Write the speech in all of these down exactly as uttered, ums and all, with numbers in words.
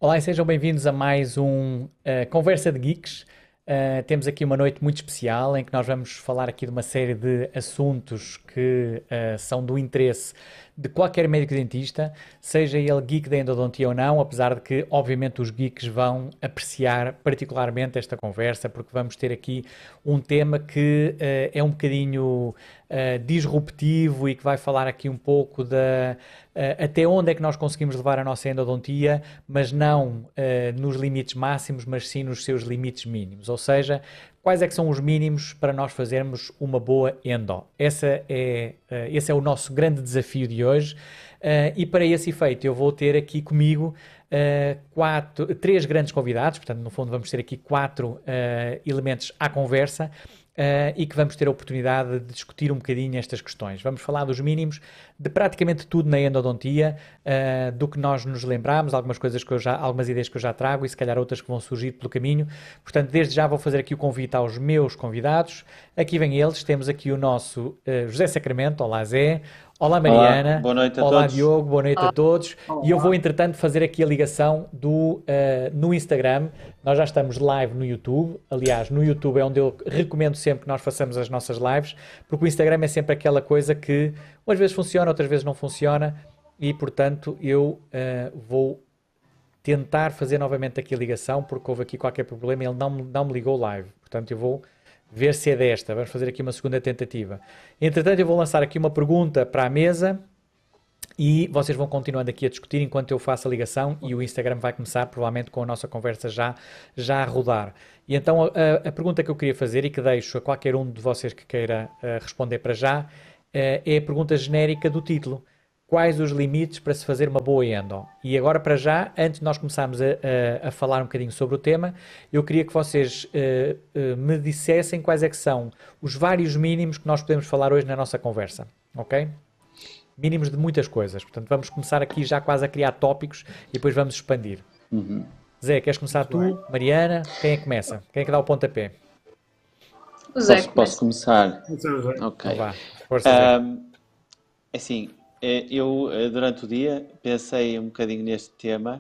Olá e sejam bem-vindos a mais um uh, Conversa de Geeks. Uh, temos aqui uma noite muito especial em que nós vamos falar aqui de uma série de assuntos que uh, são do interesse de qualquer médico dentista, seja ele geek da endodontia ou não, apesar de que, obviamente, os geeks vão apreciar particularmente esta conversa, porque vamos ter aqui um tema que uh, é um bocadinho uh, disruptivo e que vai falar aqui um pouco da uh, até onde é que nós conseguimos levar a nossa endodontia, mas não uh, nos limites máximos, mas sim nos seus limites mínimos. Ou seja, quais é que são os mínimos para nós fazermos uma boa endo? Essa é, uh, esse é o nosso grande desafio de hoje. Uh, e para esse efeito eu vou ter aqui comigo uh, quatro, três grandes convidados, portanto no fundo vamos ter aqui quatro uh, elementos à conversa. Uh, e que vamos ter a oportunidade de discutir um bocadinho estas questões. Vamos falar dos mínimos de praticamente tudo na endodontia, uh, do que nós nos lembramos, algumas coisas que eu já, algumas ideias que eu já trago e se calhar outras que vão surgir pelo caminho. Portanto, desde já vou fazer aqui o convite aos meus convidados. Aqui vêm eles, temos aqui o nosso uh, José Sacramento. Olá, Zé. Olá, Olá, Mariana. boa noite a Olá, todos. Diogo. Boa noite a todos. E eu vou, Olá. entretanto, fazer aqui a ligação do, uh, no Instagram. Nós já estamos live no YouTube. Aliás, no YouTube é onde eu recomendo sempre que nós façamos as nossas lives, porque o Instagram é sempre aquela coisa que umas vezes funciona, outras vezes não funciona, e, portanto, eu uh, vou tentar fazer novamente aqui a ligação, porque houve aqui qualquer problema e ele não, me- não me ligou live. Portanto, eu vou ver se é desta. Vamos fazer aqui uma segunda tentativa. Entretanto, eu vou lançar aqui uma pergunta para a mesa e vocês vão continuando aqui a discutir enquanto eu faço a ligação e o Instagram vai começar provavelmente com a nossa conversa já, já a rodar. E então a, a- a pergunta que eu queria fazer e que deixo a qualquer um de vocês que queira eh, responder para já, eh, é a pergunta genérica do título. Quais os limites para se fazer uma boa endo? E agora para já, antes de nós começarmos a, a- a falar um bocadinho sobre o tema, eu queria que vocês eh, eh, me dissessem quais é que são os vários mínimos que nós podemos falar hoje na nossa conversa, ok? Mínimos de muitas coisas. Portanto, vamos começar aqui já quase a criar tópicos e depois vamos expandir. Uhum. Zé, queres começar Muito bem. tu? Mariana? Quem é que começa? Quem é que dá o pontapé? O Zé Posso, posso começa. começar? Pode ser o Zé. Ok. Então vá, força Zé. Ahm, assim, eh, eu eh, durante o dia pensei um bocadinho neste tema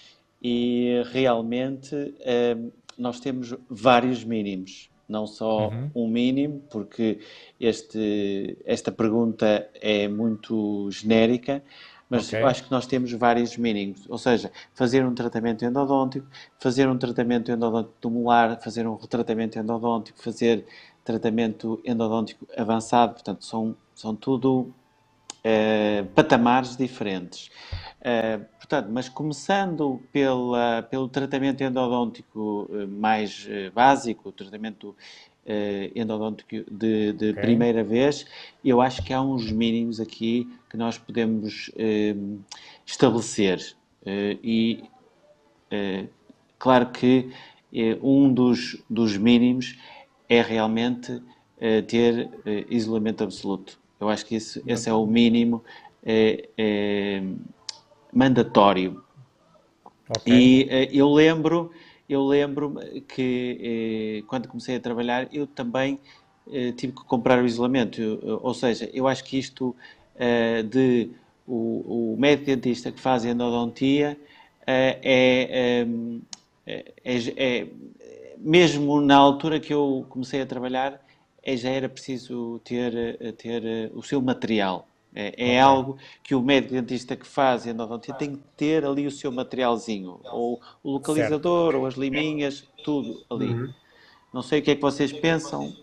e realmente ahm, nós temos vários mínimos, não só Uhum, um mínimo, porque este, esta pergunta é muito genérica, mas ok, eu acho que nós temos vários mínimos, ou seja, fazer um tratamento endodôntico, fazer um tratamento endodôntico do molar, fazer um retratamento endodôntico, fazer tratamento endodôntico avançado, portanto, são, são tudo eh, patamares diferentes. Eh, portanto, mas começando pela, pelo tratamento endodôntico eh, mais eh, básico, o tratamento eh, endodôntico de, de ok. primeira vez, eu acho que há uns mínimos aqui que nós podemos eh, estabelecer. Eh, e eh, claro que eh, um dos, dos mínimos é realmente eh, ter eh, isolamento absoluto. Eu acho que esse, esse é o Exatamente. mínimo eh, eh, mandatório. Ok. E eh, eu lembro, eu lembro que eh, quando comecei a trabalhar eu também eh, tive que comprar o isolamento. Eu- ou seja, eu acho que isto eh, de o, o médico dentista que faz endodontia eh, é, ehm, é, é- é- mesmo na altura que eu comecei a trabalhar, eh, já era preciso ter, eh, ter eh, o seu material. É, é Ok. algo que o médico dentista que faz endodontia tem que ter ali o seu materialzinho, ou o Certo. localizador, ou as liminhas, tudo ali. Uhum. Não sei o que é que vocês pensam.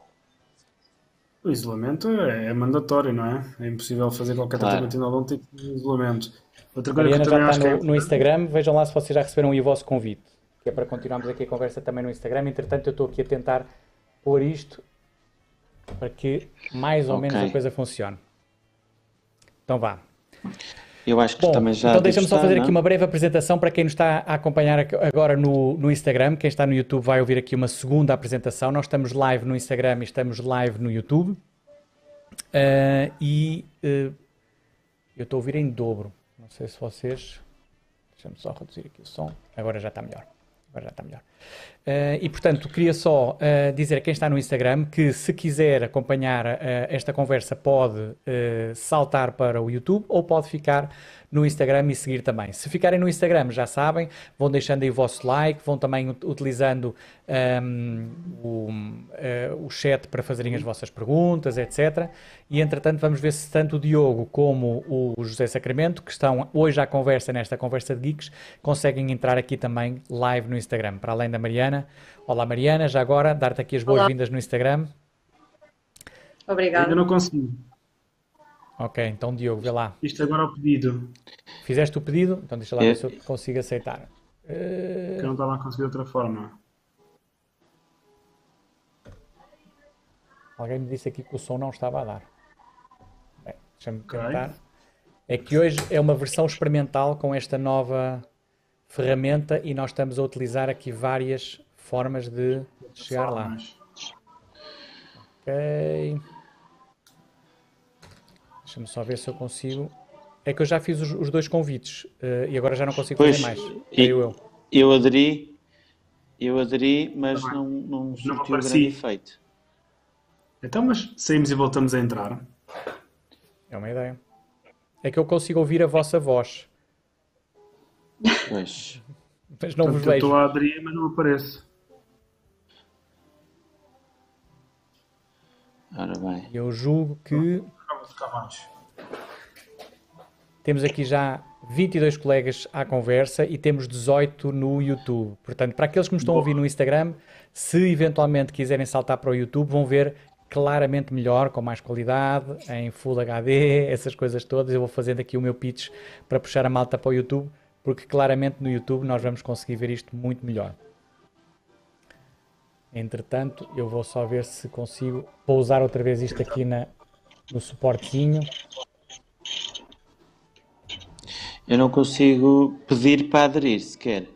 O isolamento é, é mandatório, não é? É impossível fazer qualquer Claro. tratamento endodôntico sem isolamento. Outra A coisa que eu Mariana já também está acho que é no, no importante. Instagram. Vejam lá se vocês já receberam aí o vosso convite, que é para continuarmos aqui a conversa também no Instagram. Entretanto, eu estou aqui a tentar pôr isto para que mais ou Ok. menos a coisa funcione. Então vá. Eu acho que Bom, também já então devo deixa-me só estar, fazer aqui não? uma breve apresentação para quem nos está a acompanhar ac- agora no, no Instagram. Quem está no YouTube vai ouvir aqui uma segunda apresentação. Nós estamos live no Instagram e estamos live no YouTube. Ah, e eh, eu estou a ouvir em dobro. Não sei se vocês. Deixa-me só reduzir aqui o som. Agora já está melhor. Agora já está melhor. Uh, e portanto, queria só uh, dizer a quem está no Instagram que se quiser acompanhar uh, esta conversa pode uh, saltar para o YouTube ou pode ficar no Instagram e seguir também. Se ficarem no Instagram, já sabem, vão deixando aí o vosso like, vão também ut- utilizando ahm, o, eh, o chat para fazerem as vossas perguntas, etcétera. E entretanto, vamos ver se tanto o Diogo como o José Sacramento, que estão hoje à conversa nesta conversa de geeks, conseguem entrar aqui também live no Instagram, para além da Mariana. Olá, Mariana, já agora dar-te aqui as Olá, boas-vindas no Instagram. Ainda obrigada. não consegui. Ok, então Diogo, vê lá. Isto agora é o pedido, Fizeste o pedido? Então deixa lá ver se eu É, consigo aceitar. que eu Eh, não estava a conseguir de outra forma. alguém me disse aqui que o som não estava a dar. Bem, deixa-me Ok. tentar. É que hoje é uma versão experimental com esta nova ferramenta e nós estamos a utilizar aqui várias formas de chegar lá. Formas. Ok. Deixa-me só ver se eu consigo. É que eu já fiz os, os dois convites eh, e agora já não consigo fazer pois, mais. Creio e- eu. eu aderi, eu aderi, Está mas bem. não, não Não me surtiu grande apareci. efeito. Então, mas saímos e voltamos a entrar. É uma ideia. É que eu consigo ouvir a vossa voz, Pois, mas não vos Portanto, eu estou vejo. a aderir, mas não apareço. ora bem. E eu julgo que Vamos ficar mais. temos aqui já vinte e dois colegas à conversa e temos dezoito no YouTube. Portanto, para aqueles que me estão a ouvir Boa. no Instagram, se eventualmente quiserem saltar para o YouTube, vão ver claramente melhor, com mais qualidade, em Full H D, essas coisas todas. Eu vou fazendo aqui o meu pitch para puxar a malta para o YouTube, porque claramente no YouTube nós vamos conseguir ver isto muito melhor. Entretanto, eu vou só ver se consigo pousar outra vez isto aqui na, no suportezinho. Eu não consigo pedir para aderir sequer.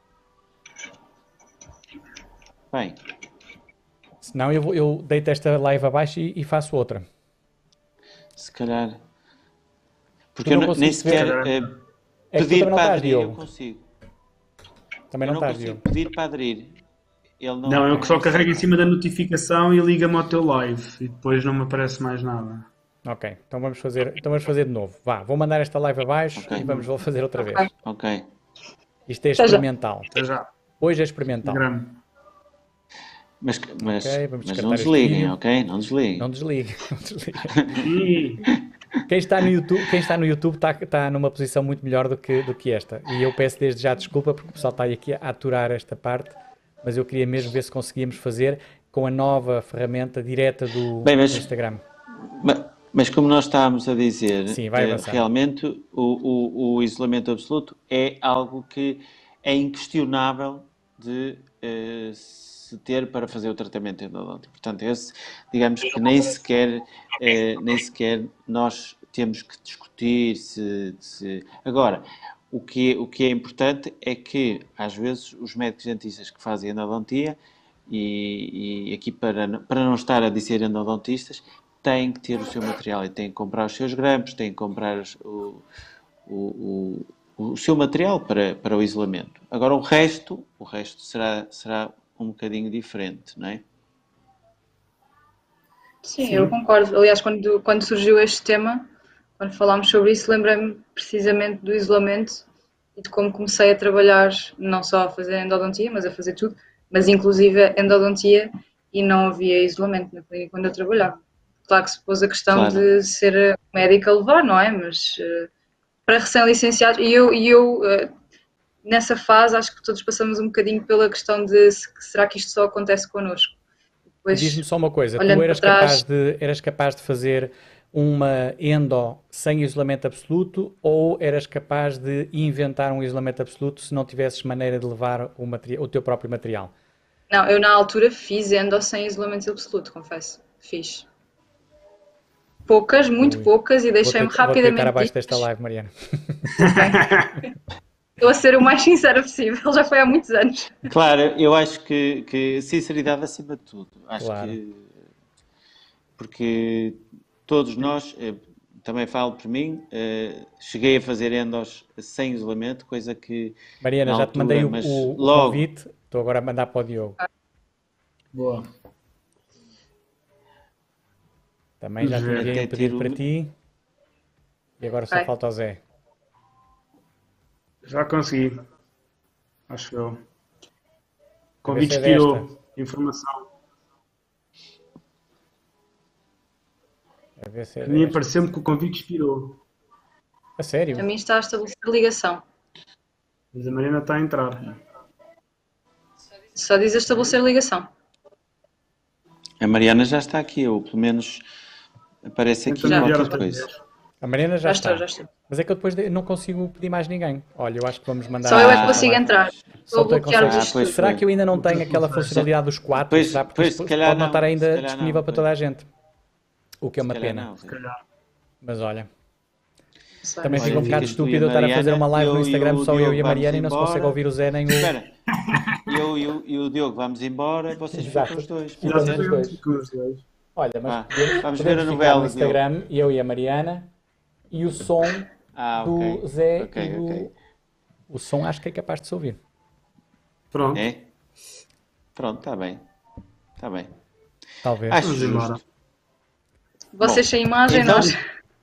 Bem, Senão eu, vou- eu deito esta live abaixo e, e faço outra. se calhar. Tu Porque eu não não- nem conseguiste ver? sequer eh, É que tu pedir também não para estás, aderir eu Diogo. consigo. Também Eu não não estás, consigo Diogo. pedir para aderir. Ele não, Não, eu não só consegue. carrego em cima da notificação e liga-me ao teu live. E depois não me aparece mais nada. Ok, então vamos fazer, então vamos fazer de novo. Vá, vou mandar esta live abaixo Ok. e vamos vou fazer outra Ok. vez. Ok. Isto é Até já. experimental. Até já. Hoje é experimental. Grande. Mas, mas, Ok, vamos mas não descartar este desliguem, vídeo. ok? Não desliguem. Não desligue, não desligue. Ih, Quem está no YouTube, quem está no YouTube está, está numa posição muito melhor do que, do que esta. E eu peço desde já desculpa porque o pessoal está aí aqui a aturar esta parte, mas eu queria mesmo ver se conseguíamos fazer com a nova ferramenta direta do, Bem, do mas, Instagram. ma- mas como nós estávamos a dizer, Sim, vai eh, avançando. realmente o, o, o isolamento absoluto é algo que é inquestionável de eh, se ter para fazer o tratamento endodôntico. Portanto, esse, digamos que nem sequer, eh, nem sequer nós temos que discutir se, se... Agora, o que, o que é importante é que, às vezes, os médicos dentistas que fazem endodontia, e, e aqui para, não- para não estar a dizer endodontistas, têm que ter o seu material e têm que comprar os seus grampos, têm que comprar os- o, o, o, o seu material para, para o isolamento. Agora o resto, o resto será, será um bocadinho diferente, não é? Sim, eu sim. concordo. Aliás, quando, quando surgiu este tema, quando falámos sobre isso, lembrei-me precisamente do isolamento e de como comecei a trabalhar, não só a fazer endodontia, mas a fazer tudo, mas inclusive a endodontia, e não havia isolamento na clínica onde eu trabalhava. Claro que se pôs a questão Claro, de ser médica a levar, não é? Mas eh, para recém-licenciados, e eu, e eu eh, nessa fase acho que todos passamos um bocadinho pela questão de se- será que isto só acontece connosco? E diz-me Depois, só uma coisa, tu olhando para eras capaz trás, de, eras capaz de fazer uma endo sem isolamento absoluto ou eras capaz de inventar um isolamento absoluto se não tivesses maneira de levar o, material, o teu próprio material? não, eu na altura fiz endo sem isolamento absoluto, confesso. Fiz. Poucas, muito Ui, poucas, e vou-te deixei-me deitar, vou-te deitar rapidamente abaixo desta disso. live, Mariana. Tudo bem. Estou a ser o mais sincera possível, já foi há muitos anos. claro, eu acho que, que sinceridade acima de tudo. Acho Claro. que porque todos nós, eh, também falo por mim, eh, cheguei a fazer endos sem isolamento, coisa que Mariana, na já te mandei altura, o, mas o- o logo, convite, estou agora a mandar para o Diogo. Boa. Também já Vamos te ver. enviei até um pedido tiro, para ti e agora só Ok. falta o Zé. Já consegui, acho eu. O A ver convite se é desta. expirou. Informação. A ver se é A mim desta. pareceu-me que o convite expirou. A sério? A mim está a estabelecer ligação. Mas a Mariana está a entrar. Só diz a estabelecer ligação. A Mariana já está aqui, ou pelo menos aparece aqui Tenta enviar qualquer outra coisa. vez. A Mariana já Já está. estou, já estou. Mas é que eu depois de- não consigo pedir mais ninguém. Olha, eu acho que vamos mandar. Só eu é a- que consigo entrar. Só Vou tu é que bloquear-vos consegues. isto pois tudo. Será foi. que eu ainda não tenho Depois aquela não sei. funcionalidade dos quatro? Pois- Será porque pois, isto se pode calhar não não, estar se ainda calhar disponível não, para pois. toda a gente. O que é Se uma calhar pena. não. Se calhar. Mas olha, Não sei. também Olha, fica um bocado ficas tu e estúpido a eu estar a fazer Mariana, uma live no eu e Instagram o só eu Diogo e a vamos Mariana e não se consegue embora. ouvir o Zé nem o. Espera, eu e o, e o Diogo vamos embora, vocês Exato. ficam os dois. Ficamos pode os ser? dois. Exatamente, com os dois. Olha, mas Vá, podemos, vamos podemos ver a ficar novela, no Instagram, eu e a Mariana, e o som Ah, do ok. Zé Ok, e do. ok. O som acho que é capaz de se ouvir. Pronto, É? Pronto, está bem. Está bem. Talvez. Acho vamos justo. embora. Vocês sem imagem, então- nós.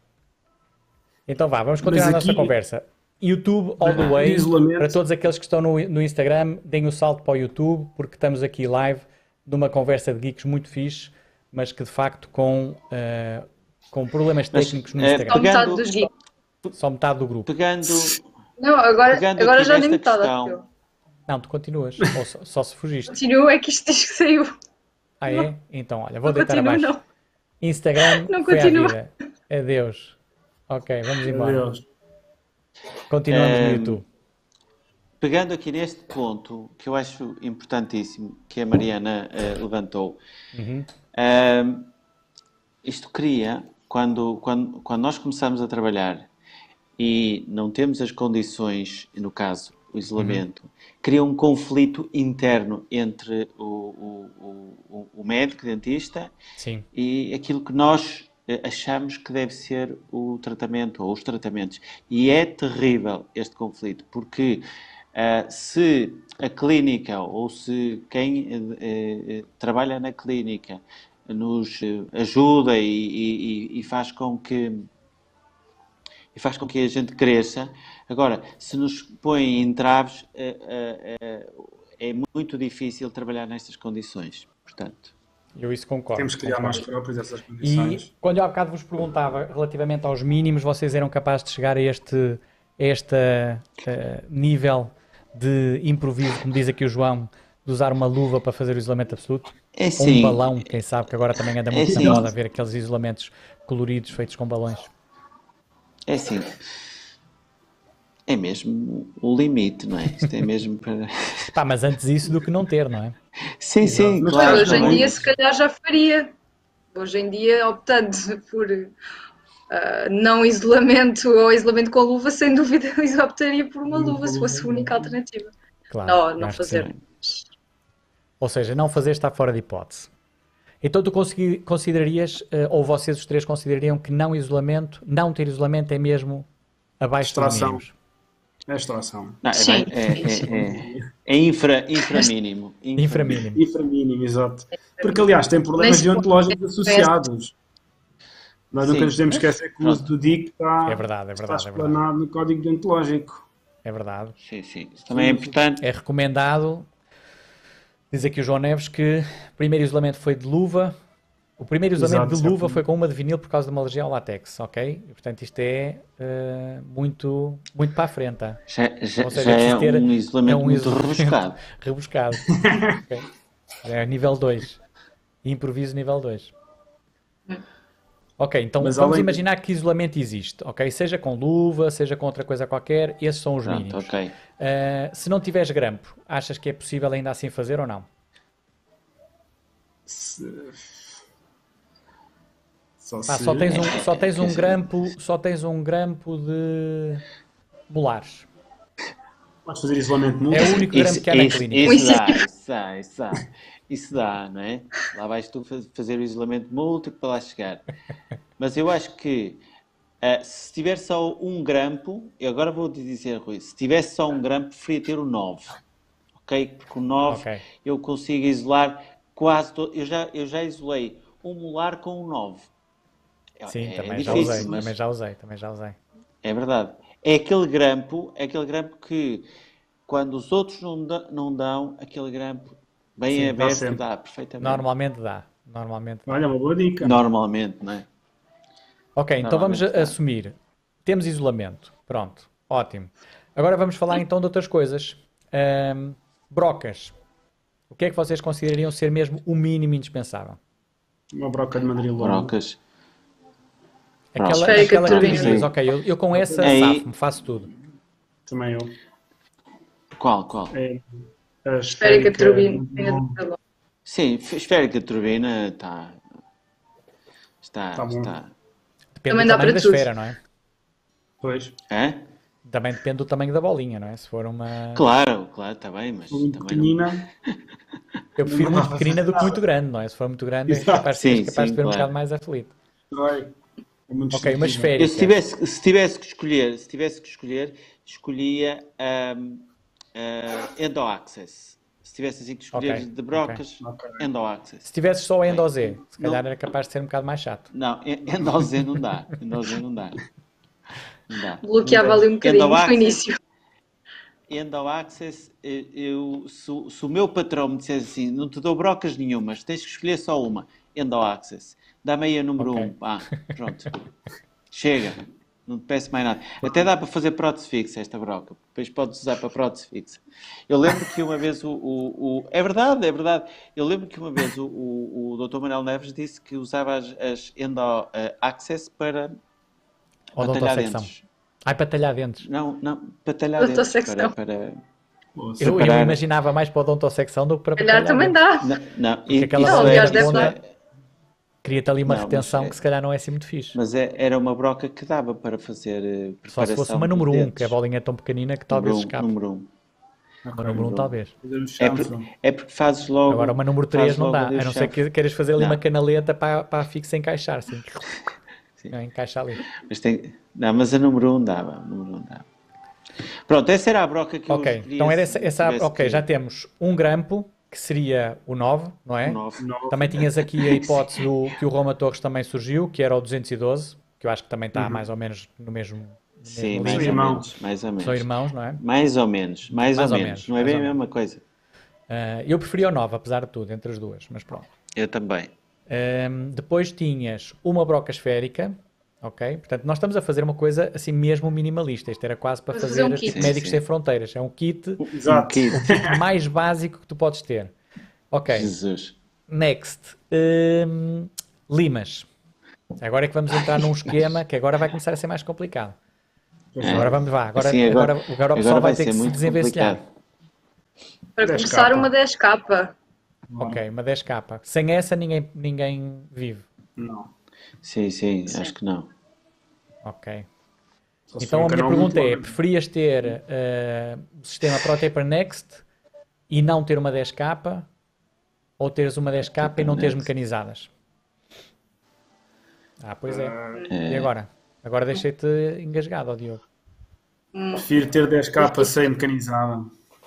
Então vá, vamos continuar a nossa aqui- conversa. YouTube all the De way. isolamento. Para todos aqueles que estão no, no Instagram, deem o salto para o YouTube, porque estamos aqui live numa conversa de geeks muito fixe, mas que de facto com, eh, com problemas Mas, técnicos no eh, Só Instagram. Pegando- metade dos geeks. Só metade do grupo. Pegando, Não, agora, Pegando agora aqui já nem nesta metade. questão- acho eu. Não, tu continuas. Ou só, só se fugiste. Continuo, é que isto diz que saiu. Ah, é? Então, olha, vou Não deitar continuo, abaixo. não. Instagram Não foi à continua. vida. Adeus. Ok, vamos embora. Adeus. Continuamos no Ehm, YouTube. pegando aqui neste ponto, que eu acho importantíssimo, que a Mariana eh, levantou, Uhum. Ahm, isto cria, quando, quando, quando nós começamos a trabalhar e não temos as condições, no caso, o isolamento, cria um conflito interno entre o, o, o, o médico, dentista, Sim. e aquilo que nós eh, achamos que deve ser o tratamento ou os tratamentos. E é terrível este conflito, porque ah, se a clínica ou se quem eh, eh, trabalha na clínica nos eh, ajuda e, e- e faz com que e faz com que a gente cresça. Agora, se nos põe entraves, eh, eh, eh, é muito difícil trabalhar nestas condições. Portanto, Eu isso concordo. Temos que criar concordo. nós próprios essas E condições. quando eu há bocado vos perguntava relativamente aos mínimos, vocês eram capazes de chegar a este, a este eh, nível de improviso, como diz aqui o João, de usar uma luva para fazer o isolamento absoluto? é Ou um assim, balão, quem sabe, que agora também anda É muito sim. na moda ver aqueles isolamentos coloridos feitos com balões. é assim, é mesmo o limite, não é? Isto é mesmo para... Pá, mas antes isso do que não ter, não é? Sim, sim, Mas claro. Mas hoje em não é? dia, se calhar, já faria. Hoje em dia, optando por ah, não isolamento ou isolamento com luva, sem dúvida, eu optaria por uma luva, se fosse a única alternativa. Claro, Não, eu não acho que fazer. sim. Ou seja, não fazer está fora de hipótese. Então tu consegui- considerarias, eh, ou vocês os três considerariam que não isolamento, não ter isolamento é mesmo abaixo dos Extração. mínimos? É extração. Não, é, Sim, bem- é, sim, é, é, é infra, inframínimo. Inframínimo. Inframínimo, exato. Porque, aliás, tem problemas Nem se pode- deontológicos associados. Nós nunca Sim. nos devemos esquecer que o uso do D I C está, É verdade, é está verdade, é verdade. explanado no código deontológico. É verdade. Sim, sim. Isso também é importante. É recomendado, diz aqui o João Neves, que o primeiro isolamento foi de luva. O primeiro isolamento Exato, de luva certo. foi com uma de vinil por causa de uma alergia ao látex, ok? E, portanto, isto é eh, muito, muito para a frente. Tá? Já, já, Ou seja, já é é preciso ter- um isolamento é um muito isolamento rebuscado. Rebuscado. Ok. É nível dois. Improviso nível dois. Ok, então Mas vamos além- imaginar que isolamento existe, ok? Seja com luva, seja com outra coisa qualquer, esses são os Pronto, mínimos. ok. Uh, se não tiveres grampo, achas que é possível ainda assim fazer ou não? Se- Só, Pá, se... só tens um, só tens quer um dizer- grampo, só tens um grampo de molares. Podes fazer isolamento É o múltiplo. único grampo Isso, que há na isso, clínica. isso dá, isso dá, isso dá. Isso dá, não é? Lá vais tu fa- fazer o isolamento múltiplo para lá chegar. Mas eu acho que ah, se tiver só um grampo, eu agora vou te dizer, Rui, se tivesse só um grampo, preferia ter o nove. Ok? Porque o nove Ok. eu consigo isolar quase todo. Eu já, eu já isolei um molar com um nove. É, Sim, é também já difícil, usei, mas também já usei, também já usei. é verdade. É aquele grampo, é aquele grampo que quando os outros não, dão- não dão, aquele grampo bem Sim, Dá aberto sempre. dá perfeitamente. Normalmente dá. Normalmente dá. Olha, uma boa dica. Normalmente, não é? Ok, então vamos Normalmente a- dá. assumir. Temos isolamento. Pronto, ótimo. Agora vamos falar então de outras coisas. Ahm, brocas. O que é que vocês considerariam ser mesmo o mínimo indispensável? Uma broca de Madrid longa. Brocas. Aquela, Esférica aquela que tu turbina. dirias, Sim. ok, eu, eu com essa Aí- safo-me, faço tudo. Também eu. Qual, qual? É a Esférica esférica. turbina. Sim, f- esférica de turbina está. Está. Tá bom. está. Depende Também do dá tamanho para da tudo. esfera, não é? Pois. Hã? Também depende do tamanho da bolinha, não é? Se for uma. Claro, claro, está bem, mas Muito também não. pequenina. Eu prefiro Não dá muito para pequenina fazer do que nada. muito grande, não é? Se for muito grande, é Exato. capaz, Sim, és capaz sim, de ver um claro. bocado mais aflito. Vai. É muito Ok, uma destrutiva. esférica. Eu se tivesse, se tivesse que escolher, se tivesse que escolher, escolhia um, Endo Access. Se tivesse assim que escolher Ok, de brocas, ok. Endo Access. Se tivesses só a Endo Z, se Não. calhar era capaz de ser um bocado mais chato. Não, Endo Z não dá. Endo Z não dá. Não dá. Bloqueava ali um bocadinho Endo no Access, início. Endo Access, eu, eu- se, o- se o meu patrão me dissesse assim, não te dou brocas nenhumas, tens que escolher só uma, Endo Access. Dá-me aí a número Ok. um. Pá, pronto. Chega. Não te peço mais nada. Até dá para fazer prótese fixa esta broca. Depois podes usar para prótese fixa. Eu lembro que uma vez o... o- o- É verdade, é verdade. Eu lembro que uma vez o, o, o doutor Manuel Neves disse que usava as, as Endo eh, Access para, para talhar Odontosecção. dentes. Ai, para talhar dentes. Não, não, para talhar dentes. Odontosecção. Para, para... Poxa. Eu, eu Separar- imaginava mais para odontosecção do que para Calhar talhar também dentes. dá. Não, não. Porque aquela isso bolinha aliás, é- da deve isso ponta é- cria-te ali uma Não, mas retenção é- que se calhar não é assim muito fixe. Mas é- era uma broca que dava para fazer eh, Só se fosse preparação uma dos número um, dentes. que a bolinha é tão pequenina que talvez número um, escape. número um. Uma número um talvez. Fazer o É, chanfro. por- é porque fazes logo. Agora uma número três fazes não logo dá, ali o a não ser chanfre. que queiras fazer ali Não. uma canaleta para, para a fixa encaixar, assim. Sim. Não, encaixa ali. Mas tem... Não, mas a número um dava. a número um dava. Pronto, essa era a broca que eu Ok, escolhi. então era se essa, essa- tivesse ok, que- já temos um grampo, que seria o nove, não é? um nove. Nove. Também tinhas aqui a hipótese do, que o Roma Torres também surgiu, que era o duzentos e doze, que eu acho que também está mais ou menos no mesmo, no Sim, mesmo mais nível. ou irmãos. menos. Mais ou menos. São irmãos, não é? Mais ou menos. Mais, Mais ou ou menos. menos, Não é mais bem a ou mesma coisa. Ah, eu preferia o nove, apesar de tudo, entre as duas, mas pronto. Eu também. Ahm, depois tinhas uma broca esférica, ok? Portanto, nós estamos a fazer uma coisa assim mesmo minimalista. Isto era quase para Vamos fazer fazer um tipo, kit. Médicos Sim, Sem sim. Fronteiras. É um kit, Exato. Um kit. mais básico que tu podes ter. Ok, Jesus. next. Ahm, limas. Agora é que vamos entrar num esquema que agora vai começar a ser mais complicado. É. Agora vamos lá. Agora, Assim, agora, agora- agora, o pessoal agora vai, vai ter ser que se muito desenvencilhar. complicado. Para dez começar, capa. uma dez capa. Ok, uma dez capa. Sem essa ninguém, ninguém vive. Não. Sim, sim, Sim. acho que não. Ok. Só se Então for um a minha canal pergunta muito é, longo. preferias ter eh, o sistema ProTaper Next e não ter uma dez capa ou teres uma dez capa e não teres Next. mecanizadas? Ah, pois é. É. E agora? Agora deixei-te engasgado, ó Diogo. Prefiro ter dez capas sem mecanizada.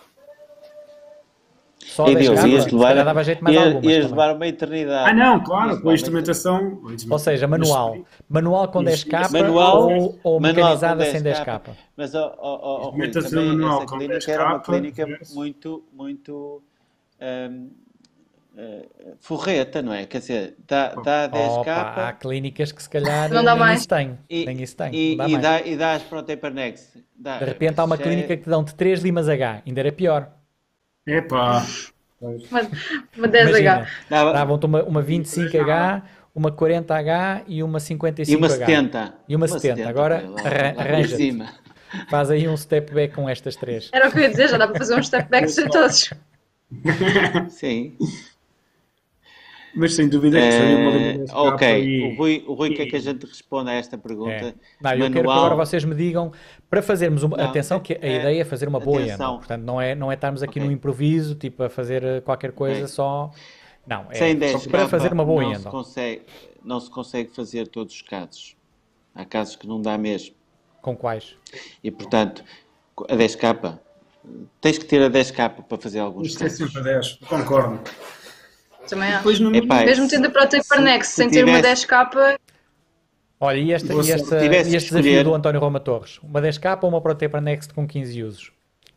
Só E dez Deus, capas, ias se levar, calhar dava jeito mais ia- algumas ias também. levar uma eternidade. Ah, não, Ias claro, levar com a uma instrumentação. Ou seja, manual. Manual com dez capa Manual, ou, ou manual mecanizada com sem dez capa. Mas, ó, ó, ó, ó, Rui, Meta-se também manual essa com clínica dez era uma capa, clínica versus- muito, muito hum, eh, forreta, não é? Quer dizer, dá, dá dez Opa, há capa clínicas que se calhar Não dá nem mais. isso tem. e, Nem isso tem. e, não dá e mais. dá, e dá as ProTaper Next. Dá, De repente há uma já é- clínica que te dão-te três limas H. Ainda era pior. Epá. Uma, uma dez Imagina, H. dava- davam-te uma, uma vinte e cinco H, uma quarenta H e uma cinquenta e e cinco uma H. setenta. E uma setenta. Agora, lá- arran- lá por arranja-te. cima. Faz aí um step back com estas três. Era o que eu ia dizer, já dá para fazer um step back de todos. Sim. Mas sem dúvida que seria uma Eh, linha dez capa ok, e- o Rui, o Rui quer que a gente responda a esta pergunta. É. Não, eu quero que Manual- agora vocês me digam, para fazermos uma. Não, atenção, que a é- ideia é fazer uma boa atenção. endo. Portanto, não é, não é estarmos aqui Ok. no improviso, tipo a fazer eh, qualquer coisa Ok. só. Não, é Sem dez só para capa, fazer uma boa não se, endo. consegue, não se consegue fazer todos os casos. Há casos que não dá mesmo. Com quais? E, portanto, a dez capa, tens que ter a dez capa para fazer alguns Isto é casos. sempre a dez, concordo. Também há. Depois no Epá, Mesmo se- tendo a ProTaper se- Next se sem ter uma tivesse- dez capa, Olha, e este, Boa e sorte. este, Se tivesse e que este desafio escolher- do António Roma Torres? Uma dez K ou uma Protepa Next com quinze usos?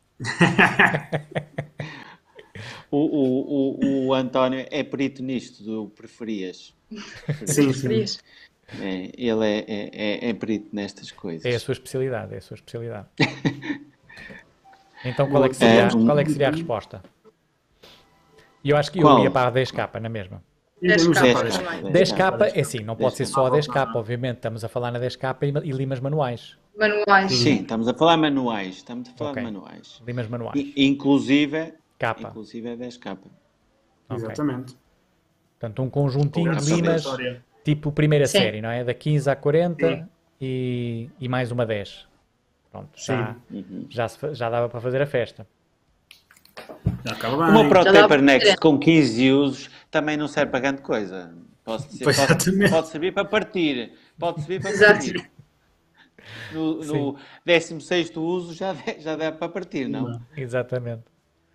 O, o, o, o António é perito nisto do preferias. Sim, sim. Preferias? É, ele é, é, é, é perito nestas coisas. É a sua especialidade, é a sua especialidade. Então qual é que seria, É, um- qual é que seria a resposta? E eu acho que eu Qual? ia para a dez K na mesma. Iremos dez K já para dez dez K. K. dez K dez é assim, não pode ser só a dez K, obviamente. Estamos a falar na dez K e, e limas manuais. Manuais. Sim, estamos a falar manuais. Estamos a falar Ok. de manuais. Limas manuais. I- Inclusive, K. inclusive é dez K. Ok. Exatamente. Portanto, um conjuntinho Graças de a limas, Deus. tipo primeira Sim. série, não é? Da quinze à quarenta Sim. e, e mais uma dez. Pronto, já, Uhum. já, se fa- já dava para fazer a festa. Já acaba bem. Uma Pro Já dá Taper para Next fazer. com quinze usos também não serve para grande coisa. Pode, ser, Pois, pode, exatamente. pode servir para partir. Pode servir para Exato. partir. No, no décimo sexto uso já, de- já deve para partir, não? Exatamente.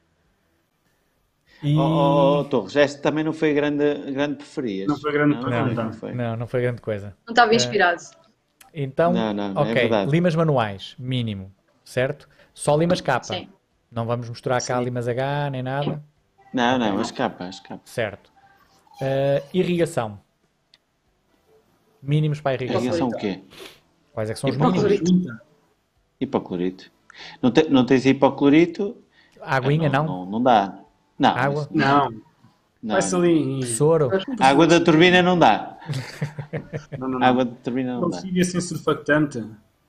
E... Oh, oh, oh, Torres, este também não foi grande, grande preferias. Não foi grande não, pergunta. não foi. Não, não foi grande coisa. Não estava inspirado. Então, Não, não, não, é ok, verdade. limas manuais, mínimo, certo? Só limas K. Sim. Não vamos misturar cá Sim. limas H nem nada, Não, não, as capas, as capas. certo? Uh, irrigação. Mínimos para a irrigação. Irrigação o quê? Quais é que são os mínimos? Hipoclorito. Hipoclorito. Não, te, não tens hipoclorito? Aguinha, não? Não, não dá. Não, Água? isso- Não. não. Vai-se ali. Soro? Água da turbina não dá. Não, não, não. Água da turbina não Não dá. siga sem surfactante.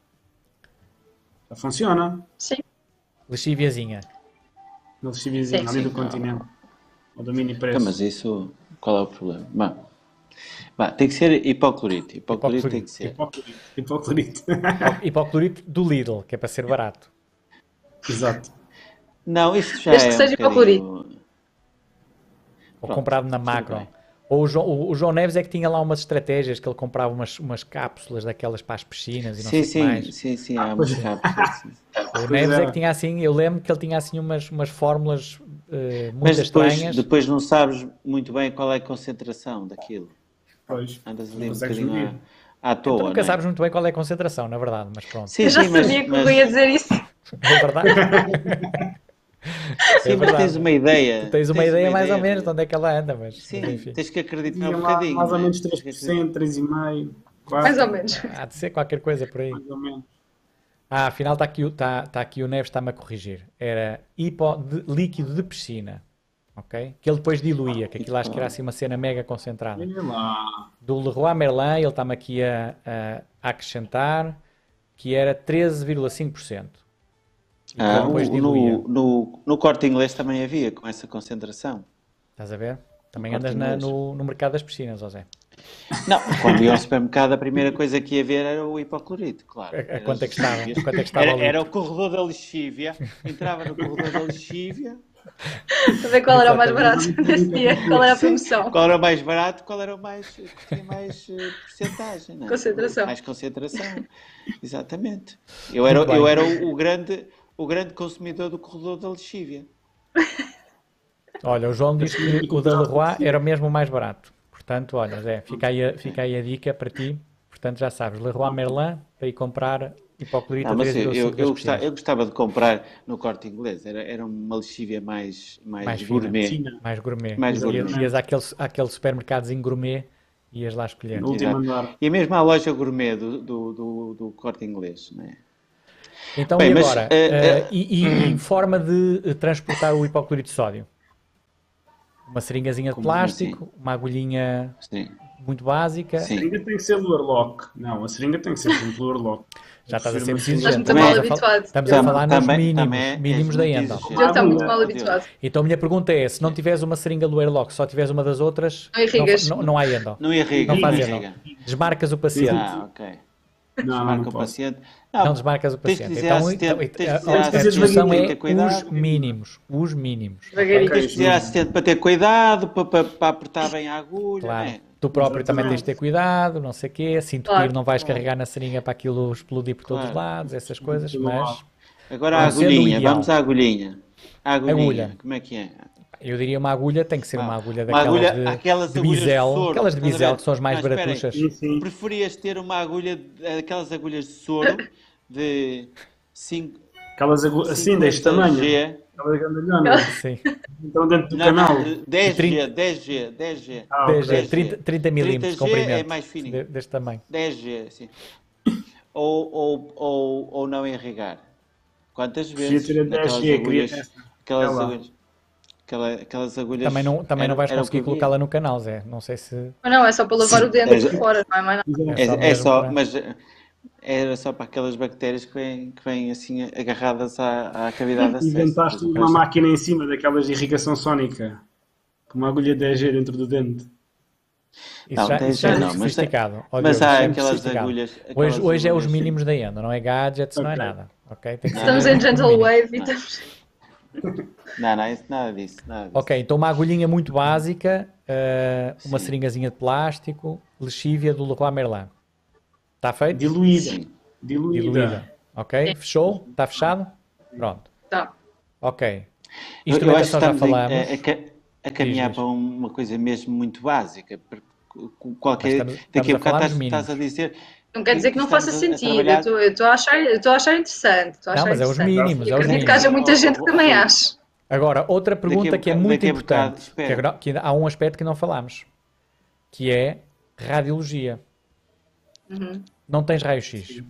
Já funciona. Sim. Lixiviazinha. No lexíviazinho Sim, ali sim. do continente. Ou do mini preço. Então, mas isso, qual é o problema? Bom, vá, tem que ser hipoclorito. Hipoclorito tem que ser. Hipoclorito. Hipoclorito. Hipoclorito do Lidl, que é para ser barato. Exato. Não, isso já Desde é que um seja bocadinho... Ou Pronto, comprado na tudo Macro. bem. Ou o João, o- o João Neves é que tinha lá umas estratégias, que ele comprava umas, umas cápsulas daquelas para as piscinas e não Sim, sei o que mais. sim, sim, sim, há umas cápsulas. sim. O Neves é é. que tinha assim, eu lembro que ele tinha assim umas, umas fórmulas eh, muito Mas depois, estranhas. depois não sabes muito bem qual é a concentração daquilo. Pois. Andas ali Não um consegues bocadinho medir. à, à toa, Tu nunca não é? sabes muito bem qual é a concentração, na verdade, mas pronto. Sim, Eu já sim, mas, sabia que mas, eu ia dizer isso. É verdade. sim, é mas verdade. tens uma ideia. Tu tens uma ideia mais ou menos de de- onde é que ela anda, mas, Sim, mas enfim. tens que acreditar Tinha um lá bocadinho. mais ou não é? menos Tens três que por acreditar. cento, três vírgula cinco por cento, Mais ou menos. Há de ser qualquer coisa por aí. mais ou menos. Ah, afinal está aqui, o- tá, tá aqui o Neves, está-me a corrigir. Era hipo de- líquido de piscina. Ok? Que ele depois diluía, que aquilo acho que era assim uma cena mega concentrada. Olha lá. Do Leroy Merlin, ele está-me aqui a, a- a acrescentar que era treze vírgula cinco por cento. E que Ah, ele depois o- diluía. no, no, no Corte Inglês também havia com essa concentração. Estás a ver? Também Corte andas na- Inglês. no, no mercado das piscinas, José. Não, quando ia ao supermercado, a primeira coisa que ia ver era o hipoclorito, claro. A, a Era quanto é que as estava? lexívias. A quanto é que estava Era, ali? era o corredor da lexívia, entrava no corredor da lexívia, Para ver qual era o mais Exatamente. barato nesse dia, qual era a promoção. qual era o mais barato, qual era o mais que tinha mais eh, porcentagem, não é? Concentração. Mais concentração, exatamente. Eu era, Muito bem. eu era o, o grande, o grande consumidor do corredor da lexívia. Olha, o João diz que o da Leroy era mesmo o mais barato. Portanto, olha, Zé, fica aí a, fica aí a dica para ti. Portanto, já sabes, Leroy Merlin, para ir comprar hipoclorito Não, a mas eu, eu, treze vírgula cinco das eu, gostava, piscinas. eu gostava de comprar no Corte Inglês, era, era uma lexívia mais, mais, Mais fina. gourmet. China. Mais gourmet. Mais Ias- gourmet. Ias àquele, àquele supermercadozinho gourmet e ias lá escolher. No último Exato. andar. E mesmo a loja gourmet do, do, do, do Corte Inglês, não é? Então, Bem, e mas, agora? eh, Eh, eh, e, e- e forma de eh, transportar o hipoclorito de sódio? Uma seringazinha de Como plástico, uma agulhinha Sim. muito básica. A Sim. seringa tem que ser lure lock. Não, a seringa tem que ser sempre lure lock. Já estás a ser Prefiro muito uma exigente. Estás muito Estamos mal a fal- habituado. Estamos a Tam- falar nos também- mínimos, também és mínimos da muito Enda. exigente. O Diogo está muito Ah, mal meu habituado. Então a minha pergunta é, se não tiveres uma seringa do Airlock, só tiveres uma das outras, Não irrigas. não, não, não há Endo. Não irriga, Não faz não Endo. irriga. Desmarcas o paciente. Ah, ok. Não, não, Marca não o posso. paciente. Não desmarcas o tens de paciente. dizer Então, à então, assistente- tens de a, dizer à a assistente discussão para é ter cuidado. os mínimos. Os mínimos. Devagarinho. Tens de dizer à assistente para ter cuidado, para, para, para apertar bem a agulha. Claro. né? Tu próprio também Exatamente. tens de ter cuidado, não sei o quê. Se entupir, Claro. não vais carregar na seringa para aquilo explodir por todos os Claro. lados, essas coisas, Tudo mas mal. Agora a Não sendo o agulhinha, ideal. vamos à agulhinha. A agulhinha, Agulha. como é que é? Eu diria uma agulha, tem que ser uma Ah, agulha uma daquelas agulha, de, aquelas de agulhas de bisel, soro. aquelas de Estás a bisel ver? que são as mais Não, esperem. baratuchas. Sim, sim. Preferias ter uma agulha, aquelas agulhas de soro de cinco Aquelas agulhas assim, deste tamanho. G. Aquelas grandalhonas. Sim, Então dentro do Não, canal. não, de dez G, trinta dez G, dez G. Ah, dez G, ok. dez G. trinta, trinta milímetros de trinta G é comprimento, mais de- fininho. deste tamanho. dez G, sim. Ou, ou, ou, ou não enrigar. Quantas Podia vezes ter a dez naquelas G, agulhas, queria essa. aquelas Olha lá. agulhas, aquela- aquelas agulhas Também não, também não era, vais era o que conseguir eu via. colocá-la no canal, Zé. Não sei se Mas não, é só para lavar o Sim, dente por é, fora, não é mais nada. é Exato. só é, é mesmo só, para... mas eh, era só para aquelas bactérias que vêm, que vêm assim agarradas à, à cavidade de acesso. Mas Inventaste o uma resto- máquina em cima daquelas de irrigação sónica. Com uma agulha dez G dentro do dente. Isso Não, já, dez isso já é G muito não, mas, sofisticado. Ó, mas Diogo, há isso é muito aquelas sofisticado. agulhas. Hoje, Aquelas hoje é os agulhas, sim. mínimos da Endo, não é gadgets, não é Ok. nada. Ok? Tem que ser Estamos Não, em os Gentle mínimos. Wave e Não. estamos. Não, não, isso- nada disso, nada disso. Ok, então uma agulhinha muito básica, eh, uma Sim. seringazinha de plástico, lexívia do Leroy Merlin. Está feito? Diluída. Sim. Diluída. Diluída. Ok? Fechou? Está fechado? Pronto. Tá. Ok. Eu, eu acho que Instrumentação já estamos em- falamos. a, a ca- a caminhar diz. para uma coisa mesmo muito básica. porque Mas Qualquer, estamos, daqui estamos a a falar bocado nos estás, mínimos. estás a dizer Não quer dizer que não estamos faça a- a sentido. Eu trabalhar- estou eu estou a achar, eu estou a achar interessante. Estou a Não, achar mas é os interessante. mínimos, E é os acredito que mínimos. haja muita gente que Oh, oh, também oh, ache. Agora, outra pergunta Daqui a que é boca- muito daqui a bocado, importante, que, espera. agora- que há um aspecto que não falámos, que é radiologia. Uhum. Não tens raio-x.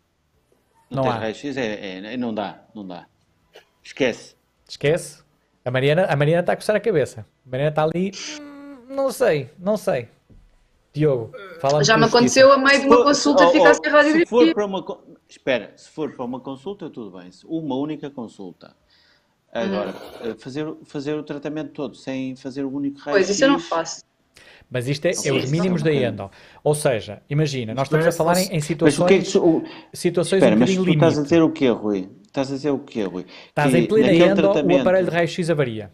Não, Não tens há. raio-x, é, é- não dá, não dá. Esquece. Esquece. A Mariana, a Mariana está a coçar a cabeça. A Mariana está ali. "Hum, não sei, não sei. Diogo, fala-me Já com me justiça. aconteceu a meio de uma For- consulta oh, ficar oh, sem se for radiografia. para uma con- espera, se for para uma consulta, tudo bem. Se Uma única consulta. Agora, Uhum. eh, fazer, fazer o tratamento todo sem fazer o único raio-x. Pois, isso eu não faço. Mas isto é, é Sim, os isso mínimos é um da bocadinho. Endo. Ou seja, imagina, nós Isto estamos é a falar em, só- em Mas o que é situações, que. O, situações espera, um mas bocadinho tu estás a limite. dizer o quê, Rui? Estás a dizer o quê, Rui? Estás Que em plena naquele Endo, o tratamento- aparelho de raio-x avaria.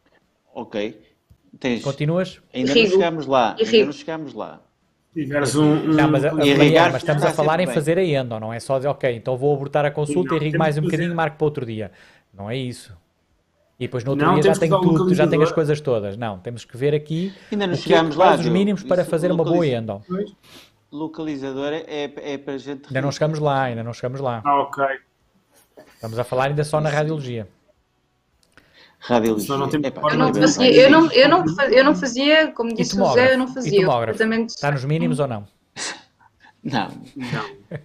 Ok. Tens, Continuas? ainda Irrigo. não chegámos lá. Ainda Irrigo. não chegámos lá. Se tiveres um, um Não, mas, a, a, irrigar Mariana, mas estamos a está falar em sempre bem. fazer a endo, não é só dizer, ok, então vou abortar a consulta, Não, irrigo temos mais um que fazer- bocadinho e marco para outro dia. Não é isso. E depois no outro Não, dia já temos que tenho usar o tudo, já tenho as localizador. coisas todas. Não, temos que ver aqui Ainda não o que é, chegámos lá, quais os Diogo. mínimos para Isso, fazer uma boa localiza- endo. Pois. Localizador é, é para a gente. Ainda não chegamos lá, ainda não chegamos lá. Ah, ok. Estamos a falar ainda só na radiologia. Radiologia. Senão não temos Epá, forma Eu não de bem, ver. fazia, eu não, eu não, fa- eu não fazia, como E disse o tomógrafo? Zé, eu não E fazia. Eu tomógrafo? completamente... Está nos mínimos ou não? Não, Não,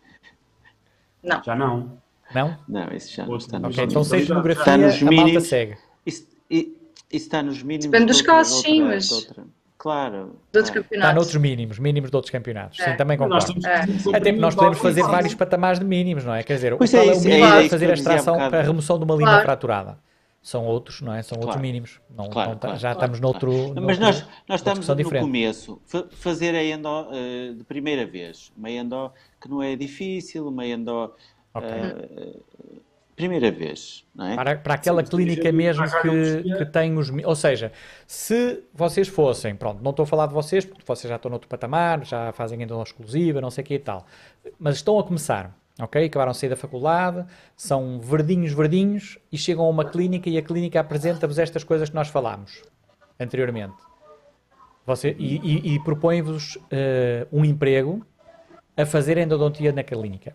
Não. já não. Não? não, isso já não Outro está nos Ok, nível. então sem Está tomografia nos a malta mínimos. segue. Isso, i- isso está nos mínimos. Depende dos de outra- casos, de sim, outra- mas- de outra- Claro. De outros claro. Está campeonatos. noutros mínimos, mínimos de outros campeonatos. É. Sim, também Nós concordo. temos É. que fazer Até porque nós podemos fazer Sim. vários patamares de mínimos, não é? Quer dizer, Pois qual é é o isso, mínimo é para isso fazer que a eu dizia há extração, bocado. para a remoção de uma linha Claro. fraturada? São outros, não é? São outros Claro. mínimos. Não, Claro, não tá- claro, já claro, estamos noutro. claro. noutro Mas nós, nós noutra estamos discussão no diferente. começo. Fa- fazer a endo eh, de primeira vez. Uma endo que não é difícil, uma endo. Ok. eh, primeira vez, não é? Para, para aquela Sim, clínica sim, mesmo para a que, radiologia. que tem os. mi- Ou seja, se vocês fossem, pronto, não estou a falar de vocês, porque vocês já estão noutro patamar, já fazem ainda uma exclusiva, não sei o que e tal, mas estão a começar, ok? Acabaram de sair da faculdade, são verdinhos, verdinhos, e chegam a uma clínica e a clínica apresenta-vos estas coisas que nós falámos anteriormente. Você, e e, e propõe-vos eh, um emprego a fazer endodontia na clínica.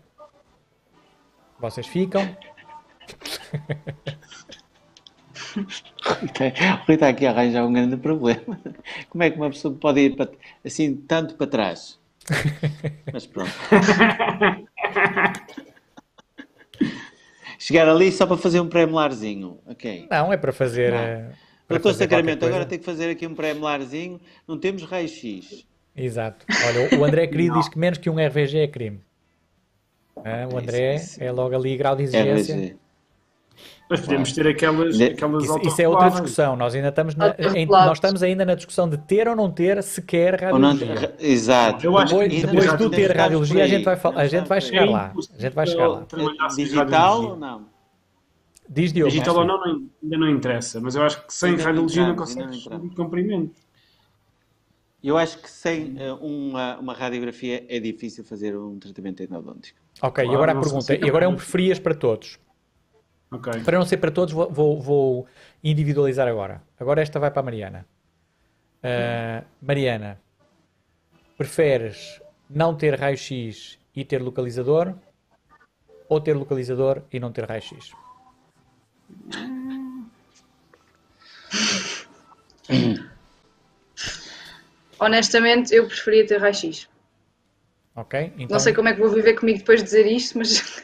Vocês ficam. O Rui está aqui a arranjar um grande problema. Como é que uma pessoa pode ir para- assim tanto para trás? Mas pronto. Chegar ali só para fazer um pré-molarzinho. Ok. Não, é para fazer. Não. eh, para Doutor fazer qualquer Sacramento, coisa. agora tenho que fazer aqui um pré-molarzinho. Não temos raio-x. Exato. Olha, o André Querido Não. diz que menos que um R V G é crime. Ah, o André Isso, isso. é logo ali grau de exigência. R G. Mas podemos ter aquelas, De- aquelas Isso, isso é outra autoclaves. discussão. Nós ainda estamos, na, Autoclaves. em- nós estamos ainda na discussão de ter ou não ter sequer Ou não- radiologia. Exato. Eu acho que Depois, ainda depois não de tu estamos ter por radiologia, a aí. gente vai, fal- Não a gente vai estamos por chegar aí. lá. A gente vai chegar lá. Trabalhar sem Digital radiologia. ou não? Diz Diogo. Digital ou Márcio. não, não- ainda não interessa, mas eu acho que sem Ainda não radiologia não entramos, ainda não consegues entramos. muito comprimento. Eu acho que sem eh, uma, uma radiografia é difícil fazer um tratamento endodôntico. Ok, e Claro, agora a não pergunta. sei se E agora é um acabamos. preferias para todos. Ok. Para não ser para todos, vou, vou- vou individualizar agora. Agora esta vai para a Mariana. Ah, Mariana, preferes não ter raio-x e ter localizador ou ter localizador e não ter raio-x? Honestamente, eu preferia ter raio-x. Ok? Não Então sei como é que vou viver comigo depois de dizer isto, mas,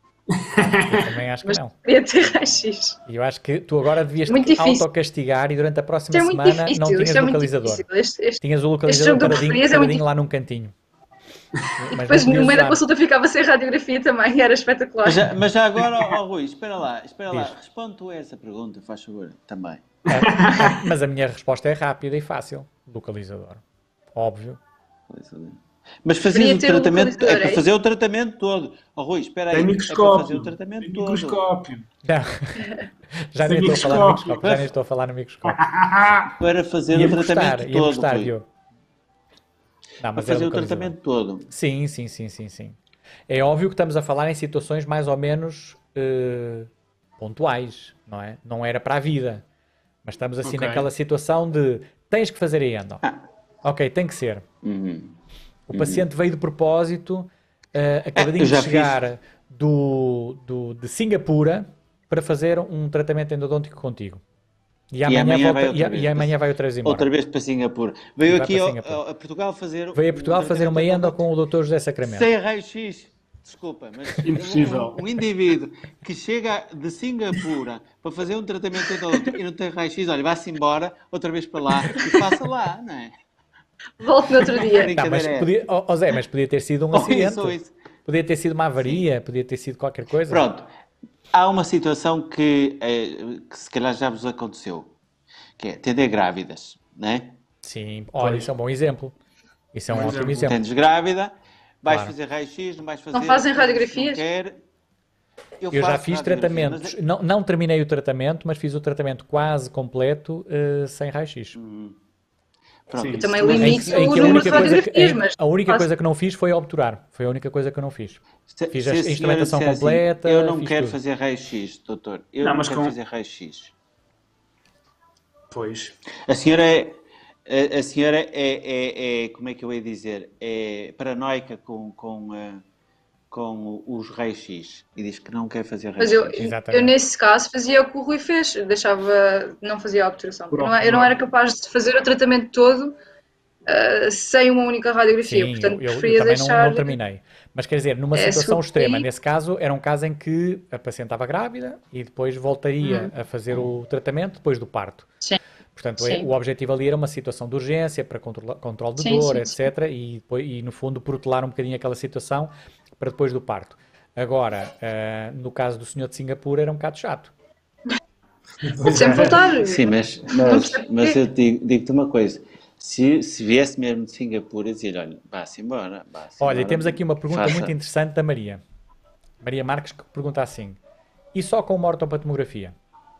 eu também acho que mas não. preferia ter raio-x. E eu acho que tu agora devias Muito te difícil. autocastigar e durante a Isto próxima é muito semana não difícil, tinhas isto é muito localizador. difícil. Este, este, Tinhas o este localizador jogo do paradinho, preferias é muito paradinho lá difícil. num cantinho. E Mas depois, não no podias meio da usar. consulta, ficava sem radiografia também, e era espetacular. Mas já, mas já agora, ó, ó, Rui, espera lá, espera lá. Diz. Responde tu a essa pergunta, faz favor, também. A- a- mas a minha resposta é rápida e fácil. Localizador. Óbvio. Mas fazias Preferia o ter o tratamento, é localizador, para é fazer o tratamento todo. Ó, Rui, espera Tem aí, é para fazer microscópio. o tratamento Tem todo. microscópio. Não. Já nem Tem estou a falar no microscópio. microscópio. Já nem estou a falar no microscópio. Para fazer Ia-me o tratamento gostar, ia-me todo, gostar, Rui. Diogo. Não, Para mas era fazer o localizador. tratamento todo. Sim, sim, sim, sim, sim. É óbvio que estamos a falar em situações mais ou menos eh, pontuais, não é? Não era para a vida. Mas estamos assim Ok. naquela situação de tens que fazer a endo. Ah. Ok, tem que ser. Uhum. O paciente veio de propósito, eh, Ah, acabadinho eu de já chegar do, do- de Singapura para fazer um tratamento endodôntico contigo. E amanhã, amanhã volta, vai e, outra a- vez e amanhã para- vai outra vez embora. Outra vez para Singapura. Veio E vai aqui para ao- Singapura. ao- a Portugal fazer Veio a um Portugal fazer uma tratamento endo com o doutor José Sacramento. sem raio-x. Desculpa, mas Impossível. um, um indivíduo que chega de Singapura para fazer um tratamento endodôntico e não tem raio-x, olha, vá-se embora outra vez para lá e faça lá, não é? Volto no outro dia. Não, mas Brincadeira é podia, oh, oh Zé, mas podia ter sido um Ou acidente. isso, ou isso. Podia ter sido uma avaria, podia ter sido qualquer coisa. Pronto, há uma situação que, eh, que se calhar já vos aconteceu, que é atender grávidas, não é? Sim, olha, Pois. isso é um bom exemplo. Isso é um Bom ótimo exemplo. exemplo. Atendes grávida, vais Claro. fazer raio-x, não vais fazer... Não fazem não radiografias? quer. Eu já faço fiz radiografia, tratamentos, mas é- não, não terminei o tratamento, mas fiz o tratamento quase completo eh, sem raio-x. Pronto, Sim. Eu também Em que- Em limito que, em o que a número de única coisa que, radiografias, em- mas a única faço. coisa que não fiz foi obturar. Foi a única coisa que eu não fiz. Se- Fiz se a a senhora instrumentação disser assim, completa, eu não fiz quero tudo. fazer raio-x, doutor. Eu Não, não, mas quero com- fazer raio-x. Pois. A senhora é... A, a senhora é, é, é... Como é que eu ia dizer? É paranoica com, com, eh, com os raios-x. E diz que não quer fazer Mas eu, raio-x. Exatamente. eu, nesse caso, fazia o que o Rui fez. Eu deixava, não fazia a obturação. Por Eu não, eu não era obturar. capaz de fazer o tratamento todo ah, sem uma única radiografia. Sim, Portanto, eu, eu- eu preferia também não, deixar. não terminei. Mas quer dizer, numa É, situação se eu- extrema, aí- nesse caso, era um caso em que a paciente estava grávida e depois voltaria a fazer o tratamento depois do parto. Sim. Portanto, Sim. o objetivo ali era uma situação de urgência para controla- controle de Sim, dor, sim, etcétera. E, depois, e, no fundo, protelar um bocadinho aquela situação para depois do parto. Agora, ah, no caso do senhor de Singapura, era um bocado chato. Pois Sempre é. voltar. Sim, mas, Não mas, percebo mas porquê. eu digo- digo-te uma coisa. Se, se viesse mesmo de Singapura, eu dizia, olha, vá-se embora. vá-se Olha, embora, temos aqui uma pergunta faça- muito interessante da Maria. Maria Marques, que pergunta assim: e só com uma ortopatomografia?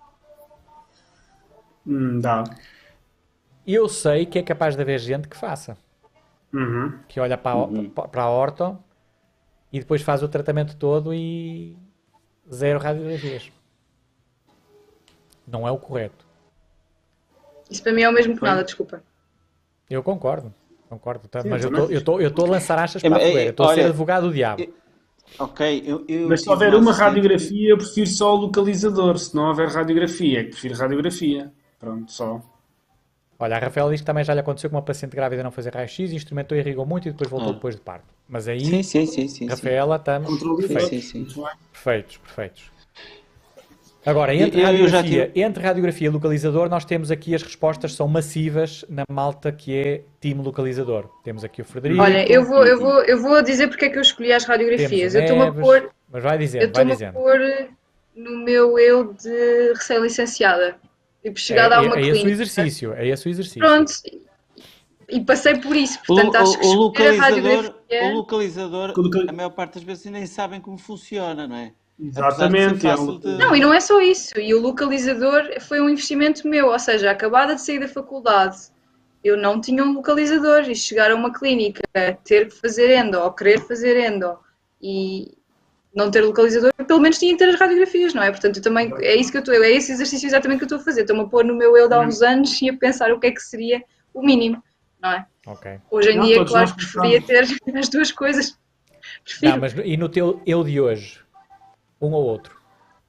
Hum, dá. Eu sei que é capaz de haver gente que faça, Uhum. que olha para a, pa- para a orto e depois faz o tratamento todo e zero radiografias. Não é o correto. Isso para mim é o mesmo que Foi. nada, desculpa. Eu concordo, concordo. tá? Sim, Mas eu eu também estou eu estou- eu estou a lançar achas para a É, é, fogueira. Eu estou a ser olha, advogado do diabo. Ok, eu, eu Mas se tive houver um uma assistente- radiografia, eu prefiro só o localizador. Se não houver radiografia, é que prefiro radiografia. Pronto, só. Olha, a Rafaela diz que também já lhe aconteceu com uma paciente grávida não fazer raio-x, instrumentou e irrigou muito e depois voltou Ah. depois de parto. Mas aí, Sim, sim, sim, sim. sim. Rafaela, estamos Controle de perfeitos. Sim, sim. Muito bem. Perfeitos, perfeitos. Agora, entre Eu- eu já radiografia, tive- entre radiografia e localizador, nós temos aqui as respostas são massivas na malta que é time localizador. Temos aqui o Frederico, Olha, eu vou, eu vou, eu vou dizer porque é que eu escolhi as temos radiografias. o Eu estou-me a Neves, pôr, mas vai eu dizendo, vai estou-me a dizendo. pôr no meu eu de recém-licenciada. Tipo, É, chegada a é, uma é esse o clínica. exercício, é esse o exercício. Pronto. E passei por isso. O, Portanto, acho que o- o escolher a localizador, radiografia... o localizador, O local- a maior parte das vezes nem sabem como funciona, não é? Exatamente, Apesar de ser é um fácil de- Não, e não é só isso. E o localizador foi um investimento meu. Ou seja, acabada de sair da faculdade, eu não tinha um localizador. E chegar a uma clínica, ter que fazer endo ou querer fazer endo e, não ter localizador, pelo menos tinha que ter as radiografias, não é? Portanto, eu também, é isso que eu estou, é esse exercício exatamente que eu estou a fazer. Estou-me a pôr no meu eu de há uns anos e a pensar o que é que seria o mínimo, não é? Ok. Hoje em Não, dia, todos claro, nós preferia ter as duas coisas. Prefiro. Não, mas e no teu eu de hoje? Um ou outro?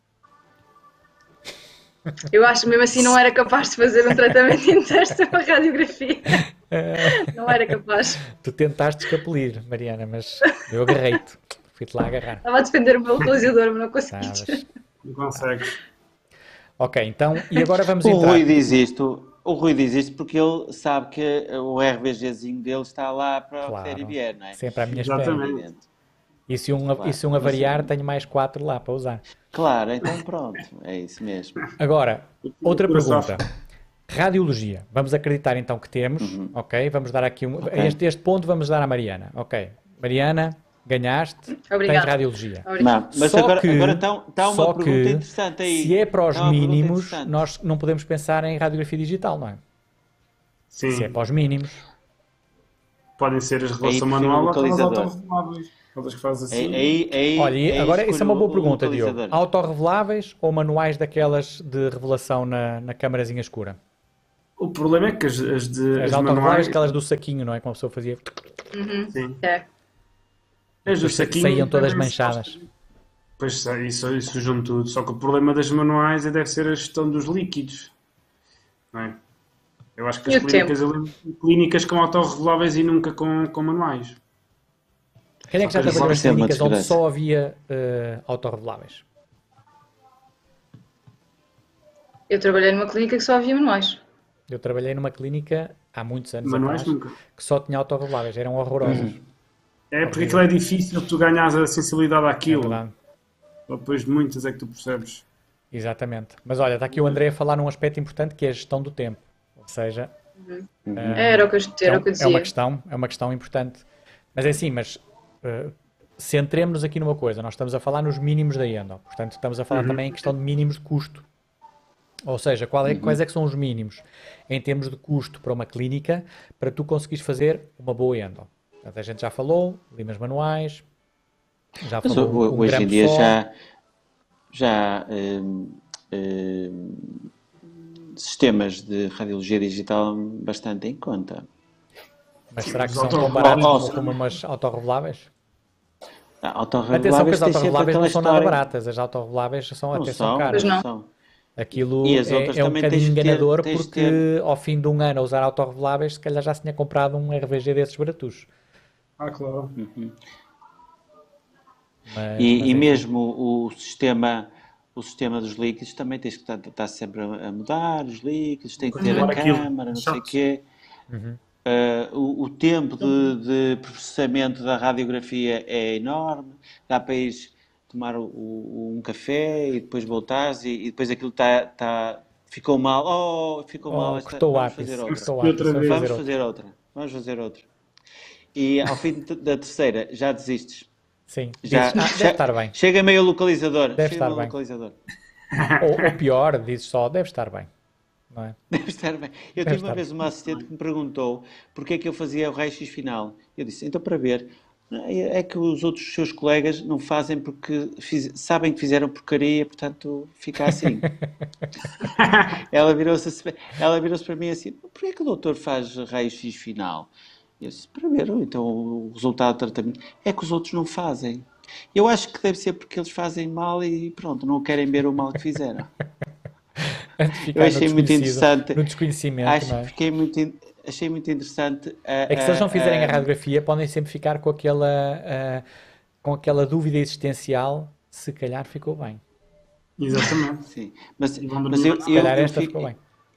Eu acho que mesmo assim não era capaz de fazer um tratamento inteiro sem uma radiografia. Não era capaz. Tu tentaste escapulir, Mariana, mas eu agarrei-te. Fui-te lá agarrar. Estava a defender o meu localizador, mas não consegui. Estavas. Não consegues. Ok, então, e agora vamos O entrar. Rui diz isto, o Rui diz isto porque ele sabe que o RVGzinho dele está lá para o que der e Claro, vier, não é? sempre à minha espera. Exatamente. Evidente. E se um, Claro, e se um mas- avariar, tenho mais quatro lá para usar. Claro, então pronto, é isso mesmo. Agora, outra Coração. pergunta. Radiologia. Vamos acreditar então que temos, Uhum. ok? Vamos dar aqui um. A este, este ponto vamos dar à Mariana. Ok. Mariana, ganhaste, Obrigada. tens radiologia. Obrigada. Não, mas Só agora, que- agora está, está uma só pergunta que, interessante aí. Se é para os Está uma pergunta mínimos, interessante. nós não podemos pensar em radiografia digital, não é? Sim, Se é para os mínimos. podem ser as relações prefiro manual ou aquelas localizador. autorreguláveis. Aquelas que fazes assim. Aí, aí, Olha, e aí agora isso é uma escolho boa o pergunta, Diogo. localizador. Autorreveláveis ou manuais daquelas de revelação na, na câmarazinha escura? O problema é que as, as de As as autorreveláveis, manuais. aquelas do saquinho, não é? Como a pessoa fazia. Sim. É. As do Depois saquinho saíam todas devem- manchadas. Pois é, isso, isso sujam tudo. Só que o problema das manuais é deve ser a gestão dos líquidos. Não é? Eu acho que E as o clínicas, eu lembro de clínicas com autorreguláveis e nunca com, com manuais. Quem é que já Mas trabalhou em isso é uma clínicas onde desgraça. só havia uh, autorreveláveis? Eu trabalhei numa clínica que só havia manuais. Eu trabalhei numa clínica há muitos anos Manuais atrás nunca. que só tinha autorreveláveis, eram horrorosas. É porque aquilo é difícil tu ganhas a sensibilidade É àquilo. verdade. Só depois de muitas é que tu percebes. Exatamente. Mas olha, está aqui o André a falar num aspecto importante que é a gestão do tempo. Ou seja, Era o que eu, era é, o que eu é dizia. uma questão, é uma questão importante. Mas é assim, mas uh, centremos-nos aqui numa coisa. Nós estamos a falar nos mínimos da Endo. Portanto, estamos a falar também em questão de mínimos de custo. Ou seja, qual é, quais é que são os mínimos em termos de custo para uma clínica para tu conseguires fazer uma boa Endo? Portanto, a gente já falou, limas manuais, já Mas falou ho- um, um hoje em gramo dia só. já, já hum, hum, sistemas de radiologia digital bastante em conta. Mas será que Os são tão autorreveláveis baratos não como, são. como umas autorreveláveis? Ah, Atenção que autorreguláveis as tem sempre autorreveláveis aquela não são nada história. baratas. As autorreveláveis são, Não até são são, caras. Pois não. são. Aquilo E as é, outras é um também tens bocadinho de ter- enganador tens de porque ter- ao fim de um ano a usar autorreveláveis, se calhar já se tinha comprado um R V G desses baratos. Ah, claro. Mas, E, mas e enfim. mesmo o, o sistema, o sistema dos líquidos também tens que estar, estar sempre a, a mudar os líquidos, tem que ter a Controlar aquilo. câmara, não sei o Chato. quê. Uhum. Ah, o, o tempo de, de processamento da radiografia é enorme, dá para ir tomar o- o- um café e depois voltares e, e depois aquilo está, tá, ficou mal, oh, ficou mal, Oh, esta, cortou o vamos ápice. fazer outra. Cortou o E ápice. outra Vamos vez. fazer Vamos outra. fazer outra, vamos fazer outra. E ao fim de- da terceira já desistes. Sim. Já, Dizes, ah, deve estar bem. Chega meio localizador. Deve chega estar meio bem. localizador. Ou, ou pior, dizes só, deve estar bem. Não é? Deve estar bem. Eu Deve tive uma estar vez uma assistente que me perguntou porque é que eu fazia o raio-x final. Eu disse, então para ver, é que os outros seus colegas não fazem porque fiz- sabem que fizeram porcaria, portanto fica assim. Ela virou-se ela virou-se para mim assim, porquê é que o doutor faz raio-x final? Eu disse, para ver, então o resultado do tratamento. É que os outros não fazem. Eu acho que deve ser porque eles fazem mal e pronto, não querem ver o mal que fizeram. Antes de ficar Eu no achei muito desconhecido, interessante. no desconhecimento, Acho não que é? fiquei muito, in- achei muito interessante. a- É que se eles não a- fizerem a a- radiografia, podem sempre ficar com aquela, ah, com aquela dúvida existencial, se calhar ficou bem. Exatamente. Sim, mas, E vão mas dormir eu, mais Se eu, calhar eu, esta fico- ficou bem.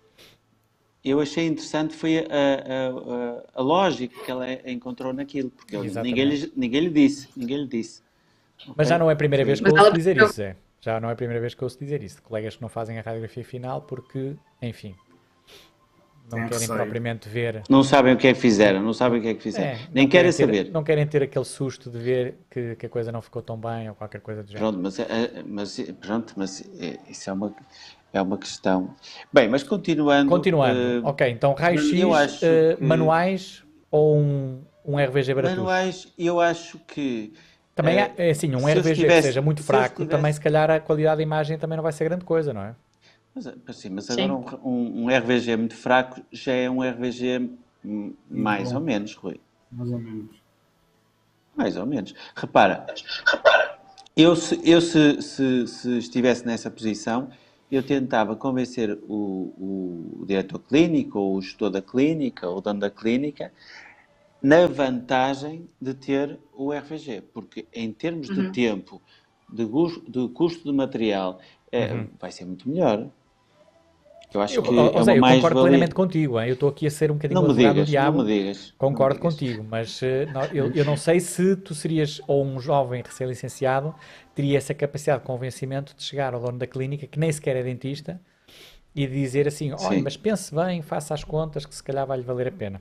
eu achei interessante foi a, a, a, a lógica que ela encontrou naquilo, porque ele- Exatamente. ninguém lhe, ninguém lhe disse, ninguém lhe disse. Mas já não é a primeira vez que Mas eu ouço ela dizer percebeu. isso, é. Já não é a primeira vez que eu ouço dizer isso. De colegas que não fazem a radiografia final porque, enfim, não Tem querem receio. propriamente ver. Não sabem o que é que fizeram, não sabem o que é que fizeram, É, nem não querem ter- saber. Não querem ter aquele susto de ver que, que a coisa não ficou tão bem ou qualquer coisa do género. Pronto, mas, eh, mas eh, pronto, mas eh, isso é uma, é uma questão. Bem, mas continuando. Continuando, eh, ok, então raio-x, eu acho eh, que- manuais ou um, um R V G barato? Manuais, eu acho que Também, eh, é assim, um se eu R V G que estivesse- seja muito se eu fraco, estivesse- também se calhar a qualidade da imagem também não vai ser grande coisa, não é? Mas, eh, sim, mas Sim. agora um, um, um R V G muito fraco já é um R V G hum, mais bom. ou menos, Rui. Mais ou menos. Mais ou menos. Repara, eu, se, eu se, se, se estivesse nessa posição, eu tentava convencer o, o diretor clínico, ou o gestor da clínica, ou o dono da clínica, na vantagem de ter o R V G, porque em termos de tempo, de, gus- de custo de material, é, vai ser muito melhor. Eu acho Eu, que ó, é ó, Zé, uma eu mais concordo valia. plenamente contigo, hein? Eu estou aqui a ser um bocadinho Não o me advogado do digas, não diabo. me digas. Concordo não me digas. contigo, mas eh, nó- eu, eu não sei se tu serias, ou um jovem recém-licenciado, teria essa capacidade de convencimento de chegar ao dono da clínica, que nem sequer é dentista, e de dizer assim, olha, Sim. mas pense bem, faça as contas, que se calhar vai-lhe valer a pena.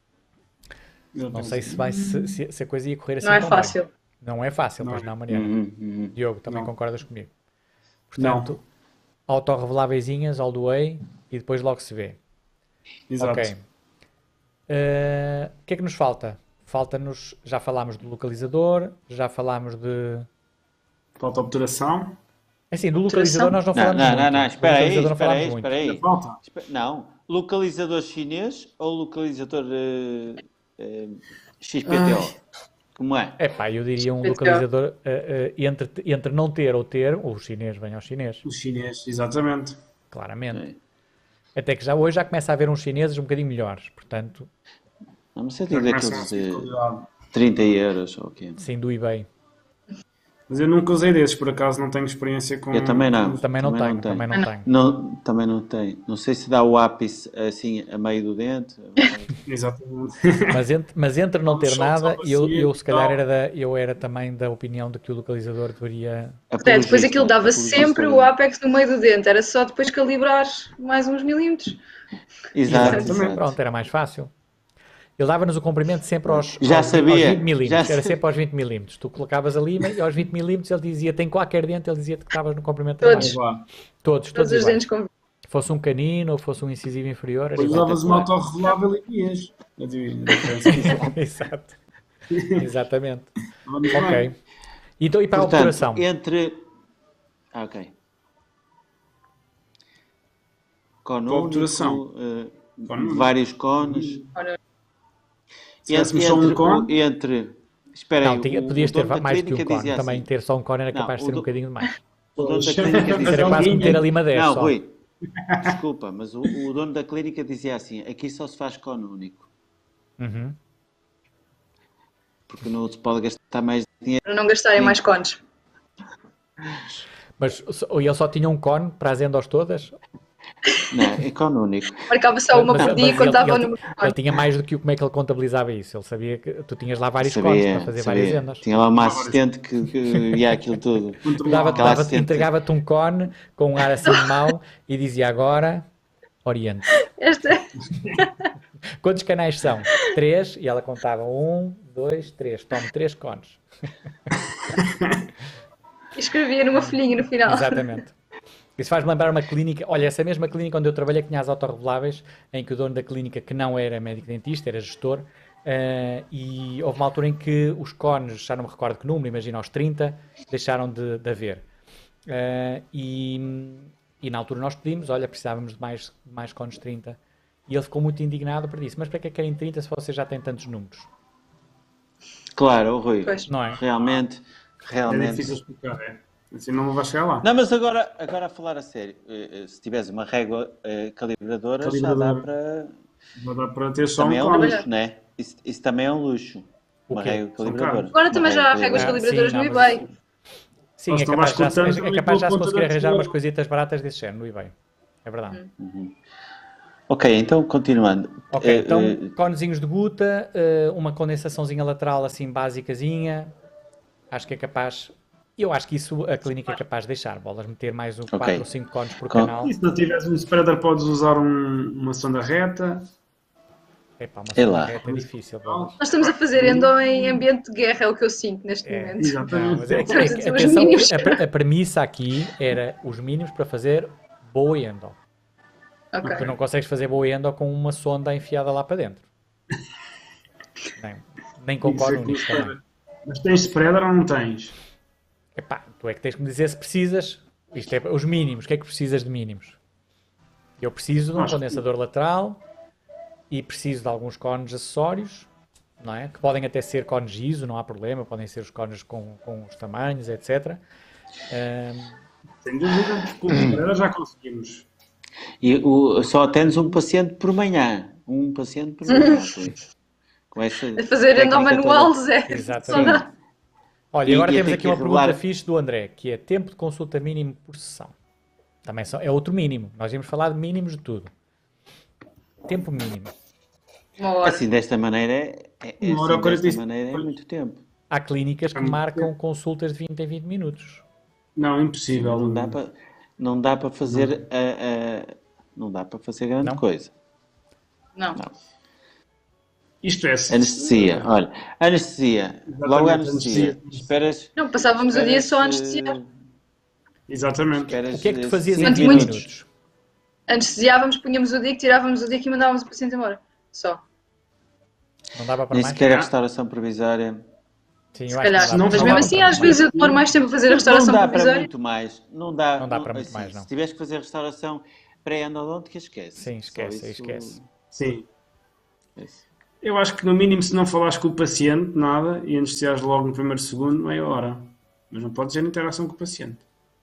Eu Não penso sei se, vai, se, se- se a coisa ia correr assim Não é tão bem. fácil. Não é fácil, pois Não. não, Mariana. Uhum, uhum. Diogo, também Não. concordas comigo? Não. Portanto, autorreveláveis all the way, e depois logo se vê. Exato. Ok. Eh, O que é que nos falta? Falta-nos, já falámos do localizador, já falámos de... Falta obturação. Assim, do localizador nós não Não, falamos não, muito. não, não, Do espera aí, localizador não espera aí, falamos muito. espera aí. Ainda falta. Espe- Não, localizador chinês ou localizador eh, eh, X P T O? Como é? Epá, eu diria um X P T O. localizador eh, eh, entre, entre não ter ou ter, ou o chinês, vem ao chinês, O chinês, exatamente. claramente. É. Até que já hoje já começa a haver uns chineses um bocadinho melhores, portanto, Não me sei Já daqueles começam a ser de de qualidade. trinta euros ou o quê? sim, do eBay. Mas eu nunca usei desses, por acaso não tenho experiência com. Eu também não. Também não Também tenho, não tenho. também não tenho. Não, também não tem. Não sei se dá o ápice assim a meio do dente. Exatamente. Mas entre, mas entre não ter Vamos só nada, ao eu, eu paciente, se calhar tal. era, da, eu era também da opinião de que o localizador deveria... É, depois aquilo dava sempre o apex no meio do dente, era só depois calibrar mais uns milímetros. Exato, Exatamente. exato. Pronto, era mais fácil. Ele dava-nos o comprimento sempre aos, Já aos, sabia, aos vinte milímetros. já Era sabia. sempre aos vinte milímetros. Tu colocavas ali e aos vinte milímetros ele dizia, tem qualquer dente, ele dizia que estavas no comprimento Todos. abaixo. Lá. Todos, todos Todos os iguais. dentes com... Fosse um canino ou fosse um incisivo inferior, era Depois igual. usavas uma autorrevelável e ias. Eu digo, a diferença. Exato. Exatamente. Vamos bem. Ok. Então, e para a Portanto, obturação? entre... Ah, ok. Cone Para a obturação. único, eh, Cone único. vários cones. Se tivéssemos só um entre, cone. o- entre... Espera aí, Não, tinha, o- podias o ter dono da mais do que um clínica cone. dizia Também assim, ter só um cone era Não, capaz de o ser um do- bocadinho demais. O dono da Pois. clínica Era dizia quase meter ali uma dez Não, só. Rui, desculpa, mas o, o dono da clínica dizia assim, aqui só se faz cone único, Uhum. porque não se pode gastar mais dinheiro. para não gastarem Sim. mais cones. Mas só- ou ele só tinha um cone para as endos todas? Não, é cone único. Marcava só uma Mas- por mas dia e ele- contava o ele, número de ele cones. tinha mais do que o- como é que ele contabilizava isso. Ele sabia que tu tinhas lá vários cones para fazer várias endas. Tinha lá uma assistente que, que via aquilo tudo. Dava, Aquela dava, assistente- entregava-te um cone com um ar assim de mau e dizia agora oriente. Esta... Quantos canais são? Três, e ela contava um, dois, três. Tome três cones. Escrevia numa folhinha no final. Exatamente. Isso faz-me lembrar uma clínica, olha, essa mesma clínica onde eu trabalhei que tinha as autorreveláveis, em que o dono da clínica, que não era médico dentista, era gestor, eh, e houve uma altura em que os cones, já não me recordo que número, imagina aos trinta, deixaram de, de haver. Eh, e, e na altura nós pedimos, olha, precisávamos de mais, de mais cones trinta. E ele ficou muito indignado para isso. Mas para que é que querem trinta se você já tem tantos números? Claro, Rui, Pois. Não é? realmente, É realmente. difícil explicar, é. Assim não vai chegar lá. Não, mas agora, agora a falar a sério, eh, eh, se tiveres uma régua eh, calibradora, já dá Calibradora. para... Vai dar para ter só Também é um um cone. luxo, né? Isso, isso também é um luxo. O Uma quê? régua São calibradora. caros. Agora Uma também já há régua réguas calibradora. calibradoras sim, no não, mas- eBay. Sim, Mas é tu capaz, vais já, cortando é ali capaz já pela se ponta conseguir da arranjar tesoura. umas coisitas baratas desse género no eBay. É verdade. Ok, então continuando. Ok, Eh, então eh, conezinhos de guta, eh, uma condensaçãozinha lateral assim básicazinha, acho que é capaz, eu acho que isso a clínica é capaz de deixar, bolas meter mais um quatro ou cinco cones por Com- canal. E se não tiveres um spreader, podes usar um- uma sonda reta. Epá, uma É sonda lá. reta é difícil, bolas. Nós estamos a fazer endo em ambiente de guerra, é o que eu sinto neste É. momento. Não, Exatamente. mas é, é, Estamos a é, dizer os atenção, mínimos. a, pre- a premissa aqui era os mínimos para fazer boa endo. Ok. Tu não consegues fazer boa endo com uma sonda enfiada lá para dentro. Nem, nem concordo Tem que nisso ser com também. Mas tens spreader ou não tens? Epá, tu é que tens que me dizer se precisas. Isto é os mínimos. O que é que precisas de mínimos? Eu preciso de um Acho que- condensador lateral e preciso de alguns cones acessórios, não é? Que podem até ser cones ISO, não há problema. Podem ser os cones com, com os tamanhos, etcétera. Ahm, Sem dúvida, com o spreader já conseguimos. E o, só atendes um paciente por manhã. Um paciente por manhã. Rui. Com essa A fazer técnica endo manual, toda. Zé. Exatamente. Só dá. Olha, E- e agora e temos tem aqui que uma pergunta regular- fixe do André, que é tempo de consulta mínimo por sessão. Também só- é outro mínimo. Nós íamos falar de mínimos de tudo. Tempo mínimo. Uma hora. Assim, desta maneira, é, é, Uma hora assim, e quarenta e desta cinco. maneira é muito tempo. Há clínicas que É muito marcam tempo. consultas de vinte em vinte minutos. Não, impossível. Não dá para, não dá para fazer, a- a- não dá para fazer grande Não? coisa. Não. Isto é assim. Anestesia, olha, anestesia, logo a anestesia. anestesia. Esperas, Não, passávamos o dia esperas, só a eh, anestesiar. Exatamente. esperas, O que é que tu eh, fazias em cinco vinte muito- minutos? Anestesiávamos, punhamos o dico, tirávamos o dico e mandávamos o paciente embora. Só. Não dava para Nem mais? sequer a restauração provisória. Sim, eu Se acho calhar. que Se não dava. Mas for mesmo lá assim, para às vezes eu demoro mais tempo a fazer a Não restauração dá para provisória. muito mais. Não dá, Não dá para muito assim, mais, não. Se tiveres que fazer restauração pré-endodôntica, esquece. Sim, Só esquece, isso- esquece. Sim. isso. Eu acho que no mínimo, se não falares com o paciente, nada, e anestesiares logo no primeiro segundo, meia hora. Mas não pode ter interação com o paciente.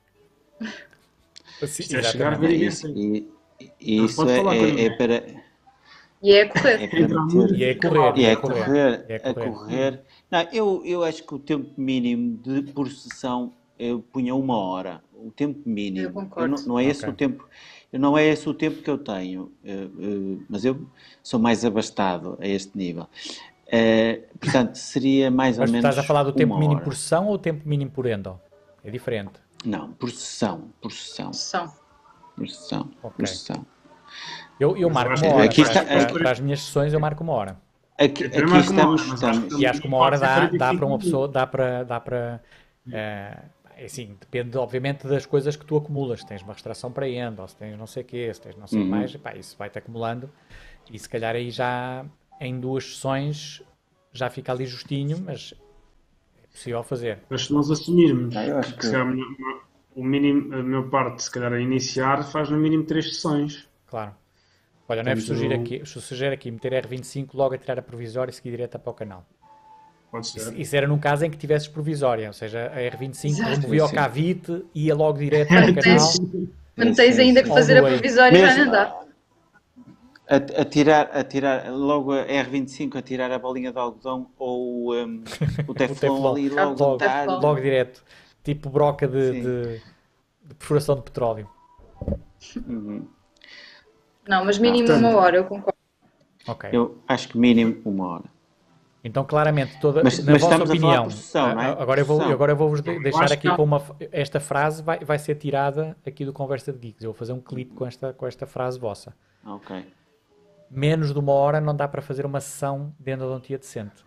Sim, Isto é chegar a exatamente. ver Não, isso. E, e Não isso pode é, falar com é, ninguém. é para, E é correr. é para Entra meter. muito E é correr. E E é é correr, correr. é É correr. correr. Não, eu, eu acho que o tempo mínimo de, por sessão eu punha uma hora. O tempo mínimo. Eu concordo. não, não é esse Ok. o tempo. Não é esse o tempo que eu tenho. eh, eh, mas eu sou mais abastado a este nível. Eh, portanto, seria mais Mas ou tu menos. estás a falar do tempo uma mínimo hora. por sessão ou tempo mínimo por endo? É diferente. Não, por sessão. Por sessão. São. Por sessão. Ok. Por sessão. Eu, eu Mas marco eu uma acho hora. que- Para, aqui está- para- para as minhas sessões eu marco uma hora. Aqui, Eu também aqui marco uma hora, estamos. mas acho estamos que- E acho que uma hora Pode ser dá, quarenta e dá cinco para uma minutos. pessoa, dá para, dá para eh, assim, depende obviamente das coisas que tu acumulas. Se tens uma restauração para endo, ou se tens não sei o quê, se tens não sei o que Uhum. mais, pá, isso vai-te acumulando e se calhar aí já em duas sessões já fica ali justinho, mas é possível fazer. Mas se nós assumirmos Ah, eu acho que que- se calhar, o mínimo, a minha parte, se calhar a iniciar, faz no mínimo três sessões. Claro. Olha, não é Temos sugerir o- aqui, sugere aqui meter R vinte e cinco logo a tirar a provisória e seguir direto para o canal. Pode Isso, ser. isso era num caso em que tivesses provisória, ou seja, a R vinte e cinco Exato. removia o Sim. cavite e ia logo direto para o Quando canal. tens, quando Sim, tens sim, ainda sim. que fazer a All the way. provisória, já Mesmo- não dá. A, a tirar, a tirar logo a R vinte e cinco, a tirar a bolinha de algodão ou um, o teflon Teflon. ali Ah, logo, logo. dar- Teflon. Logo direto, tipo broca de, Sim. de, de perfuração de petróleo. Uhum. Não, mas mínimo Portanto- uma hora, eu concordo. Ok. Eu acho que mínimo uma hora. Então, claramente, toda, Mas- na mas vossa estamos a falar opinião, por sessão, não é? a- Por agora eu vou, sessão. agora eu vou-vos de- deixar acho aqui que- com uma, esta frase vai, vai ser tirada aqui do Conversa de Geeks. Eu vou fazer um clipe com esta, com esta frase vossa. Ok. Menos de uma hora não dá para fazer uma sessão de endodontia decente.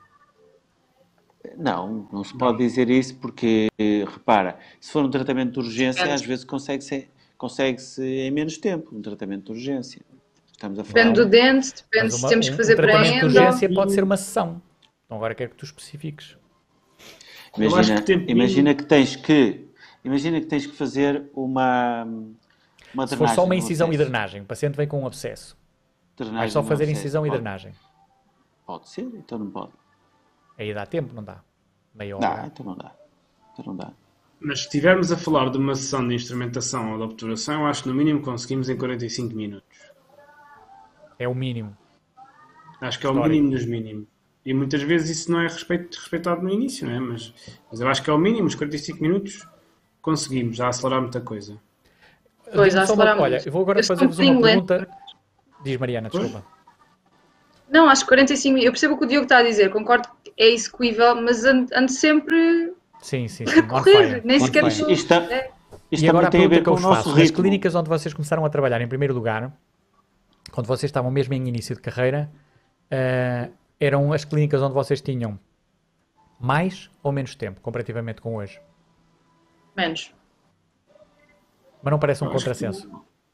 Não, não se pode dizer isso porque, eh, repara, se for um tratamento de urgência, Depende. às vezes consegue-se consegue-se em menos tempo, um tratamento de urgência. Estamos a falar. Depende do dente, depende Mas se uma- temos um- que fazer um tratamento de pré-endo. urgência pode ser uma sessão. Então agora quero que tu especifiques. Eu acho Imagina, que tempo imagina que tens que, imagina que tens que fazer uma, uma Se for só drenagem uma no incisão e abscesso. drenagem, o paciente vem com um abscesso. Drenagem Vai só no fazer abscesso. incisão e Pode- drenagem. Pode ser, então não pode. Aí dá tempo, não dá? Meia Dá, hora. então não dá. Então não dá. Mas se estivermos a falar de uma sessão de instrumentação ou de obturação, eu acho que no mínimo conseguimos em quarenta e cinco minutos. É o mínimo. Acho que é o Histórico. mínimo dos mínimos. E muitas vezes isso não é respeito- respeitado no início, não é? Mas, mas eu acho que é o mínimo, os quarenta e cinco minutos conseguimos já acelerar muita coisa. Pois, Diz-me só uma- aceleramos. Olha, eu vou agora Eu sou um fazer-vos uma bocadinho lento. pergunta. Diz Mariana, desculpa. Não, acho que quarenta e cinco minutos. Eu percebo o que o Diogo está a dizer, concordo que é execuível, mas ando, ando sempre Sim, sim, sim. a On correr, fire, nem on sequer fire. estou. Isto, É. isto E agora também a tem a pergunta ver que eu com o vos nosso faço. Nas ritmo. clínicas onde vocês começaram a trabalhar em primeiro lugar, quando vocês estavam mesmo em início de carreira, eh, eram as clínicas onde vocês tinham mais ou menos tempo, comparativamente com hoje? Menos. Mas não parece um Eu acho que- contrassenso.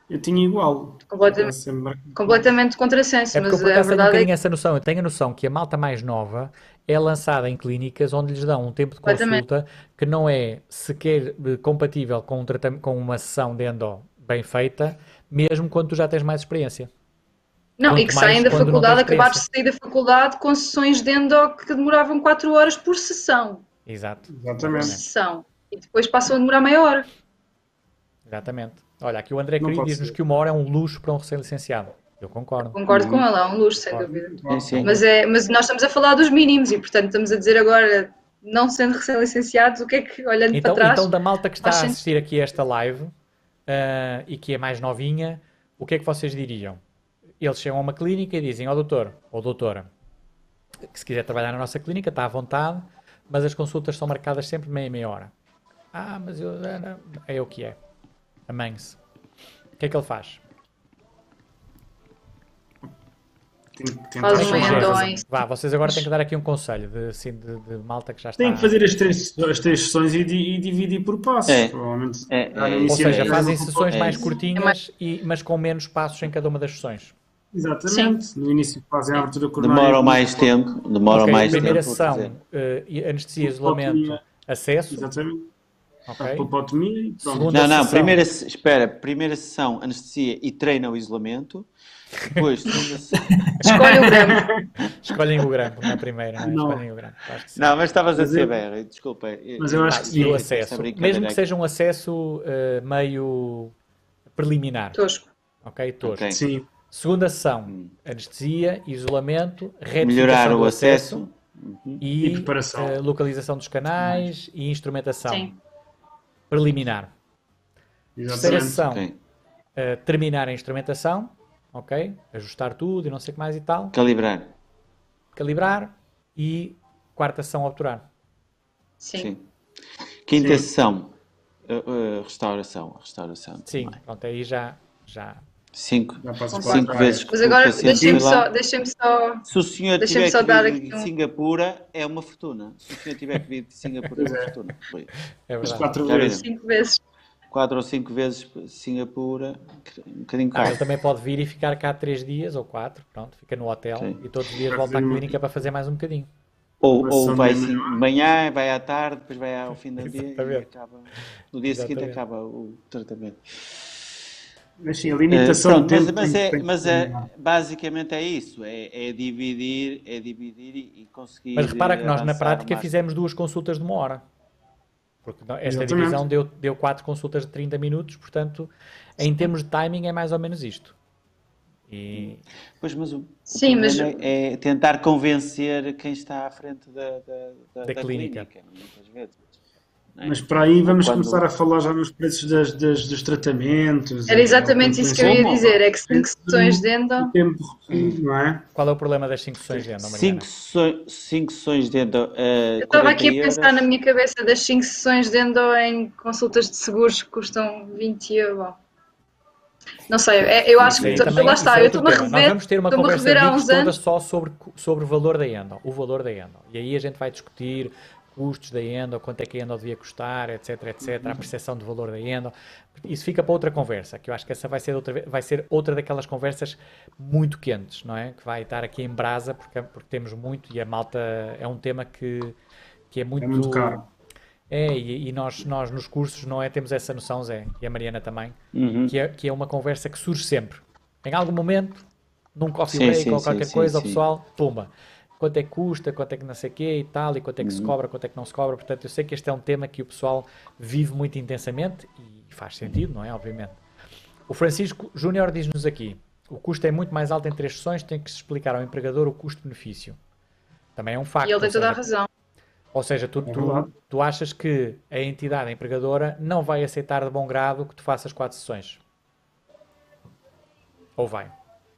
Eu tinha igual. Completamente, Sempre... completamente contrassenso, É porque eu mas por a acaso tenho um verdade é bocadinho que essa noção. Eu tenho a noção que a malta mais nova é lançada em clínicas onde lhes dão um tempo de completamente. consulta que não é sequer eh, compatível com, um tratam- com uma sessão de endo bem feita, mesmo quando tu já tens mais experiência. Não, e Quanto que mais saem da quando não tens faculdade, acabaram de experiência. sair da faculdade com sessões de endo que demoravam quatro horas por sessão. Exato, Por Exatamente. exatamente, sessão. E depois passam a demorar meia hora. exatamente. Olha, aqui o André Não Querido pode diz-nos ser. que uma hora é um luxo para um recém-licenciado. Eu concordo, Concordo com Uhum. ela, é um luxo, sem concordo, dúvida. Sim, Claro, sim. Mas, é, mas nós estamos a falar dos mínimos e, portanto, estamos a dizer agora, não sendo recém-licenciados, o que é que, olhando para Então, trás, então da malta que está faz a sentido. assistir aqui a esta live ah, e que é mais novinha, o que é que vocês diriam? Eles chegam a uma clínica e dizem, ó doutor ou doutora, que se quiser trabalhar na nossa clínica está à vontade, mas as consultas são marcadas sempre meia meia hora. Ah, mas eu, ah, não. É o que é. Amanhe-se. O que é que ele faz? Tem que Faz tentar Como é que uma ele chamar. gera? endóis. Vá, vocês agora têm que dar aqui um conselho de, assim, de, de malta que já Tem que está. fazer as três, as três sessões e, di- e dividir por passos. É, Provavelmente. é, já no é Ou isso, início seja, é já isso. fazem não sessões É mais isso. É mais... curtinhas, e, mas com menos passos em cada uma das sessões. Sim, Exatamente. No início fazem a abertura coronária. Demoram com mais tempo, demoram Ok, mais primeira tempo, quer dizer. sessão, eh, e anestesia, pulpotomia. isolamento, acesso. Exatamente. A Ok. pulpotomia e pronto. Segunda Não, não, sessão. primeira, se- espera, primeira sessão anestesia e treina o isolamento. Depois, segunda sessão. escolhe o gramo. Escolhem o grampo na primeira, não é? Não. Escolhem o grampo. Acho que sim. Não, mas estavas a Mas ser eu- berra, desculpa. eu- mas eu acho eu- que E sim. o esta acesso, brincadeira mesmo que aqui. seja um acesso eh, meio preliminar, Tosco. ok? Tosco. Ok. Sim. Segunda sessão, Hum. anestesia, isolamento, Melhorar retificação o do acesso acesso. Uhum. e, E preparação. eh, localização dos canais e instrumentação Sim. preliminar. Terceira Exatamente. sessão, Ok. eh, terminar a instrumentação, ok? Ajustar tudo e não sei o que mais e tal. Calibrar. Calibrar e quarta sessão, obturar. Sim. Sim. Quinta Sim. sessão. uh, uh, restauração. Restauração. Sim, também. pronto, aí já, já. Cinco, Já passa Concordo. quatro cinco áreas. vezes que Mas o agora paciente deixem-me foi só, lá. deixem-me só, Se o senhor deixem-me tiver só que dar vir aqui de um... Singapura, é uma fortuna. Se o senhor tiver que vir de Singapura, é Pois uma é. fortuna. Foi. É As verdade. quatro Já vezes. viram? cinco vezes. Quatro ou cinco vezes Singapura, um bocadinho Ah, ele caro. também pode vir e ficar cá três dias ou quatro, pronto, fica no hotel Sim. e todos os dias Vai volta à fazer uma- clínica para fazer mais um bocadinho. Ou, Uma ou sessão vai de assim, manhã. de manhã, vai à tarde, depois vai ao fim do dia e Exatamente. acaba. No dia seguinte Exatamente. acaba o tratamento. Mas sim, a Eh, limitação pronto, de mas, tempo mas, tem, é, tem que mas ser é, menor. basicamente é isso, é, é dividir, é dividir e, e conseguir Mas repara que nós na avançar prática mais. fizemos duas consultas de uma hora. Porque nó- esta Exatamente. divisão deu, deu quatro consultas de trinta minutos, portanto, em termos de timing é mais ou menos isto. E Pois, mas o, o Sim, mas problema é, é tentar convencer quem está à frente da, da, da, Da da clínica. clínica, muitas vezes. Não é? Mas para aí vamos Quando- começar a falar já nos preços das, das- dos tratamentos. era e exatamente isso que eu ia Como? dizer, é que cinco sessões de endo... O tempo reduzido, não é? qual é o problema das cinco sessões de endo, Mariana? Cinco, sessões- cinco sessões dentro Eu estava aqui a pensar na minha cabeça das cinco sessões de endo em consultas de seguros que custam vinte euros. Não sei, é- eu acho Sim, que... também Lá isso está, é eu outro estou-me a tema. Nós rever, vamos ter uma estou-me a conversa rever há amigos uns toda anos. só sobre, sobre o valor da endo, o valor da endo. E aí a gente vai discutir custos da endo, quanto é que a endo devia custar, etc, etc, a percepção do valor da endo. Isso fica para outra conversa, que eu acho que essa vai ser outra, ve- vai ser outra daquelas conversas muito quentes, não é? Que vai estar aqui em brasa, porque, porque temos muito, e a malta é um tema que, que é muito... muito caro. É, e, e nós, nós nos cursos, não é? Temos essa noção, Zé, e a Mariana também, Uhum. que é, que é uma conversa que surge sempre. Em algum momento, num coffee Sim, break sim, ou sim, qualquer sim, coisa, o sim. pessoal, pumba. Quanto é que custa, quanto é que não sei o quê e tal, e quanto é que se Uhum. cobra, quanto é que não se cobra. Portanto, eu sei que este é um tema que o pessoal vive muito intensamente e faz sentido, não é? Obviamente. O Francisco Júnior diz-nos aqui, o custo é muito mais alto em três sessões, tem que se explicar ao empregador o custo-benefício. Também é um facto. E ele tem ou toda a seja, razão. ou seja, tu, É tu, verdade. tu achas que a entidade empregadora não vai aceitar de bom grado que tu faças quatro sessões? Ou vai?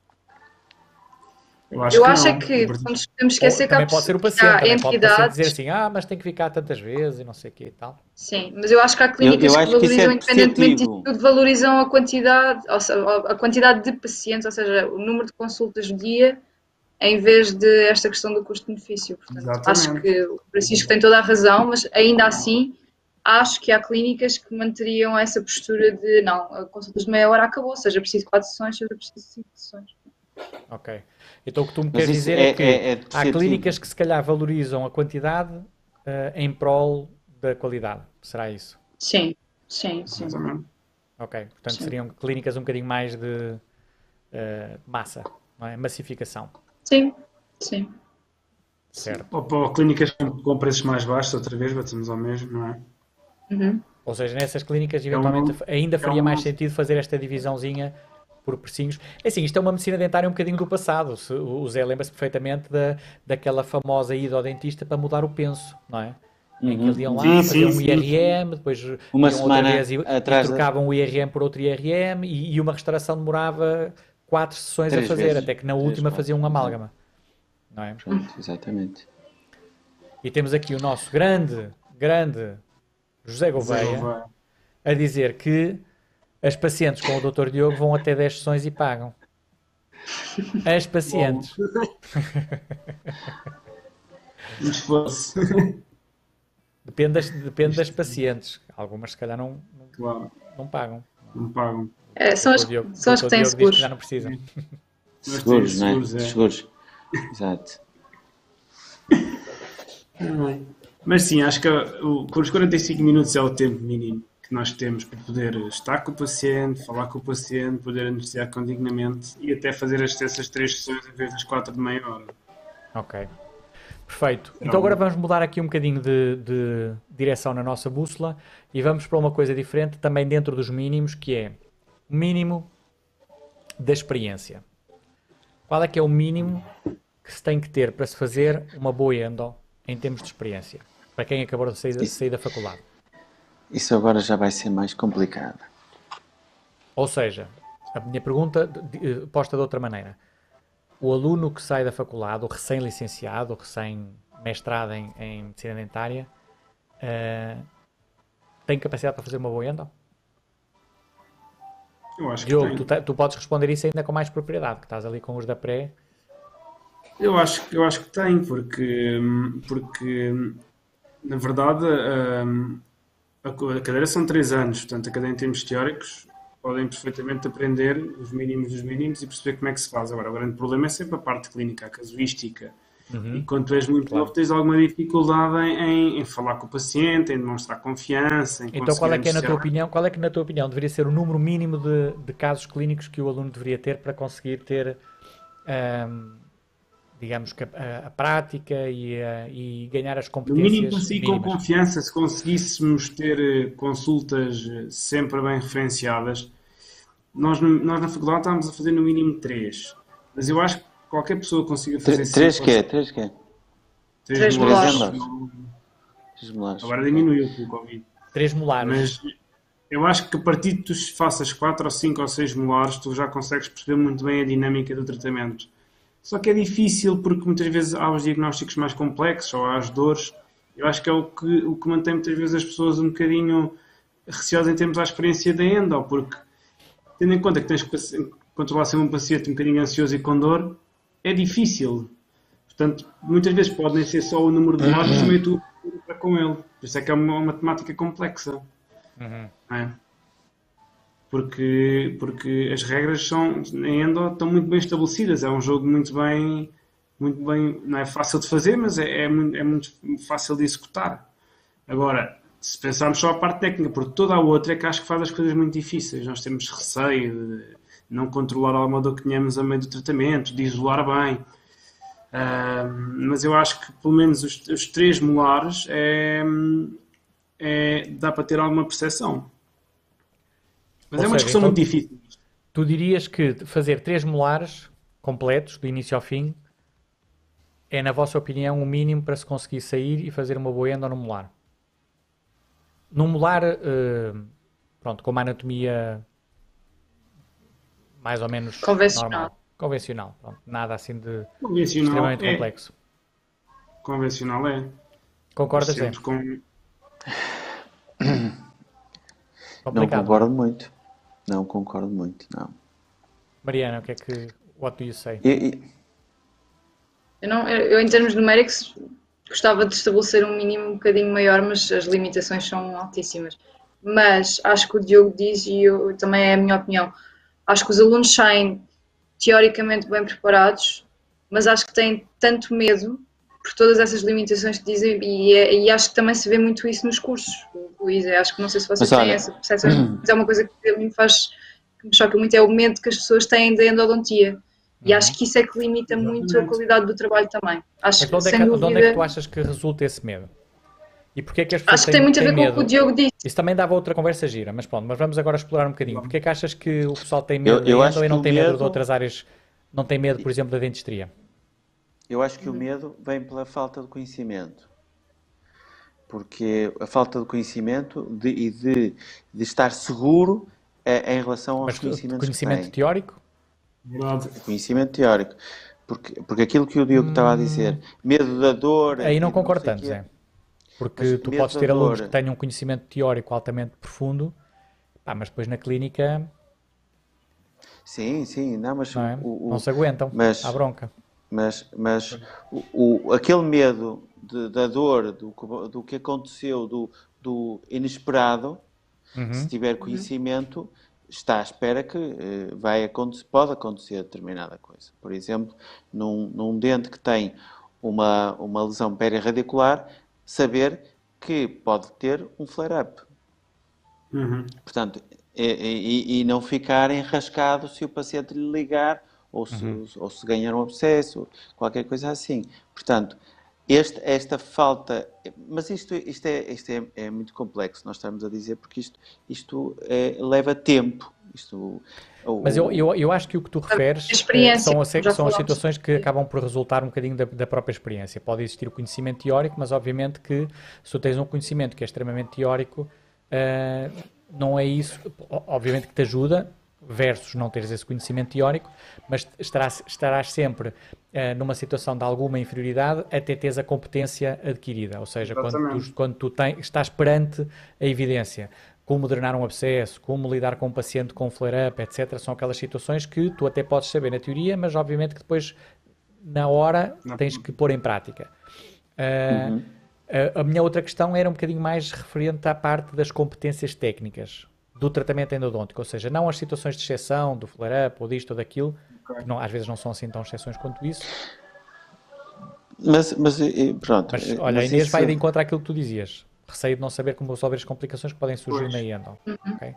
Eu acho Eu que acho é não. que Por- não nos podemos esquecer Ou que há, também pode ser o que paciente, há também pode o paciente entidades... dizer assim, ah, mas tem que ficar tantas vezes e não sei o quê e tal. Sim, mas eu acho que há Eu, clínicas eu que acho que isso é valorizam, independentemente disso perceptivo. tudo, valorizam a quantidade, ou seja, a quantidade de pacientes, ou seja, o número de consultas do dia, em vez de esta questão do custo-benefício. Portanto, acho Exatamente. que o Francisco tem toda a razão, mas ainda assim acho que há clínicas que manteriam essa postura de não, a consultas de meia hora acabou, seja preciso quatro sessões, seja preciso cinco sessões. Ok. Então o que tu me Mas queres isso dizer é, é que é, é há perceptível. clínicas que se calhar valorizam a quantidade eh, em prol da qualidade. Será isso? Sim, sim, sim, Mais ou menos. Ok. Portanto, sim. seriam clínicas um bocadinho mais de eh, massa, não é? Massificação. Sim, sim. Certo. Ou para clínicas com com preços mais baixos, outra vez, batemos ao mesmo, não é? Uhum. Ou seja, nessas clínicas, É eventualmente, um, ainda é faria um, mais sentido fazer esta divisãozinha por precinhos. É assim, isto é uma medicina dentária um bocadinho do passado. Se- O Zé lembra-se perfeitamente da, daquela famosa ida ao dentista para mudar o penso, não é? Em que eles Uhum, iam uhum. lá, sim, sim, faziam um sim, sim. I R M, depois Uma iam outra vez semana e, e atrás, da- trocavam o I R M por outro I R M e, e uma restauração demorava quatro sessões a três fazer, vezes. até que na Três, última faziam quatro. um Exato. amálgama, não é? Pronto, exatamente. E temos aqui o nosso grande, grande José Zé Gouveia Gouveia. a dizer que as pacientes com o doutor Diogo vão até dez sessões e pagam. As Bom, pacientes. um esforço. Depende das, depende das Isto, pacientes. Algumas se calhar não, não, claro, não pagam. não pagam. É, O são as, doutor Diogo, são as que doutor têm Diogo diz que já seguros. não precisam. Nós temos Seguros, não é? seguros, é. Seguros. Exato. Ai. Mas sim, acho que o, por os quarenta e cinco minutos é o tempo mínimo que nós temos para poder estar com o paciente, falar com o paciente, poder anunciar condignamente e até fazer as, essas três sessões em vez das quatro de meia hora. Ok. Perfeito. É Então agora algo- vamos mudar aqui um bocadinho de, de direção na nossa bússola e vamos para uma coisa diferente, também dentro dos mínimos, que é o mínimo da experiência. Qual é que é o mínimo que se tem que ter para se fazer uma boa endo em termos de experiência? Para quem acabou de sair, de Isso, sair da faculdade. isso agora já vai ser mais complicado. Ou seja, a minha pergunta de- de- posta de outra maneira. O aluno que sai da faculdade, o recém-licenciado, o recém-mestrado em, em medicina dentária, eh, tem capacidade para fazer uma boa endo? Eu acho que Diogo, tu, tem. te- tu podes responder isso ainda com mais propriedade, que estás ali com os da pré. Eu acho, eu acho que tem, porque, porque na verdade hum, a, co- a cadeira são três anos, portanto a cadeira em termos teóricos podem perfeitamente aprender os mínimos dos mínimos e perceber como é que se faz. Agora, o grande problema é sempre a parte clínica, a casuística. E Uhum, quando tu és muito claro. novo, tens alguma dificuldade em, em- em falar com o paciente, em demonstrar confiança, em Então qual conseguir é que é na tua anunciar. opinião, qual é que na tua opinião deveria ser o número mínimo de, de casos clínicos que o aluno deveria ter para conseguir ter, ahm, digamos, que a, a- a prática e, a- e ganhar as No mínimo, competências consigo com mínimas? confiança, se conseguíssemos ter eh, consultas eh, sempre bem referenciadas. Nós, no- nós na faculdade estávamos a fazer no mínimo três, mas eu acho que qualquer pessoa que consiga fazer Tre- Três cinco ou quê? seis, Três quê? três Três Três molares. molares, endos? não- Três molares. agora Ok. diminuiu com o Covid. Três molares. Mas eu acho que a partir de tu faças quatro ou cinco ou seis molares, tu já consegues perceber muito bem a dinâmica do tratamento. Só que é difícil porque muitas vezes há os diagnósticos mais complexos ou há as dores. Eu acho que é o que, o que mantém muitas vezes as pessoas um bocadinho receosas em termos da experiência da endo, porque tendo em conta que tens que paci- controlar sempre um paciente um bocadinho ansioso e com dor, é difícil. Portanto, muitas vezes pode nem ser só o número de molares, mas também tu para com ele. Por isso é que é uma, uma temática complexa. Uhum. Não é? Porque, porque as regras são, em endo estão muito bem estabelecidas. É um jogo muito bem, muito bem, não é fácil de fazer, mas é, é, muito, é muito fácil de executar. Agora, se pensarmos só a parte técnica, porque toda a outra é que acho que faz as coisas muito difíceis. Nós temos receio de não controlar alguma dor que tenhamos a meio do tratamento, de isolar bem. Ah, mas eu acho que pelo menos os, os três molares é, é- dá para ter alguma percepção. Mas Ou é uma seja, discussão então muito difícil. tu dirias que fazer três molares completos, do início ao fim, é, na vossa opinião, o mínimo para se conseguir sair e fazer uma boa endo no molar? Num molar, eh, pronto, com uma anatomia mais ou menos Convencional. normal, convencional, pronto, nada assim de Convencional extremamente é. complexo. Convencional é. Concordas, Zé? Sempre com... Não Complicado, concordo não é? muito. Não concordo muito, não. Mariana, o que é que, what do you say? E, e- Eu, não, eu, eu, em termos numéricos, gostava de estabelecer um mínimo um bocadinho maior, mas as limitações são altíssimas. Mas acho que o Diogo diz, e eu, também é a minha opinião, acho que os alunos saem teoricamente bem preparados, mas acho que têm tanto medo por todas essas limitações que dizem, e, é, e acho que também se vê muito isso nos cursos, Luísa. Acho que não sei se vocês Mas têm olha, essa percepção, mas é uma coisa que a mim faz, que me choca muito, é o medo que as pessoas têm da endodontia. E acho Uhum. que isso é que limita muito a Exatamente. qualidade do trabalho também. Acho Mas de que, onde é sem que, de onde é que tu dúvida, achas que resulta esse medo? E porquê é que as pessoas acho que tem têm, muito a têm ver com o que o medo? Diogo disse. Isso também dava outra conversa gira, mas pronto, mas vamos agora explorar um bocadinho. Porquê é que achas que o pessoal tem eu, medo da eu endo acho e que não o tem medo de medo, outras áreas? Não tem medo, por exemplo, da dentistria? eu acho que o medo vem pela falta de conhecimento. Porque a falta de conhecimento de- e de, de estar seguro eh, em relação aos Mas de conhecimentos que conhecimento tem. teórico? Verdade. Conhecimento teórico. Porque, porque aquilo que o Diogo estava a Hum, dizer, medo da dor aí não e de não concordo sei o tanto, quê, Zé. mas Porque tu medo podes da ter alunos que dor, tenham um conhecimento teórico altamente profundo, pá, mas depois na clínica, sim, sim, não, mas não o, é? Não o, se aguentam, à mas, bronca. mas, mas o, o- aquele medo de- da dor, do, que- do que aconteceu, do, do inesperado, se Uhum. tiver conhecimento, está à espera que eh, vai acontecer, pode acontecer determinada coisa. Por exemplo, num, num dente que tem uma, uma lesão perirradicular, saber que pode ter um flare-up. Uhum. Portanto, e, e- e não ficar enrascado se o paciente lhe ligar ou se, Uhum. ou se ganhar um abscesso, qualquer coisa assim. Portanto, este- esta falta. Mas isto, isto, é, isto é, é muito complexo, nós estamos a dizer, porque isto, isto é- leva tempo. Isto, o, Mas eu, o- eu, eu acho que o que tu A referes eh, experiência, são, as, como já são as falámos. situações que acabam por resultar um bocadinho da, da própria experiência. Pode existir o conhecimento teórico, mas obviamente que se tu tens um conhecimento que é extremamente teórico, eh, não é isso, o- obviamente que te ajuda, versus não teres esse conhecimento teórico, mas estarás, estarás sempre eh, numa situação de alguma inferioridade até teres a competência adquirida. Ou seja, quando tu, Exatamente. quando tu tens, estás perante a evidência, como drenar um abscesso, como lidar com um paciente com flare-up, etcétera. São aquelas situações que tu até podes saber na teoria, mas obviamente que depois, na hora, Não. tens que pôr em prática. Ah, Uhum. a, a minha outra questão era um bocadinho mais referente à parte das competências técnicas do tratamento endodôntico, ou seja, não as situações de exceção, do flare-up ou disto ou daquilo, Ok. que não, às vezes não são assim tão exceções quanto isso, Mas, mas eh, pronto, mas eh, olha, a mas Inês vai de isso. encontro àquilo que tu dizias, receio de não saber como resolver as complicações que podem surgir na Pois. endo, ok?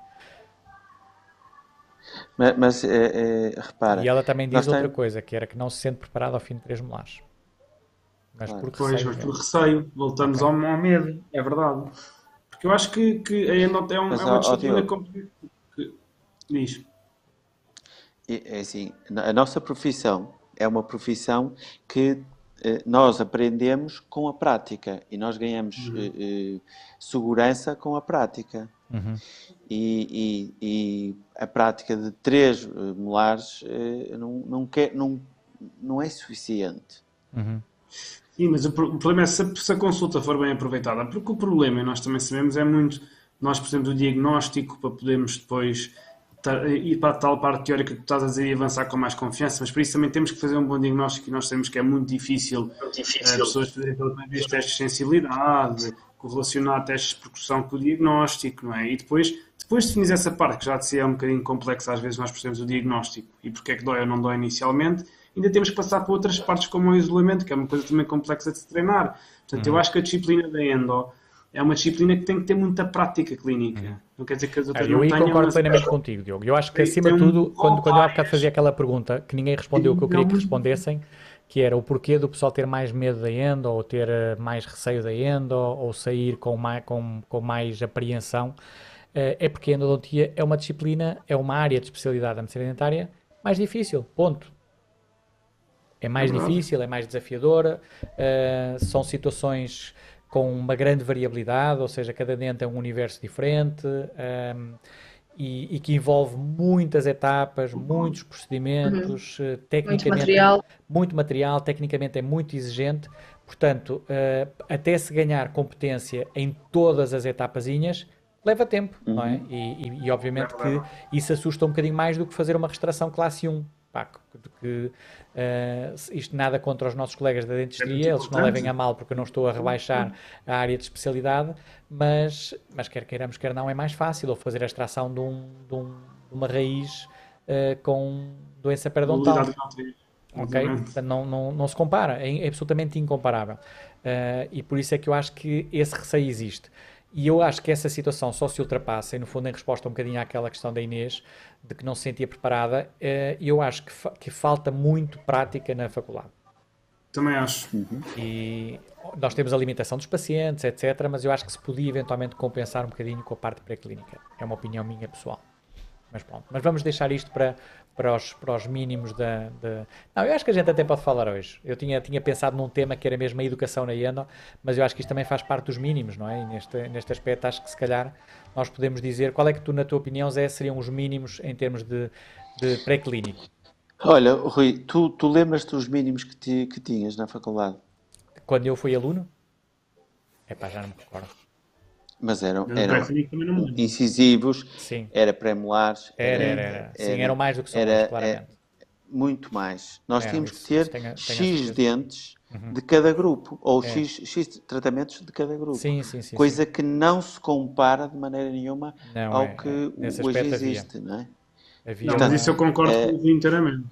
Mas, mas eh, eh, E repara, ela também nós diz outra temos. coisa, que era que não se sente preparada ao fim de três molares. Mas por Claro. Pois, receio mas por mesmo. receio, Ok. voltamos ao, ao medo, é verdade. Porque eu acho que, que a endo é, um- é Mas, uma ó, ó, disciplina Diogo, como que diz. é é assim, a nossa profissão é uma profissão que eh, nós aprendemos com a prática e nós ganhamos Uhum. eh, eh, segurança com a prática. Uhum. E, e- e a prática de três eh, molares eh, não, não, quer, não, não é suficiente. Uhum. Sim, mas o, pro- o problema é se a, se a consulta for bem aproveitada, porque o problema, e nós também sabemos, é muito nós, por exemplo, o diagnóstico para podermos depois ta- ir para a tal parte teórica que tu estás a dizer e avançar com mais confiança, mas para isso também temos que fazer um bom diagnóstico e nós sabemos que é muito difícil eh, pessoas fazerem pela primeira vez testes de sensibilidade, correlacionar testes de percussão com o diagnóstico, não é? E depois, depois de definir essa parte, que já de si é um bocadinho complexa, às vezes nós percebemos o diagnóstico e porque é que dói ou não dói inicialmente, ainda temos que passar por outras partes como o isolamento, que é uma coisa também complexa de se treinar. Portanto, eu Uhum. acho que a disciplina da endo é uma disciplina que tem que ter muita prática clínica. Não quer dizer que as Ah, outras eu não aí tenham, concordo mas plenamente contigo, Diogo. Eu acho que, tem, acima tem de um, tudo, quando, ou quando eu há bocado fazia várias. aquela pergunta que ninguém respondeu o que eu queria que Não, respondessem, que era o porquê do pessoal ter mais medo da endo, ou ter eh, mais receio da endo, ou sair com mais, com, com mais apreensão, eh, é porque a endodontia é uma disciplina, é uma área de especialidade da medicina dentária mais difícil, ponto. É é mais verdade. difícil, é mais desafiadora, uh, são situações com uma grande variabilidade, ou seja, cada dente é um universo diferente, um, e, e que envolve muitas etapas, muitos Uhum. procedimentos, uh, Muito tecnicamente, material. muito material, tecnicamente é muito exigente, portanto, uh, até se ganhar competência em todas as etapazinhas, leva tempo, não é? Uhum. E, e, e obviamente Leva, que leva. isso assusta um bocadinho mais do que fazer uma restauração classe um. pá, que, que, uh, isto nada contra os nossos colegas da É dentistria, muito eles não levem a importante. mal porque eu não estou a rebaixar a área de especialidade, mas, mas quer queiramos, quer não, é mais fácil ou fazer a extração de, um, de, um, de uma raiz uh, com doença periodontal. Mobilidade gratuita. Ok? Exatamente. Portanto, não, não, não se compara, é, é absolutamente incomparável. Uh, e por isso é que eu acho que esse receio existe. E eu acho que essa situação só se ultrapassa, e no fundo em resposta um bocadinho àquela questão da Inês, de que não se sentia preparada, uh, eu acho que, fa que falta muito prática na faculdade. Também acho. E nós temos a limitação dos pacientes, etcétera, mas eu acho que se podia eventualmente compensar um bocadinho com a parte pré-clínica. É uma opinião minha pessoal. Mas pronto, mas vamos deixar isto para, para, os, para os mínimos da, da... Não, eu acho que a gente até pode falar hoje. Eu tinha, tinha pensado num tema que era mesmo a educação na Endo, mas eu acho que isto também faz parte dos mínimos, não é? E neste, neste aspecto acho que se calhar nós podemos dizer, qual é que tu, na tua opinião, Zé, seriam os mínimos em termos de, de pré-clínico? Olha, Rui, tu, tu lembras-te dos mínimos que, ti- que tinhas na faculdade? Quando eu fui aluno? Epá, já não me recordo. Mas eram, Eu no eram pré-clínico também não me lembro. incisivos, Sim, era pré-molares, era, era, era, era. Sim, era, eram mais do que são hoje, era é, claramente. muito mais. Nós Eram, tínhamos que isso, isso ter tenho, tenho a X certeza. dentes de cada grupo, ou É. X, X tratamentos de cada grupo. Sim, sim, sim, sim. Coisa que não se compara de maneira nenhuma Não, ao é, que é. Nesse hoje aspecto havia. existe, não é? Havia Não, mas Portanto, isso eu uma... concordo é, com o Rui inteiramente.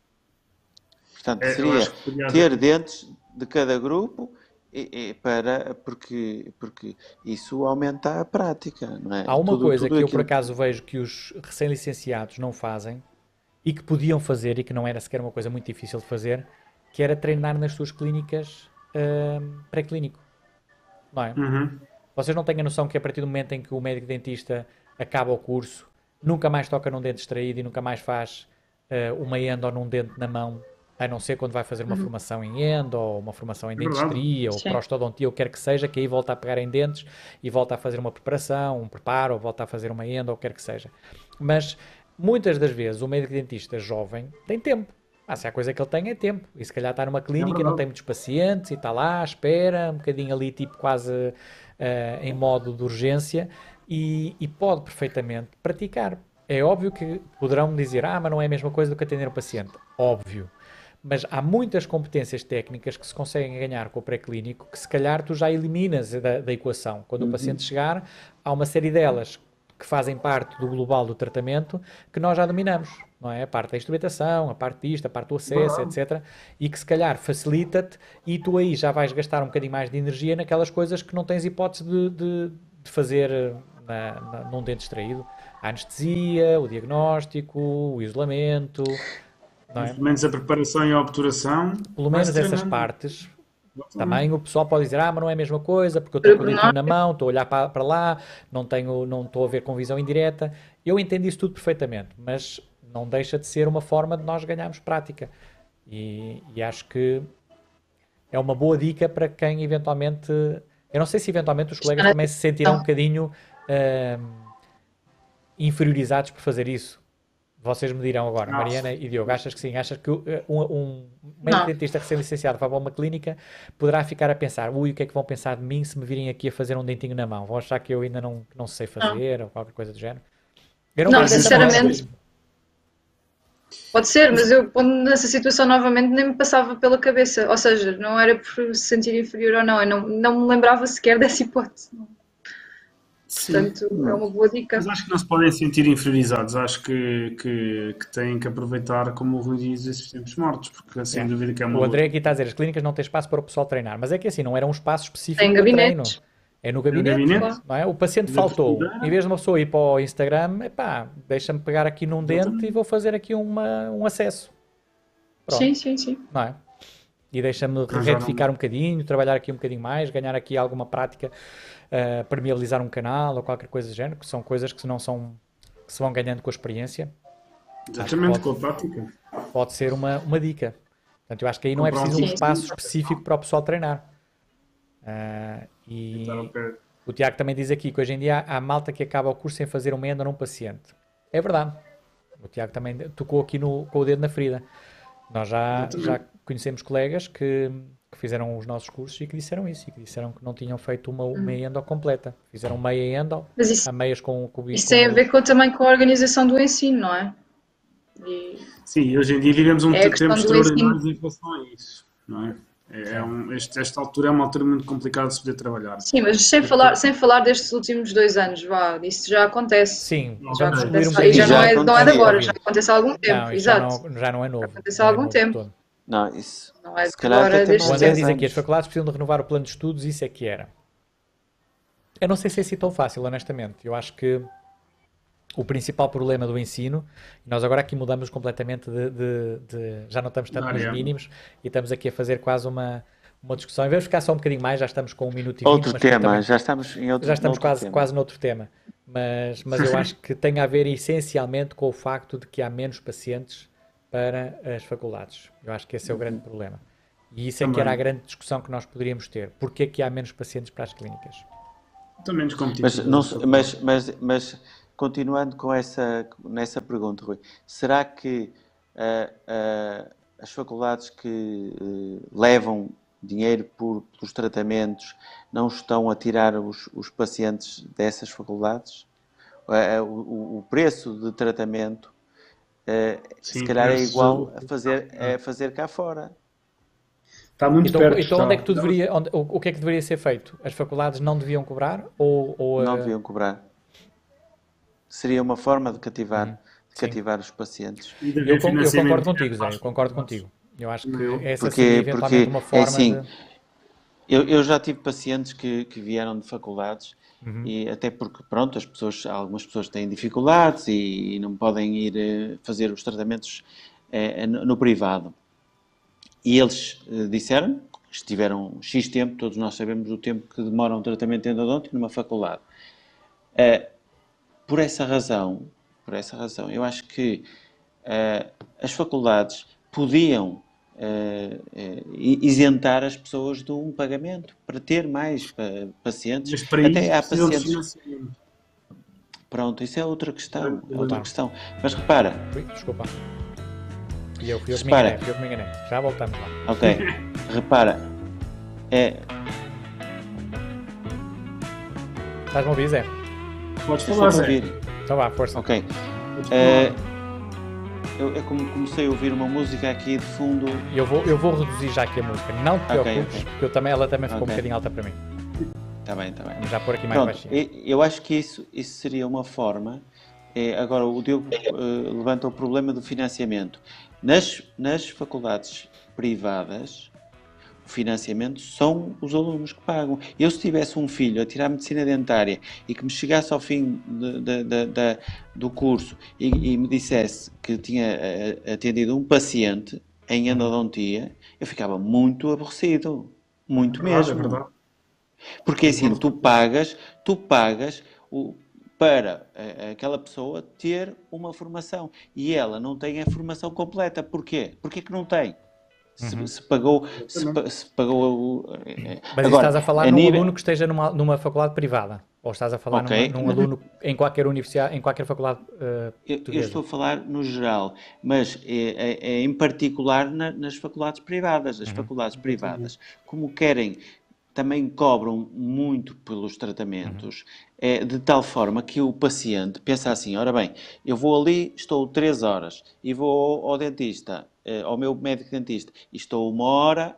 portanto É, eu seria acho que podia ter haver. dentes de cada grupo e, e para, porque, porque isso aumenta a prática, não é? Há uma Tudo, coisa tudo que eu por aquilo que... acaso vejo que os recém-licenciados não fazem e que podiam fazer e que não era sequer uma coisa muito difícil de fazer, que era treinar nas suas clínicas hum, pré-clínico, não é? Uhum. Vocês não têm a noção que a partir do momento em que o médico dentista acaba o curso, nunca mais toca num dente extraído e nunca mais faz uh, uma endo num dente na mão, a não ser quando vai fazer uma formação em endo, ou uma formação em É verdade. dentistria, ou Sim. prostodontia, ou quer que seja, que aí volta a pegar em dentes e volta a fazer uma preparação, um preparo, ou volta a fazer uma endo, ou quer que seja. Mas muitas das vezes o médico dentista jovem tem tempo. Ah, se há coisa que ele tem é tempo. E se calhar está numa clínica e não verdade. tem muitos pacientes e está lá, espera, um bocadinho ali, tipo quase eh, em modo de urgência e, e pode perfeitamente praticar. É óbvio que poderão dizer, ah, mas não é a mesma coisa do que atender um paciente. Óbvio. Mas há muitas competências técnicas que se conseguem ganhar com o pré-clínico que se calhar tu já eliminas da, da equação. Quando o paciente chegar, há uma série delas que fazem parte do global do tratamento que nós já dominamos, não é? A parte da instrumentação, a parte disto, a parte do acesso, etcétera. E que se calhar facilita-te e tu aí já vais gastar um bocadinho mais de energia naquelas coisas que não tens hipótese de, de, de fazer na, na, num dente extraído. A anestesia, o diagnóstico, o isolamento, não é? Pelo menos a preparação e a obturação. Pelo vai-se menos essas treinando. partes. Exatamente. Também o pessoal pode dizer, ah, mas não é a mesma coisa, porque eu estou com o dentinho na Ergonómico. mão, estou a olhar para, para lá, não tenho, não estou a ver com visão indireta. Eu entendo isso tudo perfeitamente, mas não deixa de ser uma forma de nós ganharmos prática. E, e acho que é uma boa dica para quem eventualmente... Eu não sei se eventualmente os colegas também se sentirão um bocadinho ahm, inferiorizados por fazer isso. Vocês me dirão agora, Não. Mariana e Diogo, achas que sim? Achas que uh, um, um médico Não. dentista recém-licenciado vai para uma clínica, poderá ficar a pensar, ui, o que é que vão pensar de mim se me virem aqui a fazer um dentinho na mão? Vão achar que eu ainda não, não sei fazer ou qualquer coisa do género? Eu Não, vejo dessa sinceramente, maneira. Pode ser, mas eu, pondo nessa situação novamente, nem me passava pela cabeça. Ou seja, não era por se sentir inferior ou não, eu não, não me lembrava sequer dessa hipótese. Sim. Portanto, é uma boa dica. Mas acho que não se podem sentir inferiorizados. Acho que, que, que têm que aproveitar, como o Rui diz, esses tempos mortos, porque sem É. dúvida que é uma O André luta. aqui está a dizer, as clínicas não têm espaço para o pessoal treinar, mas é que assim, não era um espaço específico Tem para treino. gabinetes. É no gabinete, gabinete. Claro. não é? O paciente Da faltou. profundidade. Em vez de uma pessoa ir para o Instagram, epá, deixa-me pegar aqui num dente Exatamente. e vou fazer aqui uma, um acesso. Pronto. Sim, sim, sim. Não é? E deixa-me Arranjar retificar um bocadinho, trabalhar aqui um bocadinho mais, ganhar aqui alguma prática, uh, permeabilizar um canal ou qualquer coisa do género, que são coisas que não são, que se vão ganhando com a experiência. Exatamente, pode- com a prática. Pode ser uma, uma dica. Portanto, eu acho que aí não é preciso um Sim. espaço específico para o pessoal treinar. Uh, e Estar ao pé. o Tiago também diz aqui que hoje em dia há malta que acaba o curso sem fazer uma endo num paciente. É verdade. O Tiago também tocou aqui no, com o dedo na ferida. Nós já, Exatamente. já conhecemos colegas que, que fizeram os nossos cursos e que disseram isso, e que disseram que não tinham feito uma, uma endo completa. Fizeram meia endo, Mas isso, a meias com, com, isso com tem a ver com, também com a organização do ensino, não é? E Sim, hoje em dia vivemos um é a tempo questão do extraordinário ensino. em relação a isso, não é? É é um, este- esta altura é uma altura muito complicada de se poder trabalhar. Sim, mas sem falar, sem falar destes últimos dois anos, vá, isso já acontece. Sim, Já vamos excluir um acontece, e bocadinho já Isso não já é, não é de antes do acontecia. agora, já Covid. acontece há algum tempo, Não, isto já exato. não, já não é Já novo. acontece há Não é algum novo de tempo, todo. Não, isso não é de se calhar até agora, tem O destes mais André dez diz tempos. aqui, as anos. faculdades precisam de renovar o plano de estudos, isso é que era. Eu não sei se é assim tão fácil, honestamente. Eu acho que o principal problema do ensino, e nós agora aqui mudamos completamente de, de- de- já não estamos tanto nos Área. mínimos e estamos aqui a fazer quase uma, uma discussão. Em vez de ficar só um bocadinho mais, já estamos com um minuto e vinte, Outro mas depois tema, também já estamos em outro, já estamos noutro quase, tema. quase noutro tema. Mas, mas eu acho que tem a ver essencialmente com o facto de que há menos pacientes para as faculdades. Eu acho que esse é o grande problema. E isso é que era a Também. grande discussão que nós poderíamos ter. Porquê que há menos pacientes para as clínicas? Estão menos Mas, competitivas não, as se- faculdades. mas, mas, mas continuando com essa, nessa pergunta, Rui, será que ah, ah, as faculdades que eh, levam dinheiro por, pelos tratamentos não estão a tirar os, os pacientes dessas faculdades? Ah, ah, o, o preço de tratamento, eh, se Sim, calhar é versus igual a o- fazer, a fazer cá fora. Está muito Então, perto, então onde é está. que tu deveria, onde- o, o que é que deveria ser feito? As faculdades não deviam cobrar? Ou, ou, Não eh, deviam cobrar. Seria uma forma de cativar, de sim. cativar os pacientes. E de Eu, haver con- eu financiamento concordo direto contigo, para Zé, as eu concordo faculdades. contigo. Eu acho que Não. essa seria Porque, eventualmente porque uma é forma assim, de... eu, eu já tive pacientes que, que vieram de faculdades Uhum. e até porque, pronto, as pessoas, algumas pessoas têm dificuldades e, e não podem ir eh, fazer os tratamentos eh, no, no privado. E eles eh, disseram que estiveram X tempo, todos nós sabemos o tempo que demora um tratamento endodôntico numa faculdade. Eh, por essa razão, por essa razão, eu acho que eh, as faculdades podiam eh, eh, isentar as pessoas de um pagamento para ter mais pa- pacientes. Mas para Até isso há precisam de pacientes. financiamento. Pronto, isso é outra questão. É outra Claro. questão. Mas repara, Ui, desculpa. E eu fui eu que me Repara. enganei, fui eu que me enganei. Já voltamos lá. ok, repara, é, Estás-me a ouvir, Zé? Podes eu falar, estou a Zé. ouvir. Então vá, força. Ok. Podes Eh, falar. eu, eu como comecei a ouvir uma música aqui de fundo. Eu vou, eu vou reduzir já aqui a música. Não te Ok, preocupes, ok. porque eu também, ela também ficou Ok. um bocadinho alta para mim. Está bem, está bem. Vamos já pôr aqui mais Pronto, baixinho. e- eu acho que isso, isso seria uma forma. É, agora, o Diogo eh, levanta o problema do financiamento. Nas, nas faculdades privadas, o financiamento são os alunos que pagam. Eu, se tivesse um filho a tirar medicina dentária e que me chegasse ao fim de- de- de- de- do curso e, e me dissesse que tinha eh, atendido um paciente em endodontia, eu ficava muito aborrecido. Muito É verdade, é mesmo. verdade. Porque assim, tu pagas, tu pagas o, para eh, aquela pessoa ter uma formação e ela não tem a formação completa. Porquê? Porquê que não tem? Se, se pagou, se, pa- se pagou o- eh, Mas isso agora, estás a falar a num nível- aluno que esteja numa, numa faculdade privada? Ou estás a falar Ok. numa- num aluno em qualquer universidade, em qualquer faculdade eh, Eu, eu portuguesa? estou a falar no geral, mas é, é- é em particular na- nas faculdades privadas. As faculdades privadas, como querem, também cobram muito pelos tratamentos, é, de tal forma que o paciente pensa assim: ora bem, eu vou ali, estou três horas, e vou ao, ao dentista, eh, ao meu médico dentista, e estou uma hora,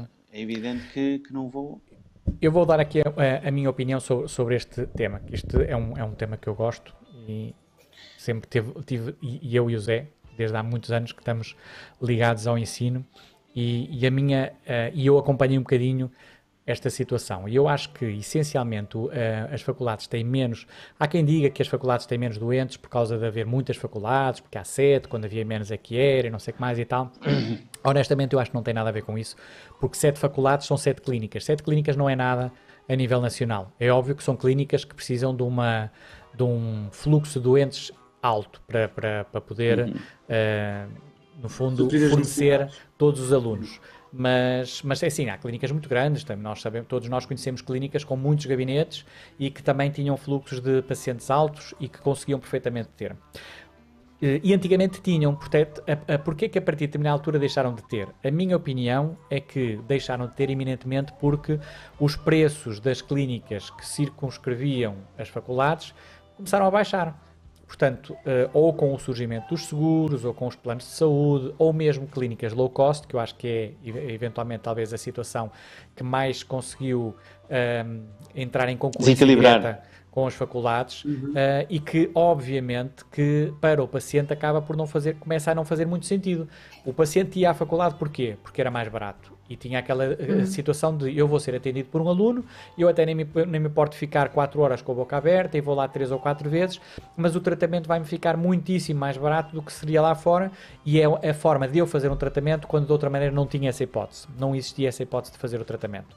é evidente que, que não vou. Eu vou dar aqui a, a- a minha opinião sobre, sobre este tema, que isto é um, é um tema que eu gosto e sempre teve, tive, e, e eu e o Zé, desde há muitos anos que estamos ligados ao ensino e, e a minha, eh, e eu acompanhei um bocadinho esta situação. E eu acho que, essencialmente, o, eh, as faculdades têm menos... Há quem diga que as faculdades têm menos doentes por causa de haver muitas faculdades, porque há sete, quando havia menos é que era, e não sei o que mais e tal. Honestamente, eu acho que não tem nada a ver com isso, porque sete faculdades são sete clínicas. Sete clínicas não é nada a nível nacional. É óbvio que são clínicas que precisam de, uma, de um fluxo de doentes alto para, para, para poder, eh, no fundo, Suprir as fornecer necessidades. todos os alunos. Mas, mas é assim, há clínicas muito grandes, também nós sabemos, todos nós conhecemos clínicas com muitos gabinetes e que também tinham fluxos de pacientes altos e que conseguiam perfeitamente ter. Eh, E antigamente tinham, portanto, a, a, porquê que a partir de determinada altura deixaram de ter? A minha opinião é que deixaram de ter eminentemente porque os preços das clínicas que circunscreviam as faculdades começaram a baixar. Portanto, uh, ou com o surgimento dos seguros, ou com os planos de saúde, ou mesmo clínicas low cost, que eu acho que é, eventualmente, talvez a situação que mais conseguiu um, entrar em concorrência direta com as faculdades, uhum. uh, e que, obviamente, que para o paciente acaba por não fazer, começa a não fazer muito sentido. O paciente ia à faculdade porquê? Porque era mais barato. E tinha aquela uhum. uh, situação de eu vou ser atendido por um aluno, eu até nem me, nem me importo ficar quatro horas com a boca aberta e vou lá três ou quatro vezes, mas o tratamento vai-me ficar muitíssimo mais barato do que seria lá fora, e é a forma de eu fazer um tratamento quando de outra maneira não tinha essa hipótese. Não existia essa hipótese de fazer o tratamento.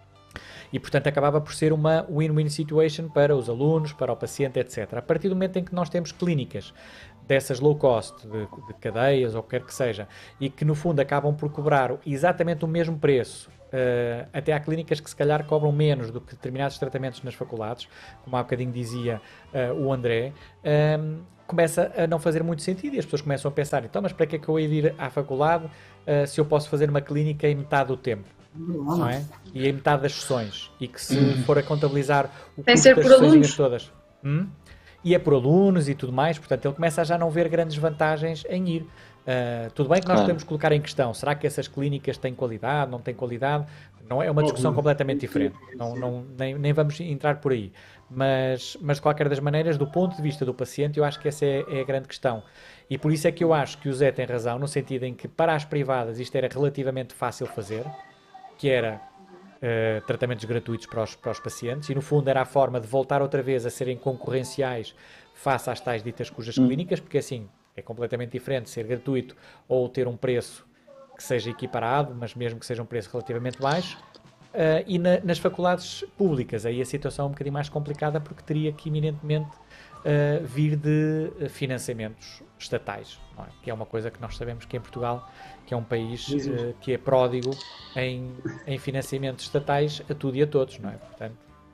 E, portanto, acabava por ser uma win-win situation para os alunos, para o paciente, etcétera. A partir do momento em que nós temos clínicas dessas low cost, de, de cadeias ou o que quer que seja, e que, no fundo, acabam por cobrar exatamente o mesmo preço, uh, até há clínicas que, se calhar, cobram menos do que determinados tratamentos nas faculdades, como há bocadinho dizia uh, o André, um, começa a não fazer muito sentido e as pessoas começam a pensar, então, mas para que é que eu ia ir à faculdade uh, se eu posso fazer uma clínica em metade do tempo? Não é? E em metade das sessões, e que se for a contabilizar o Tem custo ser das por alunos sessões todas, hum? e é por alunos e tudo mais, portanto ele começa a já não ver grandes vantagens em ir. Uh, tudo bem que nós Claro. podemos colocar em questão, será que essas clínicas têm qualidade, não têm qualidade? Não é uma discussão completamente diferente, não, não, nem, nem vamos entrar por aí, mas, mas de qualquer das maneiras, do ponto de vista do paciente, eu acho que essa é, é a grande questão. E por isso é que eu acho que o Zé tem razão, no sentido em que para as privadas isto era relativamente fácil fazer, que era uh, tratamentos gratuitos para os, para os pacientes, e no fundo era a forma de voltar outra vez a serem concorrenciais face às tais ditas cujas Hum. clínicas, porque assim é completamente diferente ser gratuito ou ter um preço que seja equiparado, mas mesmo que seja um preço relativamente baixo. Uh, e na, nas faculdades públicas aí a situação é um bocadinho mais complicada, porque teria que iminentemente uh, vir de financiamentos estatais, não é? Que é uma coisa que nós sabemos que em Portugal, que é um país uh, que é pródigo em, em financiamentos estatais a tudo e a todos, não é? Portanto,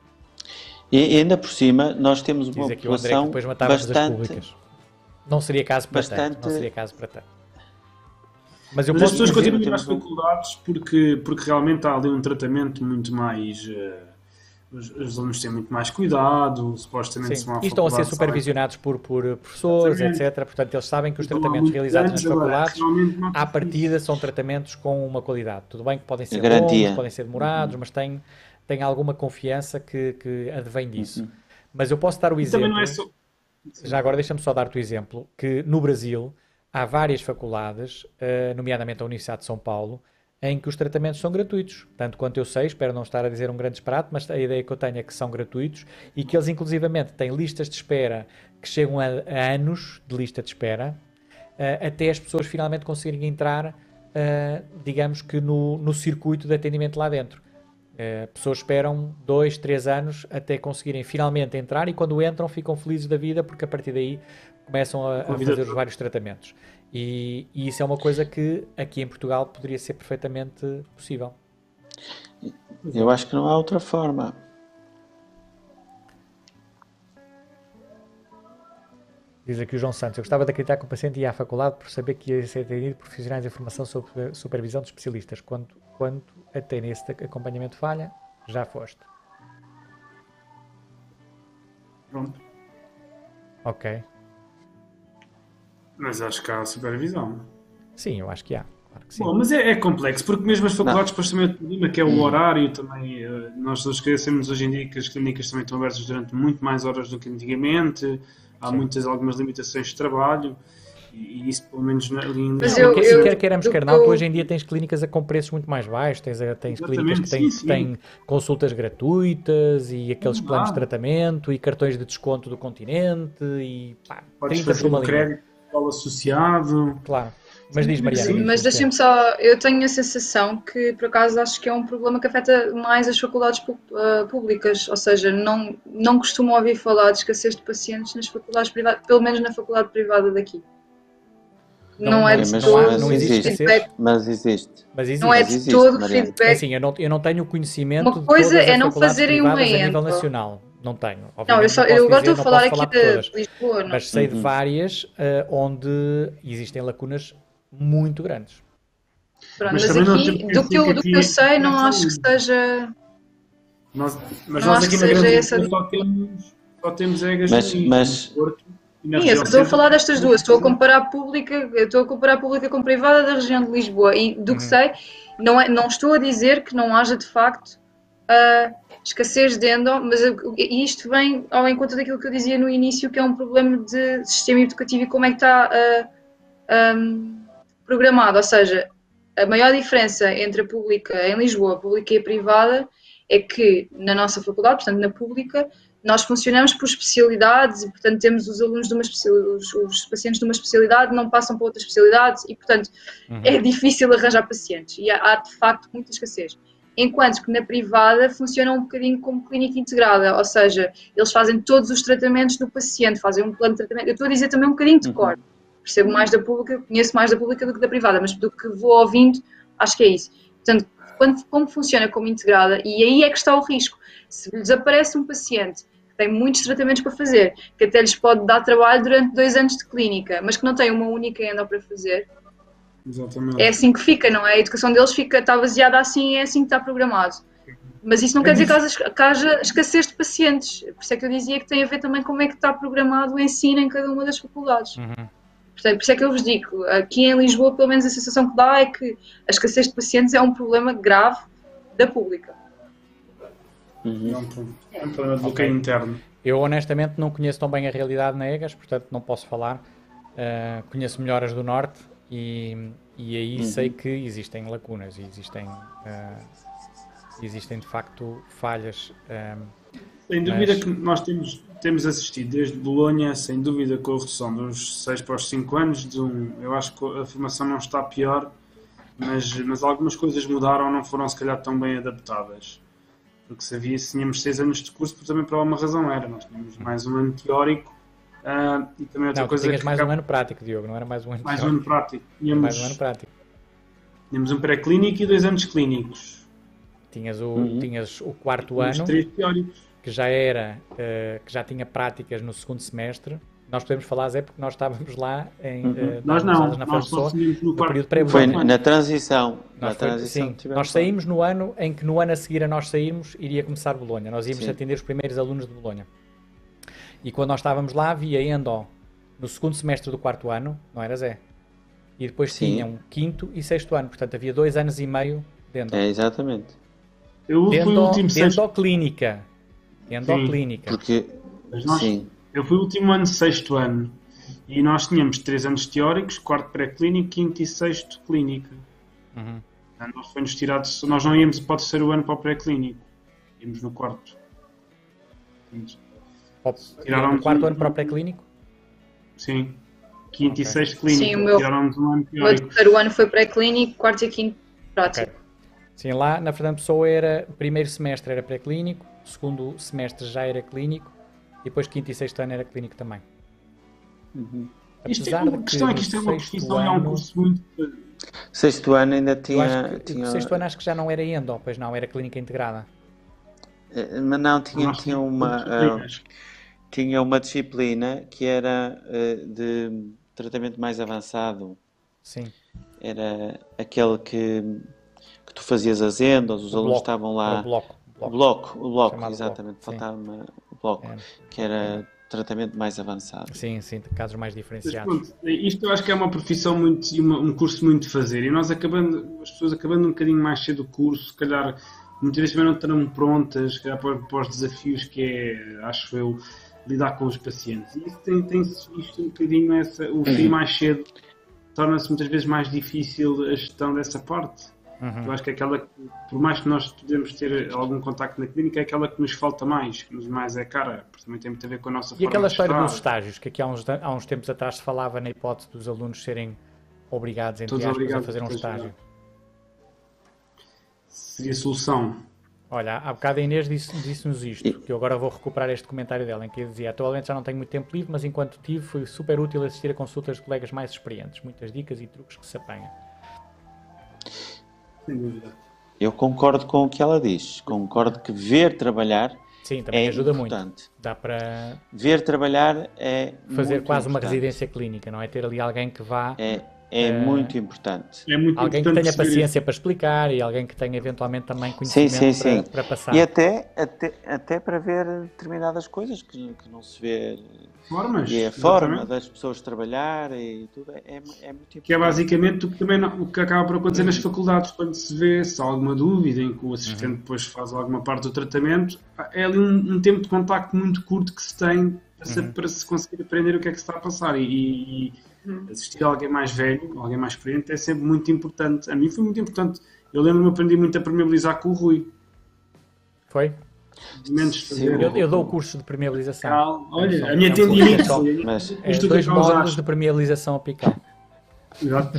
E ainda por cima, nós temos uma diz aqui o André que população depois matávamos as bastante... públicas. Não seria caso para bastante- tanto, não seria caso para tanto. Mas eu Mas as posso pessoas dizer, continuam a ir às temos um- faculdades porque, porque realmente há ali um tratamento muito mais. eh, os, os alunos têm muito mais cuidado, supostamente sim, se vão à e estão a ser faculdade, sabem- supervisionados por, por professores, Exatamente. etcétera. Portanto, eles sabem que os Então, há tratamentos muito realizados nas antes, agora, faculdades, realmente não é à preciso. partida, são tratamentos com uma qualidade. Tudo bem que podem ser Garantia. longos, podem ser demorados, mas têm, têm alguma confiança que, que advém disso. Mas eu posso dar o E também exemplo, não é só. já agora deixa-me só dar-te o exemplo, que no Brasil há várias faculdades, eh, nomeadamente a Universidade de São Paulo, em que os tratamentos são gratuitos. Tanto quanto eu sei, espero não estar a dizer um grande disparate, mas a ideia que eu tenho é que são gratuitos e que eles inclusivamente têm listas de espera que chegam a, a anos de lista de espera, eh, até as pessoas finalmente conseguirem entrar, eh, digamos que no, no circuito de atendimento lá dentro. Uh, pessoas esperam dois, três anos até conseguirem finalmente entrar, e quando entram ficam felizes da vida, porque a partir daí começam a, a fazer os vários tratamentos. E, e isso é uma coisa que aqui em Portugal poderia ser perfeitamente possível. Eu acho que não há outra forma. Diz aqui o João Santos: eu gostava de acreditar que o paciente ia à faculdade por saber que ia ser atendido por profissionais de informação sobre supervisão de especialistas. Quando, quando até nesse acompanhamento falha, já foste. Pronto. Ok. Mas acho que há supervisão. Sim, eu acho que há. Claro que sim. Bom, mas é, é complexo, porque mesmo as faculdades depois também o problema que é o horário também. eh, Nós todos conhecemos hoje em dia que as clínicas também estão abertas durante muito mais horas do que antigamente. Há Sim. muitas, algumas limitações de trabalho. E, e isso pelo menos na linha. Mas Não, eu- e quer, eu- e quer queiramos, do quer que não, eu- que hoje em dia tens clínicas a, com preços muito mais baixos, tens, a- tens clínicas que têm, Sim, sim. que têm consultas gratuitas e aqueles Não planos há. de tratamento e cartões de desconto do continente e pá, Podes trinta fazer por uma um linha. crédito ao associado. Claro. Mas diz, Mariana. Sim, diz, Mas diz, deixem-me só, eu tenho a sensação que, por acaso, acho que é um problema que afeta mais as faculdades pu- ah, públicas, ou seja, não, não costumo ouvir falar de escassez de pacientes nas faculdades privadas, pelo menos na faculdade privada daqui. Não, Não, é mas de mas, não há- todo não existe existe. feedback, Mas existe. Mas existe. não é Mas de existe, todo Mariana. É feedback. assim, eu não, eu não tenho conhecimento Uma de coisa todas é as não faculdades fazerem uma privadas a nível intro. nacional. Não tenho. Não, Obviamente eu, só, não posso eu agora dizer, estou a não falar posso aqui falar por de, todas. de Lisboa, não. Mas sei de Uhum. várias eh, onde existem lacunas muito grandes. Pronto, Mas mas também não aqui, temos do que, eu, do que eu sei, não essa acho que lista. seja. Nós, mas Não nós acho aqui que na seja Grande essa- Lisboa só temos, só temos é a Mas- gasolina. mas- No Porto e na Sim, eu região só estou a centro. falar destas duas. Estou a comparar a pública, eu estou a comparar a pública com a privada da região de Lisboa. E do que sei, não, é, não estou a dizer que não haja de facto uh, escassez de endo, mas eu- isto vem ao encontro daquilo que eu dizia no início, que é um problema de sistema educativo e como é que está uh, um, programado. Ou seja, a maior diferença entre a pública em Lisboa, a pública e a privada, é que na nossa faculdade, portanto na pública, nós funcionamos por especialidades e, portanto, temos os alunos de uma especialidade, os, os pacientes de uma especialidade não passam para outras especialidades e, portanto, é difícil arranjar pacientes e há, há, de facto muita escassez. Enquanto que na privada funciona um bocadinho como clínica integrada, ou seja, eles fazem todos os tratamentos do paciente, fazem um plano de tratamento. Eu estou a dizer também um bocadinho de cor, percebo mais da pública, conheço mais da pública do que da privada, mas do que vou ouvindo, acho que é isso. Portanto, quando, como funciona como integrada, e aí é que está o risco. Se lhes aparece um paciente que tem muitos tratamentos para fazer, que até lhes pode dar trabalho durante dois anos de clínica, mas que não tem uma única endo para fazer, Exatamente. é assim que fica, não é? A educação deles fica, está baseada assim e é assim que está programado. Mas isso não É quer dizer que difícil. haja, que haja escassez de pacientes. Por isso é que eu dizia que tem a ver também como é que está programado o ensino em cada uma das faculdades. Uhum. Portanto, por isso é que eu vos digo, aqui em Lisboa, pelo menos a sensação que dá é que a escassez de pacientes é um problema grave da pública. É um pro- é um problema de bloqueio interno. Eu honestamente não conheço tão bem a realidade na EGAS, portanto não posso falar. Uh, conheço melhor as do Norte e, e aí sei que existem lacunas e existem, uh, existem de facto falhas. um, Sem dúvida Mas- que nós temos, temos assistido desde Bolonha, sem dúvida, com a redução dos seis para os cinco anos, de um, eu acho que a formação não está pior, mas, mas algumas coisas mudaram, não foram se calhar tão bem adaptadas. Porque se havia, se tínhamos seis anos de curso, também por alguma razão era. Nós tínhamos mais um ano teórico ah, e também outra Não, tu coisa tinhas que mais um acaba- ano prático, Diogo, não era mais um ano mais um teórico, ano prático. era Tínhamos, mais um ano prático. tínhamos um pré-clínico e dois anos clínicos. Tinhas o, tinhas o quarto Tínhamos ano, três teóricos. que já era, uh, que já tinha práticas no segundo semestre. Nós podemos falar, Zé, porque nós estávamos lá em uh, Nós dávamos não, aulas na nós só Pessoa, tínhamos no no quarto período Foi pré-bolonha. na transição. Na Nós, foi- transição sim, que tivemos nós lá. saímos no ano em que no ano a seguir a nós sairmos iria começar Bolonha. Nós íamos Sim. atender os primeiros alunos de Bolonha. E quando nós estávamos lá havia endo no segundo semestre do quarto ano, não era, Zé? E depois Sim. tinham quinto e sexto ano, portanto havia dois anos e meio de endo. É, exatamente. Eu fui o Endo, último sexto. endoclínica. Endoclínica. Porque, Mas nós- sim, Eu fui o último ano, sexto ano, e nós tínhamos três anos teóricos, quarto pré-clínico, quinto e sexto clínica. Uhum. Ah, Nós fomos tirados, nós não íamos para o terceiro ano para o pré-clínico, íamos no quarto. Portanto, Pode- Tiraram do quarto um- ano para o pré-clínico? sim, quinto Ok. e sexto clínico, Sim, o meu- tiraram-nos um ano O meu teórico. terceiro ano foi pré-clínico, quarto e quinto prático. Ok. Sim, lá na Fernando Pessoa era, primeiro semestre era pré-clínico, segundo semestre já era clínico, e depois quinto e sexto ano era clínico também. Isto é, Apesar a de questão é que no isto é uma sexto profissão e é um ano- curso muito... sexto ano ainda Eu tinha. acho que tinha o sexto ano acho que já não era endo, pois não, era clínica integrada. eh, Mas não, tinha, Nós tinha tínhamos uma. muitas ah, disciplinas. tinha uma disciplina que era eh, de tratamento mais avançado. Sim. Era aquele que, que tu fazias as endas, os O alunos bloco, estavam era lá. o bloco. O bloco, o bloco, Chamado exatamente, bloco, sim. faltava-me o bloco, É. que era tratamento mais avançado. Sim, sim, de casos mais Mas diferenciados. pronto, isto eu acho que é uma profissão muito, e uma- um curso muito de fazer, e nós acabando, as pessoas acabando um bocadinho mais cedo o curso, se calhar muitas vezes também não estarão prontas, se calhar para, para os desafios que é, acho eu, lidar com os pacientes. E isso tem, tem-se visto um bocadinho, essa, o fim mais cedo torna-se muitas vezes mais difícil a gestão dessa parte. Uhum. Eu acho que é aquela que, por mais que nós podemos ter algum contacto na clínica, é aquela que nos falta mais, que nos mais é cara, porque também tem muito a ver com a nossa E forma aquela de história estar. dos estágios, que aqui há uns, há uns tempos atrás se falava na hipótese dos alunos serem obrigados, entre Todos aspas, obrigados a fazer um a fazer. estágio. Seria a solução. Olha, há bocado a Inês disse- disse-nos isto, que eu agora vou recuperar este comentário dela, em que dizia: atualmente já não tenho muito tempo livre, mas enquanto tive foi super útil assistir a consultas de colegas mais experientes, muitas dicas e truques que se apanham. Sem dúvida. Eu concordo com o que ela diz, concordo que ver trabalhar Sim, também é ajuda muito. importante. Dá para Ver trabalhar é fazer muito quase uma importante. residência clínica, não é? Ter ali alguém que vá É, É muito importante. É muito Alguém que importante tenha perceber paciência para explicar e alguém que tenha eventualmente também Sim, conhecimento sim, para, sim. para passar. E até, até, até para ver determinadas coisas que, que não se vê. formas. E é a forma exatamente. das pessoas trabalharem e tudo é, é, é muito importante. Que é basicamente o que, também não- o que acaba por acontecer nas faculdades, quando se vê se há alguma dúvida em que o assistente depois faz alguma parte do tratamento, é ali um, um tempo de contacto muito curto que se tem para se, para se conseguir aprender o que é que se está a passar. E, e assistir a alguém mais velho, alguém mais experiente, é sempre muito importante. A mim foi muito importante. Eu lembro-me, aprendi muito a permeabilizar com o Rui. Foi? Menos Sim, fazer. Eu, eu dou o curso de permeabilização. Cal- Olha, São- a minha é um curso tendinite só. foi. Mas- É, Isto dois que nós módulos achamos. de permeabilização apical. Exato.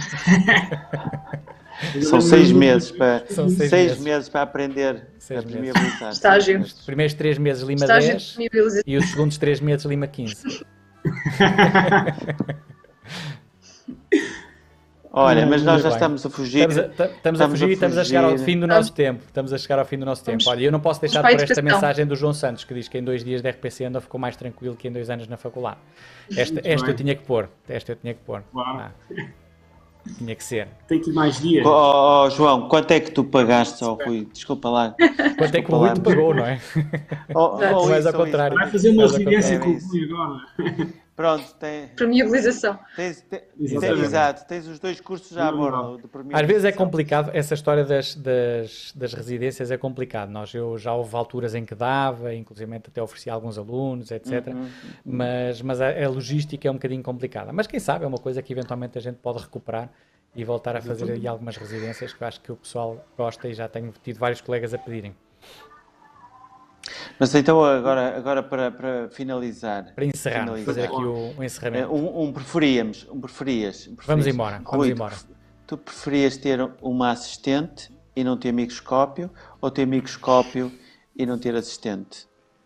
São seis meses para, São seis seis meses. meses para aprender Seis a meses. permeabilizar. Estágio. Os primeiros três meses lima Estágio de dez disponibilização. e os segundos três meses lima quinze. Olha, mas nós já Muito bem. estamos a fugir. Estamos a, ta- estamos a fugir e estamos a chegar ao fim do nosso tempo. Estamos a chegar ao fim do nosso tempo. Vamos- Olha, eu não posso deixar de vamos pôr para a esta educação. mensagem do João Santos, que diz que em dois dias de R P C ainda ficou mais tranquilo que em dois anos na faculdade. Esta, Muito esta eu bem. tinha que pôr. Esta eu tinha que pôr. Claro. Ah, tinha que ser. Tem que ir mais dias. Oh, oh, João, quanto é que tu pagaste ao Rui? Desculpa lá. Quanto é que o Rui te pagou, não é? Oh, oh, Tu vais isso, ao oh, contrário. Vai fazer uma Mas a residência é com o isso. Rui agora. Pronto, tem, Permeabilização. tens, te- Exatamente. exato, tens os dois cursos já à borda. de permeabilização. Às vezes é complicado, essa história das, das, das residências é complicado. Nós, eu já houve alturas em que dava, inclusive até oferecia a alguns alunos, etcétera. Mas, mas a, a logística é um bocadinho complicada. Mas quem sabe é uma coisa que eventualmente a gente pode recuperar e voltar a fazer aí algumas residências que eu acho que o pessoal gosta e já tenho tido vários colegas a pedirem. Mas então agora, agora para, para finalizar. Para encerrar, finalizar, fazer aqui o, o eh, encerramento. Um, um preferíamos, um preferias. um Vamos preferias. embora, vamos Rui, embora. Tu, tu preferias ter uma assistente e não ter microscópio ou ter microscópio e não ter assistente?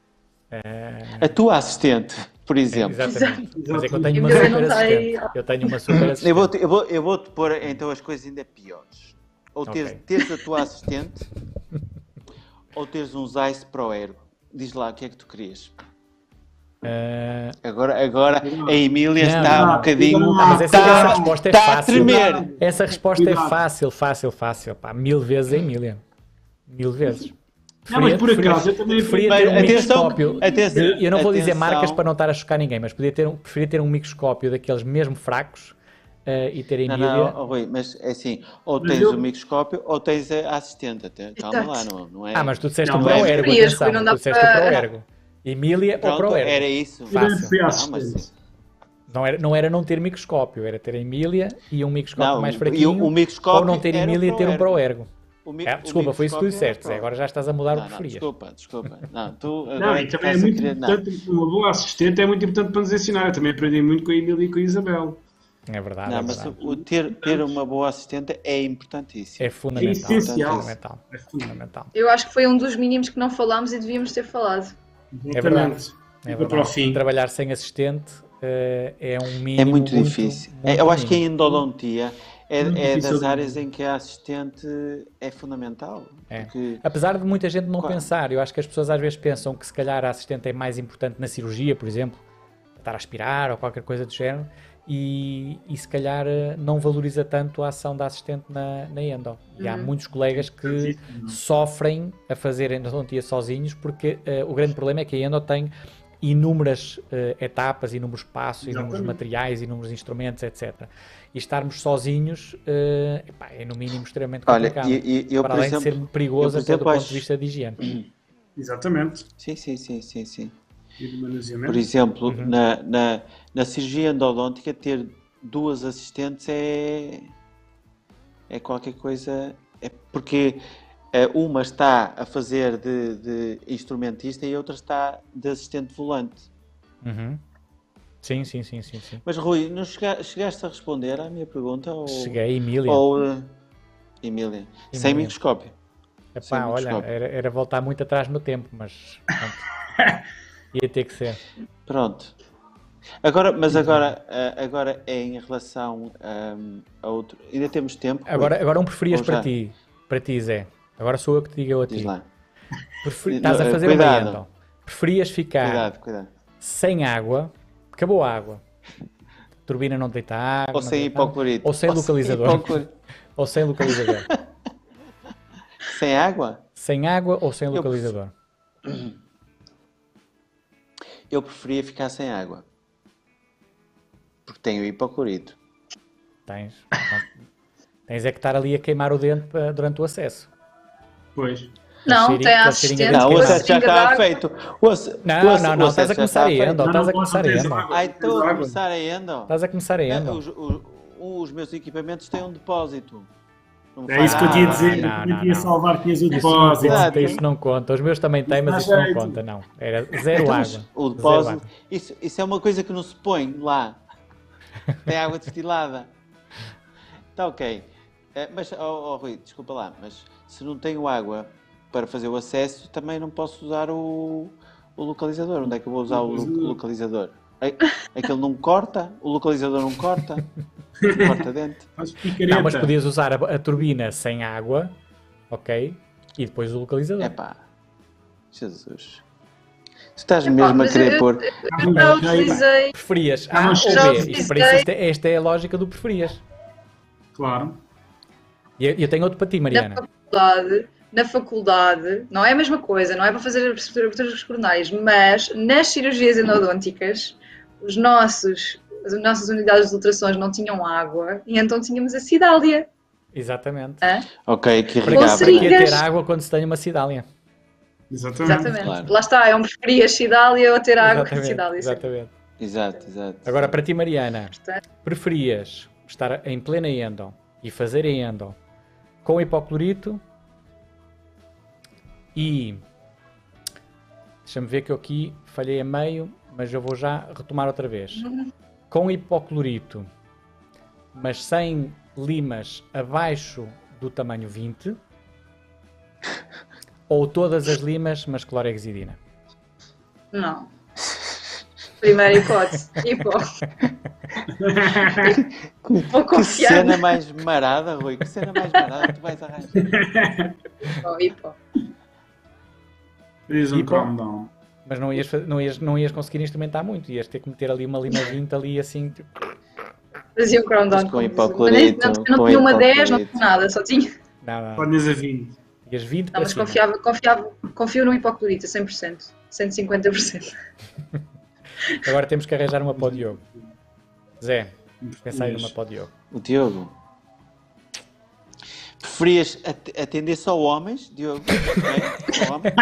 A tua assistente, por exemplo. Exatamente. Mas é que eu tenho E o uma meu super não está aí. assistente. Eu tenho uma super assistente. Eu vou-te eu vou, eu vou-te pôr então as coisas ainda piores. Ou teres, Ok. teres a tua assistente ou teres um Zeiss Pro Ergo. Diz lá o que é que tu querias. Ah, Agora, agora a Emília Não, está não, um bocadinho. não, mas essa, está, essa resposta é está a fácil. tremer. Essa resposta Cuidado. é fácil, fácil, fácil. Pá, mil vezes a Emília. Mil vezes. Não, mas por Preferia- acaso, eu também preferia Mas ter um atenção, microscópio. atenção, de- eu não vou dizer atenção. marcas para não estar a chocar ninguém, mas podia ter um, preferia ter um microscópio daqueles mesmo fracos eh, e ter a Não, Emília. não, oh, Rui, mas é assim, ou Mas tens eu- o microscópio ou tens a assistente. Até, calma lá, Exato. não, não é? Ah, mas tu disseste Não, o mas Pro é- Ergo, Preferias, atenção. Rui, não Tu dá disseste o Pro para- Ergo. Emília ou Pronto, Pro Ergo. era isso. Eu também Fácil. prefiro a Não, mas assistente. sim. Não era, não era não ter microscópio, era ter a Emília e um microscópio Não, mais e fraquinho. o- o microscópio ou não ter era o Emília e ter um Pro Pro Ergo. O mi- É, o desculpa, foi isso que tu microscópio era disseste. pro. Agora já estás a mudar o Não, que não, preferias. desculpa, desculpa. Não, tu Não, agora e também é estás a muito querer- não. importante, uma boa assistente é muito importante para nos ensinar. Eu também aprendi muito com a Emília e com a Isabel. É verdade, Não, é mas verdade. o ter, ter uma boa assistente é importantíssimo. É fundamental. É essencial. fundamental. É fundamental. fundamental. Eu acho que foi um dos mínimos que não falámos e devíamos ter falado. É verdade. Exatamente. É Fica para o verdade. fim. Trabalhar sem assistente eh, é um mínimo É muito difícil. muito É, eu acho que a mínimo. endodontia é, Muito é difícil das de- áreas em que a assistente é fundamental. É. Porque Apesar de muita gente não Claro. pensar, eu acho que as pessoas às vezes pensam que se calhar a assistente é mais importante na cirurgia, por exemplo, estar a aspirar ou qualquer coisa do género, e, e se calhar eh, não valoriza tanto a ação da assistente na, na endo. E há muitos colegas que sofrem a fazer endodontia sozinhos porque eh, o grande problema é que a endo tem inúmeras eh, etapas, inúmeros passos, inúmeros Exatamente. materiais, inúmeros instrumentos, etcétera. E estarmos sozinhos eh, epá, é no mínimo extremamente Olha, complicado. e- e eu, para por além exemplo- de ser perigoso eu, por até do exemplo, ponto acho- de vista de higiene. Exatamente. Sim, sim, sim, sim, sim. E de manuseamento. Por exemplo, Uhum. na, na, na cirurgia endodôntica, ter duas assistentes é, é qualquer coisa. É porque eh, uma está a fazer de, de instrumentista e a outra está de assistente volante. Uhum. Sim, sim, sim, sim, sim. Mas, Rui, não chega- chegaste a responder à minha pergunta? Ou, Cheguei, Emília. Ou, eh, Emília, sem Emília. microscópio. sem Epá, olha, microscópio. era, era voltar muito atrás no tempo, mas pronto. Ia ter que ser. Pronto. Agora, mas agora, eh, agora é em relação ahm, a outro. Ainda temos tempo. Rui? Agora, agora um preferias Ou para já? ti, para ti, Zé. Agora sou eu que te digo eu a Diz ti. lá. Preferi- Não, Estás a eh, fazer cuidado. uma endo. Preferias ficar Cuidado, cuidado. sem água, acabou a água. turbina não deita água, Ou não sem deita água. hipoclorito. Ou sem Ou sem localizador. hipoclorito. Ou sem localizador. Sem água? Sem água ou sem Eu localizador. Eu preferia ficar sem água. Porque tenho hipoclorito. Tens. Não- Tens é que estar ali a queimar o dente pa- durante o acesso. Pois. Não, cheirinho- tem a aquele cheirinho assistente a Não, dente o com a queimado. acesso já seringa de estava água. feito. O ace- Não, o ace- não, o não, acesso estás a já começar estava a feito. endo, Não, estás a não, começar a não tens endo. água. Ai, Tens estou a água. começar a endo. Estás a começar a Não, endo. os, os- os meus equipamentos têm um depósito. Não É isso que eu te ia Ah, dizer. não, Eu não, também ia não. salvar, tinhas o Isso não depósito. Exato. conta, isso não conta. Os meus também têm, mas dá isso não jeito. conta, não. Era zero Então, mas água. o Zero depósito, água. isso, isso é uma coisa que não se põe lá. Tem água destilada. Está ok. Eh, mas, oh, oh, Rui, desculpa lá, mas se não tenho água para fazer o acesso, também não posso usar o, o localizador. Onde é que eu vou usar o lo- localizador? Ai, aquele não corta, o localizador não corta, não corta dente. Faz Não, mas picareta. podias usar a, a turbina sem água, ok? E depois o localizador. Epá, Jesus. Tu estás Epá, mesmo a mas querer eu- pôr... Eu já utilizei. Preferias Ah, A mas ou já B? utilizei. Isto, para isso, isto é- esta é a lógica do preferias. Claro. E eu, eu tenho outro para ti, Na Mariana. faculdade, na faculdade, não é a mesma coisa, não é para fazer aberturas coronárias, mas nas cirurgias endodônticas, os nossos, as nossas unidades de ultrassons não tinham água e então tínhamos a cidália. Exatamente. Hã? Ok, que Para irrigava. que, para que seringas. ter água quando se tem uma cidália? Exatamente. Exatamente. Claro. Lá está, é um preferir a cidália ou ter água que a Exatamente, cidália. sempre. exatamente. Exato, exato. Agora, para ti, Mariana, Portanto, preferias estar em plena endo e fazer a endo com hipoclorito e... Deixa-me ver que eu aqui falhei a meio, mas eu vou já retomar outra vez. Com hipoclorito, mas sem limas abaixo do tamanho vinte, ou todas as limas, mas clorexidina. não. Primeira hipótese. Hipó. Vou Que confiar cena na mais marada, Rui. Que cena mais marada tu vais arranjar. hipó. hipó. Fez um E calm down. Mas não ias, fa- não, ias, não ias conseguir instrumentar muito, ias ter que meter ali uma lima vinte ali assim. tipo, Fazia um crown down. Mas com como diz. hipoclorito, Mas não, não com tinha uma dez, não hipoclorito. tinha nada, só tinha. Não, não. Podem a vinte. Ias vinte Não, para mas cima. confiava, confiava, confio no hipoclorito a cem por cento. cento e cinquenta por cento. Agora temos que arranjar uma para o Diogo. Zé, pensa aí numa para o Diogo. O Diogo. Preferias at- atender só homens, Diogo? Ok, só homens.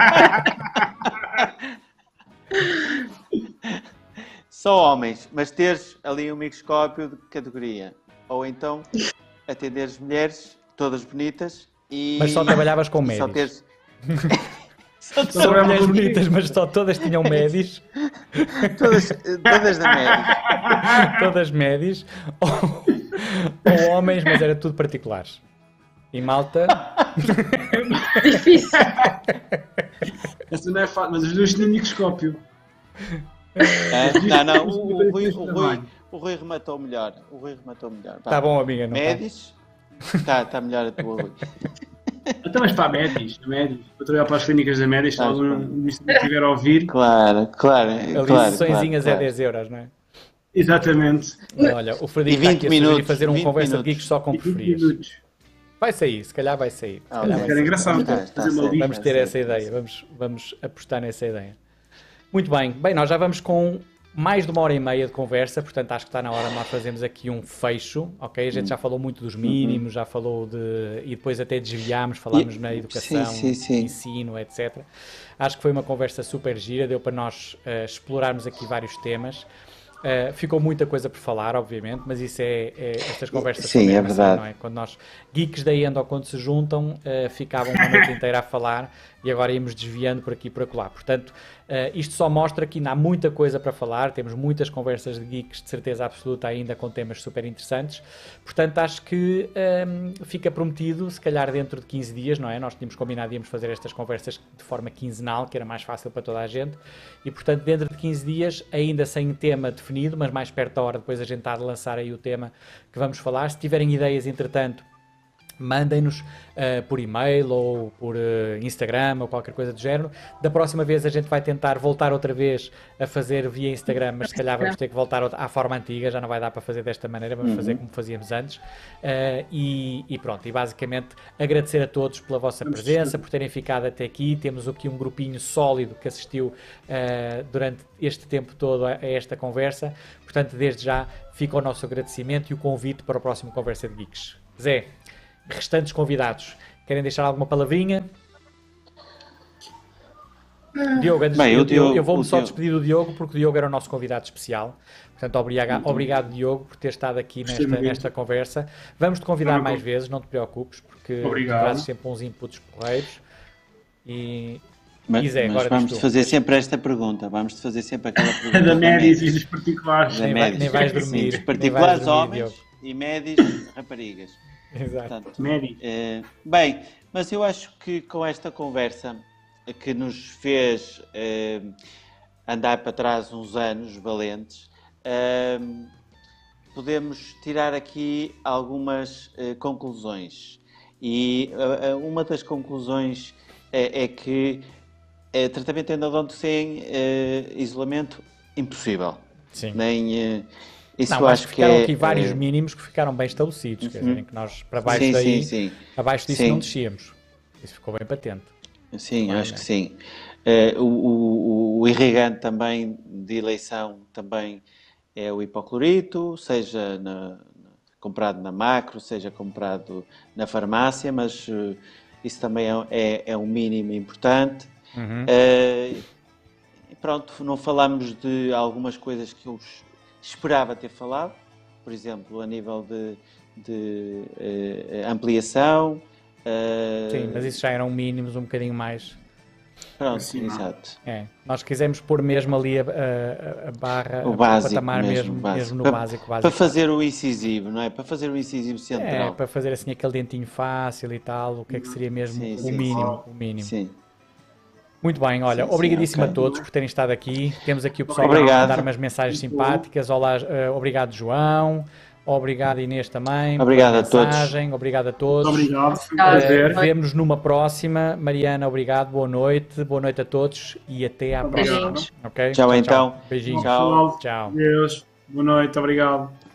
Só homens, mas teres ali um microscópio de categoria. Ou então atenderes mulheres, todas bonitas e. Mas só trabalhavas com e só médis. teres. só, São trabalhava mulheres com bonitas, mas só todas tinham médis. todas, todas da média. Todas médis. Ou, ou homens, mas era tudo particulares. E malta, Difícil. Essa não é fácil, mas os dois tinham microscópio. É? Não, não, o, o, Rui, o, Rui, o Rui rematou melhor. O Rui rematou melhor. Vá. tá bom, amiga, não tá? Médis. Está tá melhor a tua, Rui. Então, mas para a Médis, Médis. Vou trabalhar para as clínicas da Médis, se Ah, algum pronto. ministro estiver a ouvir. Claro, claro. Ali, claro, sessõezinhas claro, é dez euros, não é? Exatamente. Olha, o Frederico E está vinte aqui a sugerir minutos, fazer um vinte conversa de minutos. geeks só com vinte preferias. minutos. Vai sair, se calhar vai sair. Se Ah, calhar ok. vai Era sair. engraçado. Está- está Fazer uma certo. lista. Vamos ter essa ideia, vamos, vamos apostar nessa ideia. Muito bem, bem, nós já vamos com mais de uma hora e meia de conversa, portanto acho que está na hora de nós fazermos aqui um fecho, ok? A gente já falou muito dos mínimos, já falou de... e depois até desviámos, falámos E- na educação, sim, sim, sim. ensino, etcétera. Acho que foi uma conversa super gira, deu para nós eh, explorarmos aqui vários temas. Uh, ficou muita coisa por falar, obviamente, mas isso é, é estas conversas Sim, são mesmo é assim, verdade. não é? Quando nós, geeks da Endo, quando se juntam, uh, ficavam uma noite inteira a falar e agora íamos desviando por aqui e por acolá. Portanto, uh, isto só mostra que ainda há muita coisa para falar, temos muitas conversas de geeks de certeza absoluta ainda com temas super interessantes. Portanto, acho que um, fica prometido, se calhar dentro de quinze dias, não é? Nós tínhamos combinado, íamos fazer estas conversas de forma quinzenal, que era mais fácil para toda a gente, e portanto, dentro de quinze dias, ainda sem tema definido, mas mais perto da hora, depois a gente há de lançar aí o tema que vamos falar. Se tiverem ideias, entretanto, mandem-nos uh, por e-mail ou por uh, Instagram ou qualquer coisa do género. Da próxima vez a gente vai tentar voltar outra vez a fazer via Instagram, mas se calhar vamos ter que voltar à forma antiga, já não vai dar para fazer desta maneira, vamos uhum. fazer como fazíamos antes. Uh, e, e pronto, e basicamente agradecer a todos pela vossa presença, por terem ficado até aqui. Temos aqui um grupinho sólido que assistiu uh, durante este tempo todo a, a esta conversa. Portanto, desde já fica o nosso agradecimento e o convite para o próximo Conversa de Geeks. Zé, restantes convidados, querem deixar alguma palavrinha? Diogo, antes, Bem, eu, eu, eu vou-me só Diogo. despedir do Diogo, porque o Diogo era o nosso convidado especial. Portanto, obrigado, uhum. obrigado Diogo, por ter estado aqui nesta, nesta conversa. Vamos-te convidar não, mais não. vezes, não te preocupes, porque obrigado. tu trazes sempre uns inputs porreiros. E, mas, e Zé, mas agora vamos-te fazer sempre esta pergunta, vamos-te fazer sempre aquela pergunta. Da médios e dos particulares. Nem, vai, nem vais dormir. Sim, particulares, dormir, homens, Diogo. E médios, raparigas. Exato. Portanto, é, bem, mas eu acho que com esta conversa que nos fez é, andar para trás uns anos valentes, é, podemos tirar aqui algumas é, conclusões. E é, uma das conclusões é, é que é, tratamento endodonto sem é, isolamento impossível. Sim. Nem... É, Isso não, acho que ficaram é, aqui vários é... mínimos que ficaram bem estabelecidos, uhum. quer dizer, em que nós para baixo sim, daí, sim, sim. abaixo disso sim. não descíamos. Isso ficou bem patente. Sim, Mas, acho né? que sim. Uh, o, o, o irrigante também de eleição também é o hipoclorito, seja na, na, comprado na macro, seja comprado na farmácia, mas uh, isso também é, é, é um mínimo importante. Uhum. Uh, pronto, não falamos de algumas coisas que eu esperava ter falado, por exemplo, a nível de, de uh, ampliação. Uh... Sim, mas isso já eram mínimos um bocadinho mais. Pronto, assim, exato. É, nós quisemos pôr mesmo ali a, a, a barra, o básico, o patamar mesmo, mesmo, básico. mesmo no para, básico, básico. Para fazer o incisivo, não é? Para fazer o incisivo central. É, para fazer assim aquele dentinho fácil e tal, o que é que seria mesmo sim, o, sim, mínimo, sim. o mínimo. Sim. Muito bem, olha, sim, obrigadíssimo sim, okay. a todos por terem estado aqui. Temos aqui o pessoal obrigado. a dar umas mensagens Muito simpáticas. Olá, uh, obrigado João, obrigado Inês também. Obrigado a mensagem. todos. Obrigado a todos. Obrigado. Uh, Vemo-nos numa próxima. Mariana, obrigado, boa noite. Boa noite a todos e até à próxima. Okay? Tchau, tchau, então. Beijinhos. Tchau. Tchau. Deus. Boa noite, obrigado.